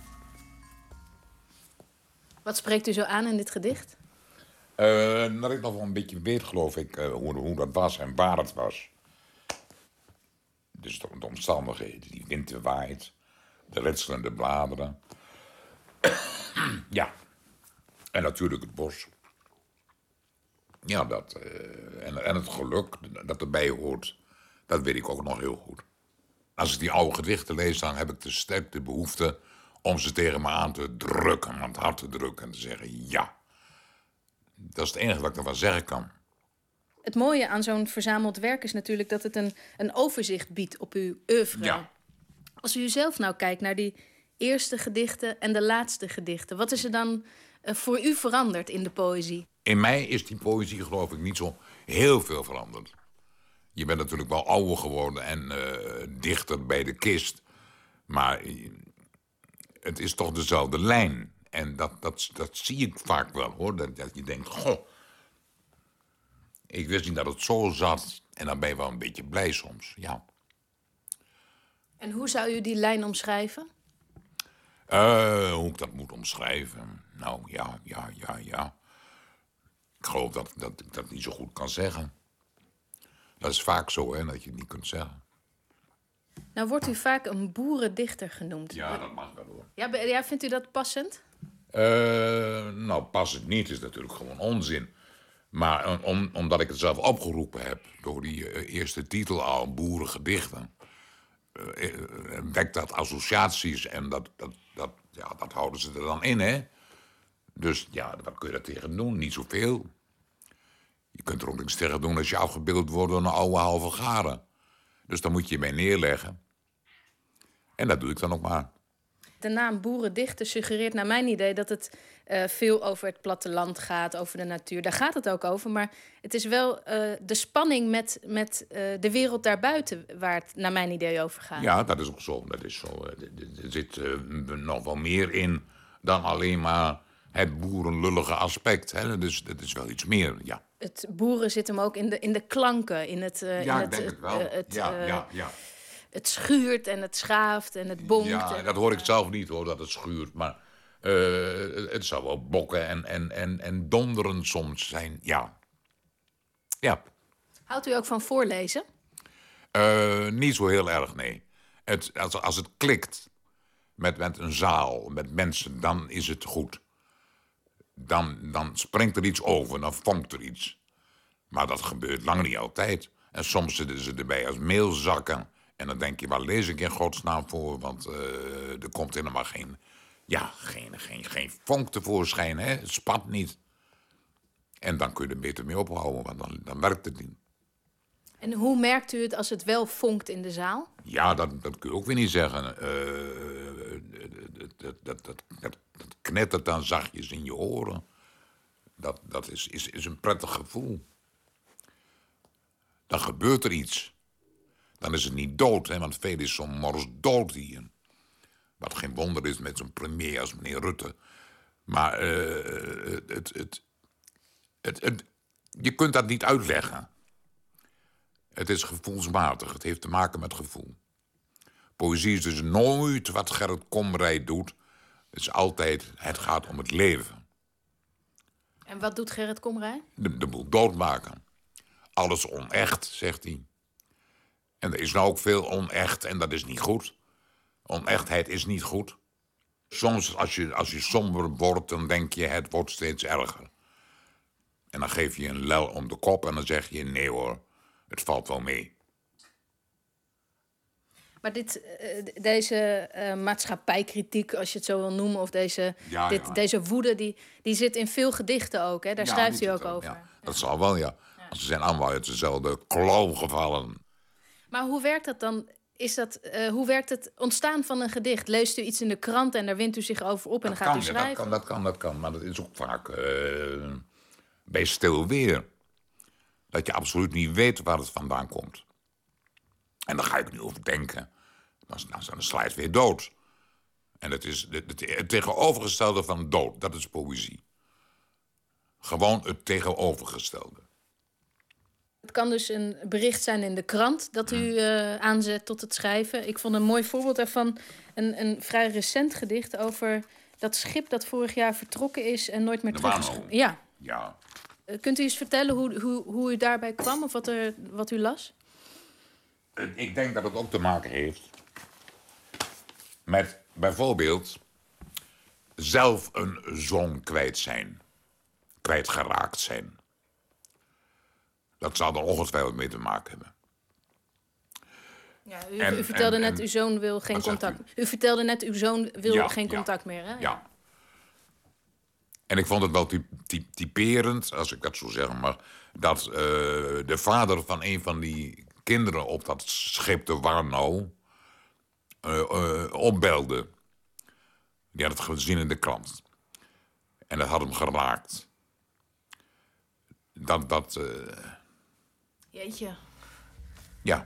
Wat spreekt u zo aan in dit gedicht? Uh, dat ik nog wel een beetje weet, geloof ik, uh, hoe, hoe dat was en waar het was. Dus de, de omstandigheden, die wind waait, de ritselende bladeren. Ja, en natuurlijk het bos. Ja, dat, uh, en, en het geluk dat erbij hoort, dat weet ik ook nog heel goed. Als ik die oude gedichten lees, dan heb ik de sterke behoefte om ze tegen me aan te drukken, aan het hart te drukken en te zeggen ja. Dat is het enige wat ik ervan zeggen kan. Het mooie aan zo'n verzameld werk is natuurlijk dat het een, een overzicht biedt op uw oeuvre. Ja. Als u zelf nou kijkt naar die eerste gedichten en de laatste gedichten, wat is er dan uh, voor u veranderd in de poëzie? In mij is die poëzie, geloof ik, niet zo heel veel veranderd. Je bent natuurlijk wel ouder geworden en uh, dichter bij de kist. Maar het is toch dezelfde lijn. En dat, dat, dat zie ik vaak wel, hoor. Dat, dat je denkt, goh, ik wist niet dat het zo zat. En dan ben je wel een beetje blij soms, ja. En hoe zou u die lijn omschrijven? Uh, hoe ik dat moet omschrijven? Nou, ja, ja, ja, ja. Ik geloof dat, dat ik dat niet zo goed kan zeggen. Dat is vaak zo, hè, dat je het niet kunt zeggen. Nou wordt u vaak een boerendichter genoemd. Ja, dat mag wel, hoor. Ja, be- ja, vindt u dat passend? Uh, nou, pas het niet is natuurlijk gewoon onzin. Maar uh, om, omdat ik het zelf opgeroepen heb door die uh, eerste titel al, Boerengedichten, uh, uh, wekt dat associaties en dat, dat, dat, ja, dat houden ze er dan in, hè. Dus ja, wat kun je er tegen doen? Niet zoveel. Je kunt er ook niks tegen doen als je afgebeeld wordt door een oude halve garen. Dus dan moet je je mee neerleggen. En dat doe ik dan ook maar. De naam boerendichter suggereert naar mijn idee dat het uh, veel over het platteland gaat, over de natuur. Daar gaat het ook over, maar het is wel uh, de spanning met, met uh, de wereld daarbuiten waar het naar mijn idee over gaat. Ja, dat is ook zo. Dat is zo. Er zit uh, nog wel meer in dan alleen maar het boerenlullige aspect. Hè? Dus dat is wel iets meer, ja. Het boeren zit hem ook in de, in de klanken, in het... Uh, ja, in ik het, denk het wel. Uh, het, ja, uh, ja, ja. Het schuurt en het schaaft en het bonkt. Ja, en, dat hoor ik zelf niet, hoor, dat het schuurt. Maar uh, het zou wel bokken en, en, en, en donderen soms zijn, ja. Ja. Houdt u ook van voorlezen? Uh, niet zo heel erg, nee. Het, als, als het klikt met, met een zaal, met mensen, dan is het goed. Dan, dan springt er iets over, dan vonkt er iets. Maar dat gebeurt lang niet altijd. En soms zitten ze erbij als meelzakken. En dan denk je, waar lees ik in godsnaam voor? Want uh, er komt helemaal geen, ja, geen, geen, geen vonk tevoorschijn. Hè? Het spat niet. En dan kun je er beter mee ophouden, want dan, dan werkt het niet. En hoe merkt u het als het wel vonkt in de zaal? Ja, dat, dat kun je ook weer niet zeggen. Uh, dat, dat, dat, dat, dat, dat knettert dan zachtjes in je oren. Dat, dat is, is, is een prettig gevoel. Dan gebeurt er iets. Dan is het niet dood, hè, want veel is zo'n mors dood hier. Wat geen wonder is met zo'n premier als meneer Rutte. Maar uh, het, het, het, het, het, je kunt dat niet uitleggen. Het is gevoelsmatig, het heeft te maken met gevoel. Poëzie is dus nooit wat Gerrit Komrij doet. Het is altijd, het gaat om het leven. En wat doet Gerrit Komrij? De, de boel doodmaken. Alles onecht, zegt hij. En er is nou ook veel onecht en dat is niet goed. Onechtheid is niet goed. Soms als je, als je somber wordt, dan denk je het wordt steeds erger. En dan geef je een lel om de kop en dan zeg je nee hoor, het valt wel mee. Maar dit, uh, deze uh, maatschappijkritiek, als je het zo wil noemen, of deze, ja, dit, ja. deze woede, die, die zit in veel gedichten ook. Hè? Daar Ja, schrijft die u ook zit er, over. ja. Dat zal wel, ja. ja. Ze zijn allemaal uit dezelfde klauw gevallen. Maar hoe werkt dat dan? Is dat, uh, hoe werkt het ontstaan van een gedicht? Leest u iets in de krant en daar wint u zich over op en Dat dan gaat kan, u ja, schrijven? dat kan, dat kan, dat kan. Maar dat is ook vaak uh, bij stil weer. Dat je absoluut niet weet waar het vandaan komt. En daar ga ik nu over denken. Dan, dan, dan sla je het weer dood. En het is het, het tegenovergestelde van dood. Dat is poëzie. Gewoon het tegenovergestelde. Het kan dus een bericht zijn in de krant dat u uh, aanzet tot het schrijven. Ik vond een mooi voorbeeld daarvan een, een vrij recent gedicht over dat schip dat vorig jaar vertrokken is en nooit meer terug is. Ja. Ja. Uh, kunt u eens vertellen hoe, hoe, hoe u daarbij kwam of wat, er, wat u las? Ik denk dat het ook te maken heeft met bijvoorbeeld zelf een zoon kwijt zijn. Kwijtgeraakt zijn. Dat zal er ongetwijfeld mee te maken hebben. Ja, u, en, u vertelde en, net, en, uw zoon wil geen contact. U? u vertelde net, uw zoon wil ja, geen ja, contact meer, hè? Ja. En ik vond het wel typerend, als ik dat zo zeggen mag, dat uh, de vader van een van die kinderen op dat schip de Warnow uh, uh, opbelde. Die had het gezien in de krant. En dat had hem geraakt. Dat, dat... Uh, Jeetje. Ja.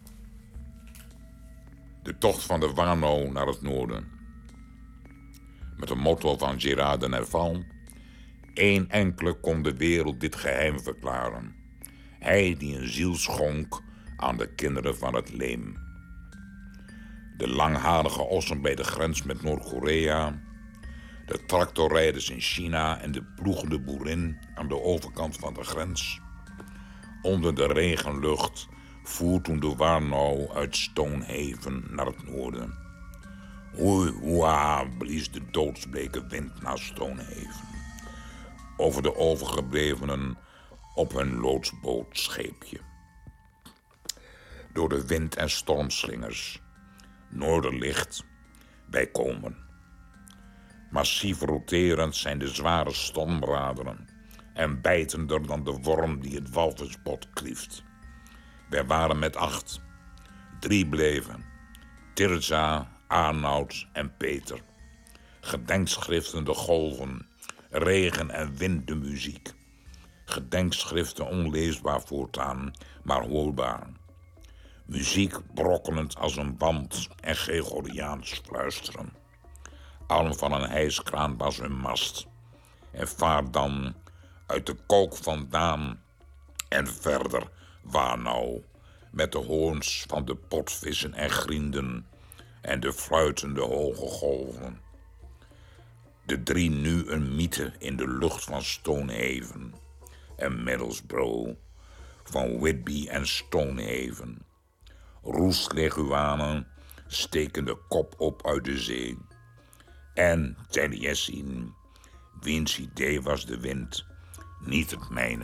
De tocht van de Warnow naar het noorden. met een motto van Gérard de Nerval. Eén enkele kon de wereld dit geheim verklaren. Hij die een ziel schonk aan de kinderen van het leem. De langharige ossen bij de grens met Noord-Korea, de tractorrijders in China en de ploegende boerin aan de overkant van de grens. Onder de regenlucht voer toen de Warnau uit Stonehaven naar het noorden. Hoei, hoea, blies de doodsbleke wind naar Stonehaven. Over de overgeblevenen op hun loodsbootscheepje. Door de wind- en stormslingers. Noorderlicht, wij komen. Massief roterend zijn de zware stormraderen en bijtender dan de worm die het walvisbot klieft. Wij waren met acht. Drie bleven. Tirza, Arnoud en Peter. Gedenkschriften de golven, regen en wind de muziek. Gedenkschriften onleesbaar voortaan, maar hoorbaar. Muziek brokkelend als een band en Gregoriaans fluisteren. Arm van een hijskraan was hun mast. En vaar dan uit de kook vandaan en verder Warnau, met de hoorns van de potvissen en grienden en de fluitende hoge golven. De drie nu een mythe in de lucht van Stonehaven en Middlesbrough, van Whitby en Stonehaven. Roestleguanen steken de kop op uit de zee. En Taliesin, wiens idee was de wind, niet het mijne.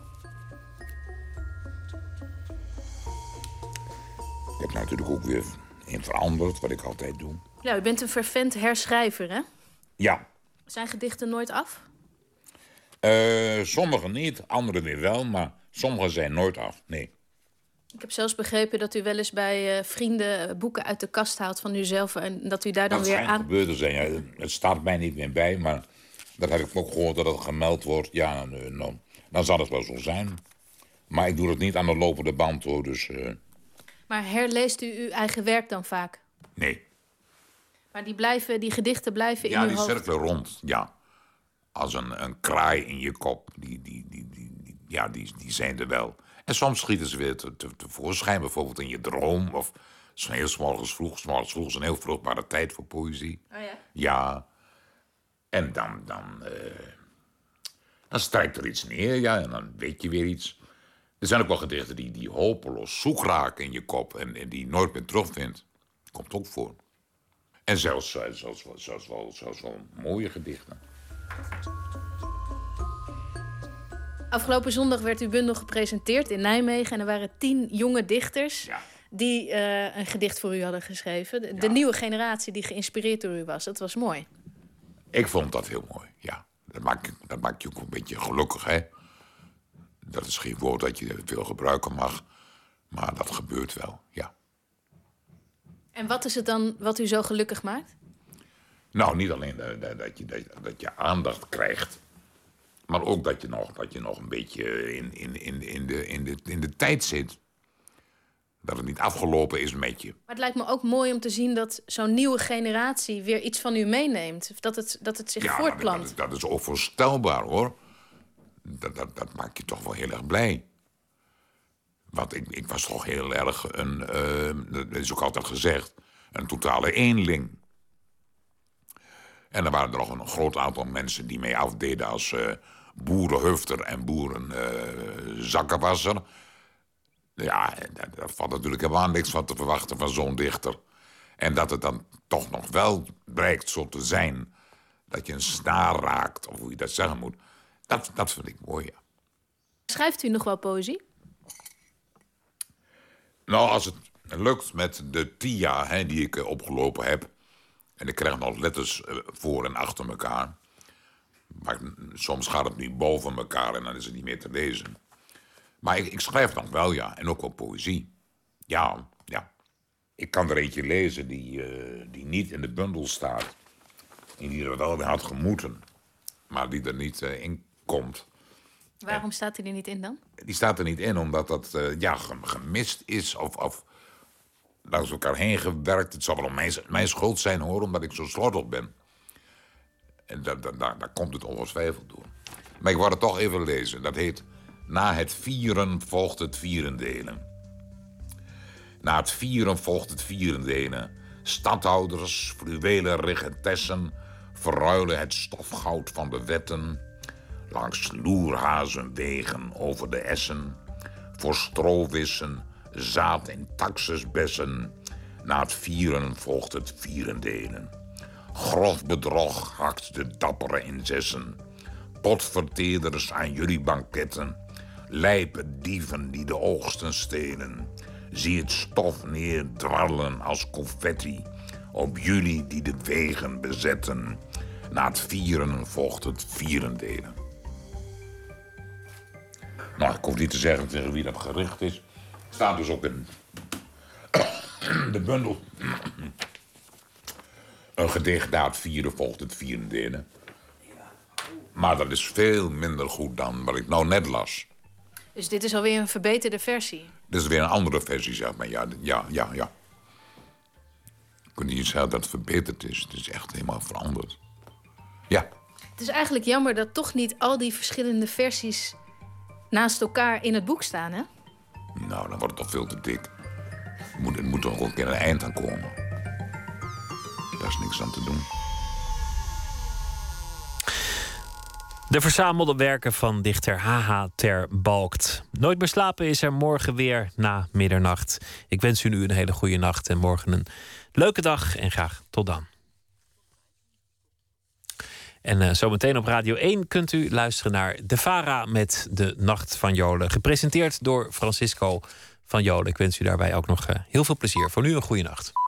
Ik heb natuurlijk ook weer in veranderd, wat ik altijd doe. Ja, u bent een fervent herschrijver, hè? Ja. Zijn gedichten nooit af? Uh, sommige niet, andere weer wel, maar sommige zijn nooit af, nee. Ik heb zelfs begrepen dat u wel eens bij uh, vrienden boeken uit de kast haalt van uzelf en dat u daar dan dat weer aan... aan... Dat gebeurd te zijn, ja. Het staat mij niet meer bij, maar dat heb ik ook gehoord dat het gemeld wordt. Ja, nou, nou, dan zal het wel zo zijn. Maar ik doe het niet aan de lopende band, hoor, dus... Uh... Maar herleest u uw eigen werk dan vaak? Nee. Maar die, blijven, die gedichten blijven ja, in uw hoofd? Ja, die cirkelen rond, ja. Als een, een kraai in je kop, die, die, die, die, die, ja, die, die zijn er wel. En soms schieten ze weer te, te, tevoorschijn, bijvoorbeeld in je droom. Of zo heel 's morgens vroeg. 's morgens vroeg is een heel vruchtbare tijd voor poëzie. Oh ja? Ja. En dan, dan, uh, dan strijkt er iets neer, ja, en dan weet je weer iets. Er zijn ook wel gedichten die, die hopeloos zoek raken in je kop en, en die je nooit meer terugvindt. Komt ook voor. En zelfs, zelfs, zelfs, zelfs, wel, zelfs wel mooie gedichten. Afgelopen zondag werd uw bundel gepresenteerd in Nijmegen en er waren tien jonge dichters ja. die uh, een gedicht voor u hadden geschreven. De, ja. de nieuwe generatie die geïnspireerd door u was. Dat was mooi. Ik vond dat heel mooi, ja. Dat maakt, dat maakt je ook een beetje gelukkig, hè. Dat is geen woord dat je veel gebruiken mag, maar dat gebeurt wel, ja. En wat is het dan wat u zo gelukkig maakt? Nou, niet alleen dat, dat, je, dat, dat je aandacht krijgt, maar ook dat je nog, dat je nog een beetje in, in, in, in, de, in, de, in de tijd zit. Dat het niet afgelopen is met je. Maar het lijkt me ook mooi om te zien dat zo'n nieuwe generatie weer iets van u meeneemt. Dat het, dat het zich ja, voortplant. Dat, dat, dat is onvoorstelbaar, hoor. Dat, dat, dat maakt je toch wel heel erg blij. Want ik, ik was toch heel erg een, uh, dat is ook altijd gezegd, een totale eenling. En er waren er nog een groot aantal mensen die mee afdeden als uh, boerenhufter en boerenzakkenwasser. Uh, ja, daar, daar valt natuurlijk helemaal niks van te verwachten van zo'n dichter. En dat het dan toch nog wel blijkt zo te zijn dat je een snaar raakt, of hoe je dat zeggen moet. Dat, dat vind ik mooi, ja. Schrijft u nog wel poëzie? Nou, als het lukt met de tia hè, die ik uh, opgelopen heb, en ik krijg nog letters uh, voor en achter elkaar. Maar soms gaat het nu boven elkaar en dan is het niet meer te lezen. Maar ik, ik schrijf nog wel, ja. En ook wel poëzie. Ja, ja. Ik kan er eentje lezen die, uh, die niet in de bundel staat. En die er wel weer had gemoeten. Maar die er niet uh, in komt. Waarom staat hij er niet in dan? Die staat er niet in omdat dat uh, ja, gemist is of, of langs elkaar heen gewerkt. Het zal wel mijn, mijn schuld zijn, hoor, omdat ik zo slordig ben. En daar, daar, daar komt het ongetwijfeld door. Maar ik wou het toch even lezen. Dat heet... Na het vieren volgt het vierendelen. Na het vieren volgt het vierendelen. Stadhouders, fluwelen regentessen... verruilen het stofgoud van de wetten... langs loerhazenwegen over de essen... voor strowissen, zaad en taxusbessen... na het vieren volgt het vierendelen. Grof bedrog hakt de dappere in zessen... potverteerders aan jullie banketten... lijpe dieven die de oogsten stelen... zie het stof neerdwarrelen als confetti... op jullie die de wegen bezetten... na het vieren volgt het vierendelen. Nou, ik hoef niet te zeggen tegen wie dat gericht is. Staat dus ook in de bundel. Een gedicht na het vieren volgt het vierendelen. Maar dat is veel minder goed dan wat ik nou net las. Dus dit is alweer een verbeterde versie? Dit is weer een andere versie, zeg maar. Ja, ja, ja, ja. Ik kan niet zeggen dat het verbeterd is. Het is echt helemaal veranderd. Ja. Het is eigenlijk jammer dat toch niet al die verschillende versies... naast elkaar in het boek staan, hè? Nou, dan wordt het toch veel te dik. Er moet, er moet toch ook een keer een eind aan komen. Daar is niks aan te doen. De verzamelde werken van dichter H H ter Balkt. Nooit meer slapen is er morgen weer na middernacht. Ik wens u nu een hele goede nacht en morgen een leuke dag. En graag tot dan. En uh, zometeen op Radio één kunt u luisteren naar De Vara met De Nacht van Jolen. Gepresenteerd door Francisco van Jolen. Ik wens u daarbij ook nog uh, heel veel plezier. Voor nu een goede nacht.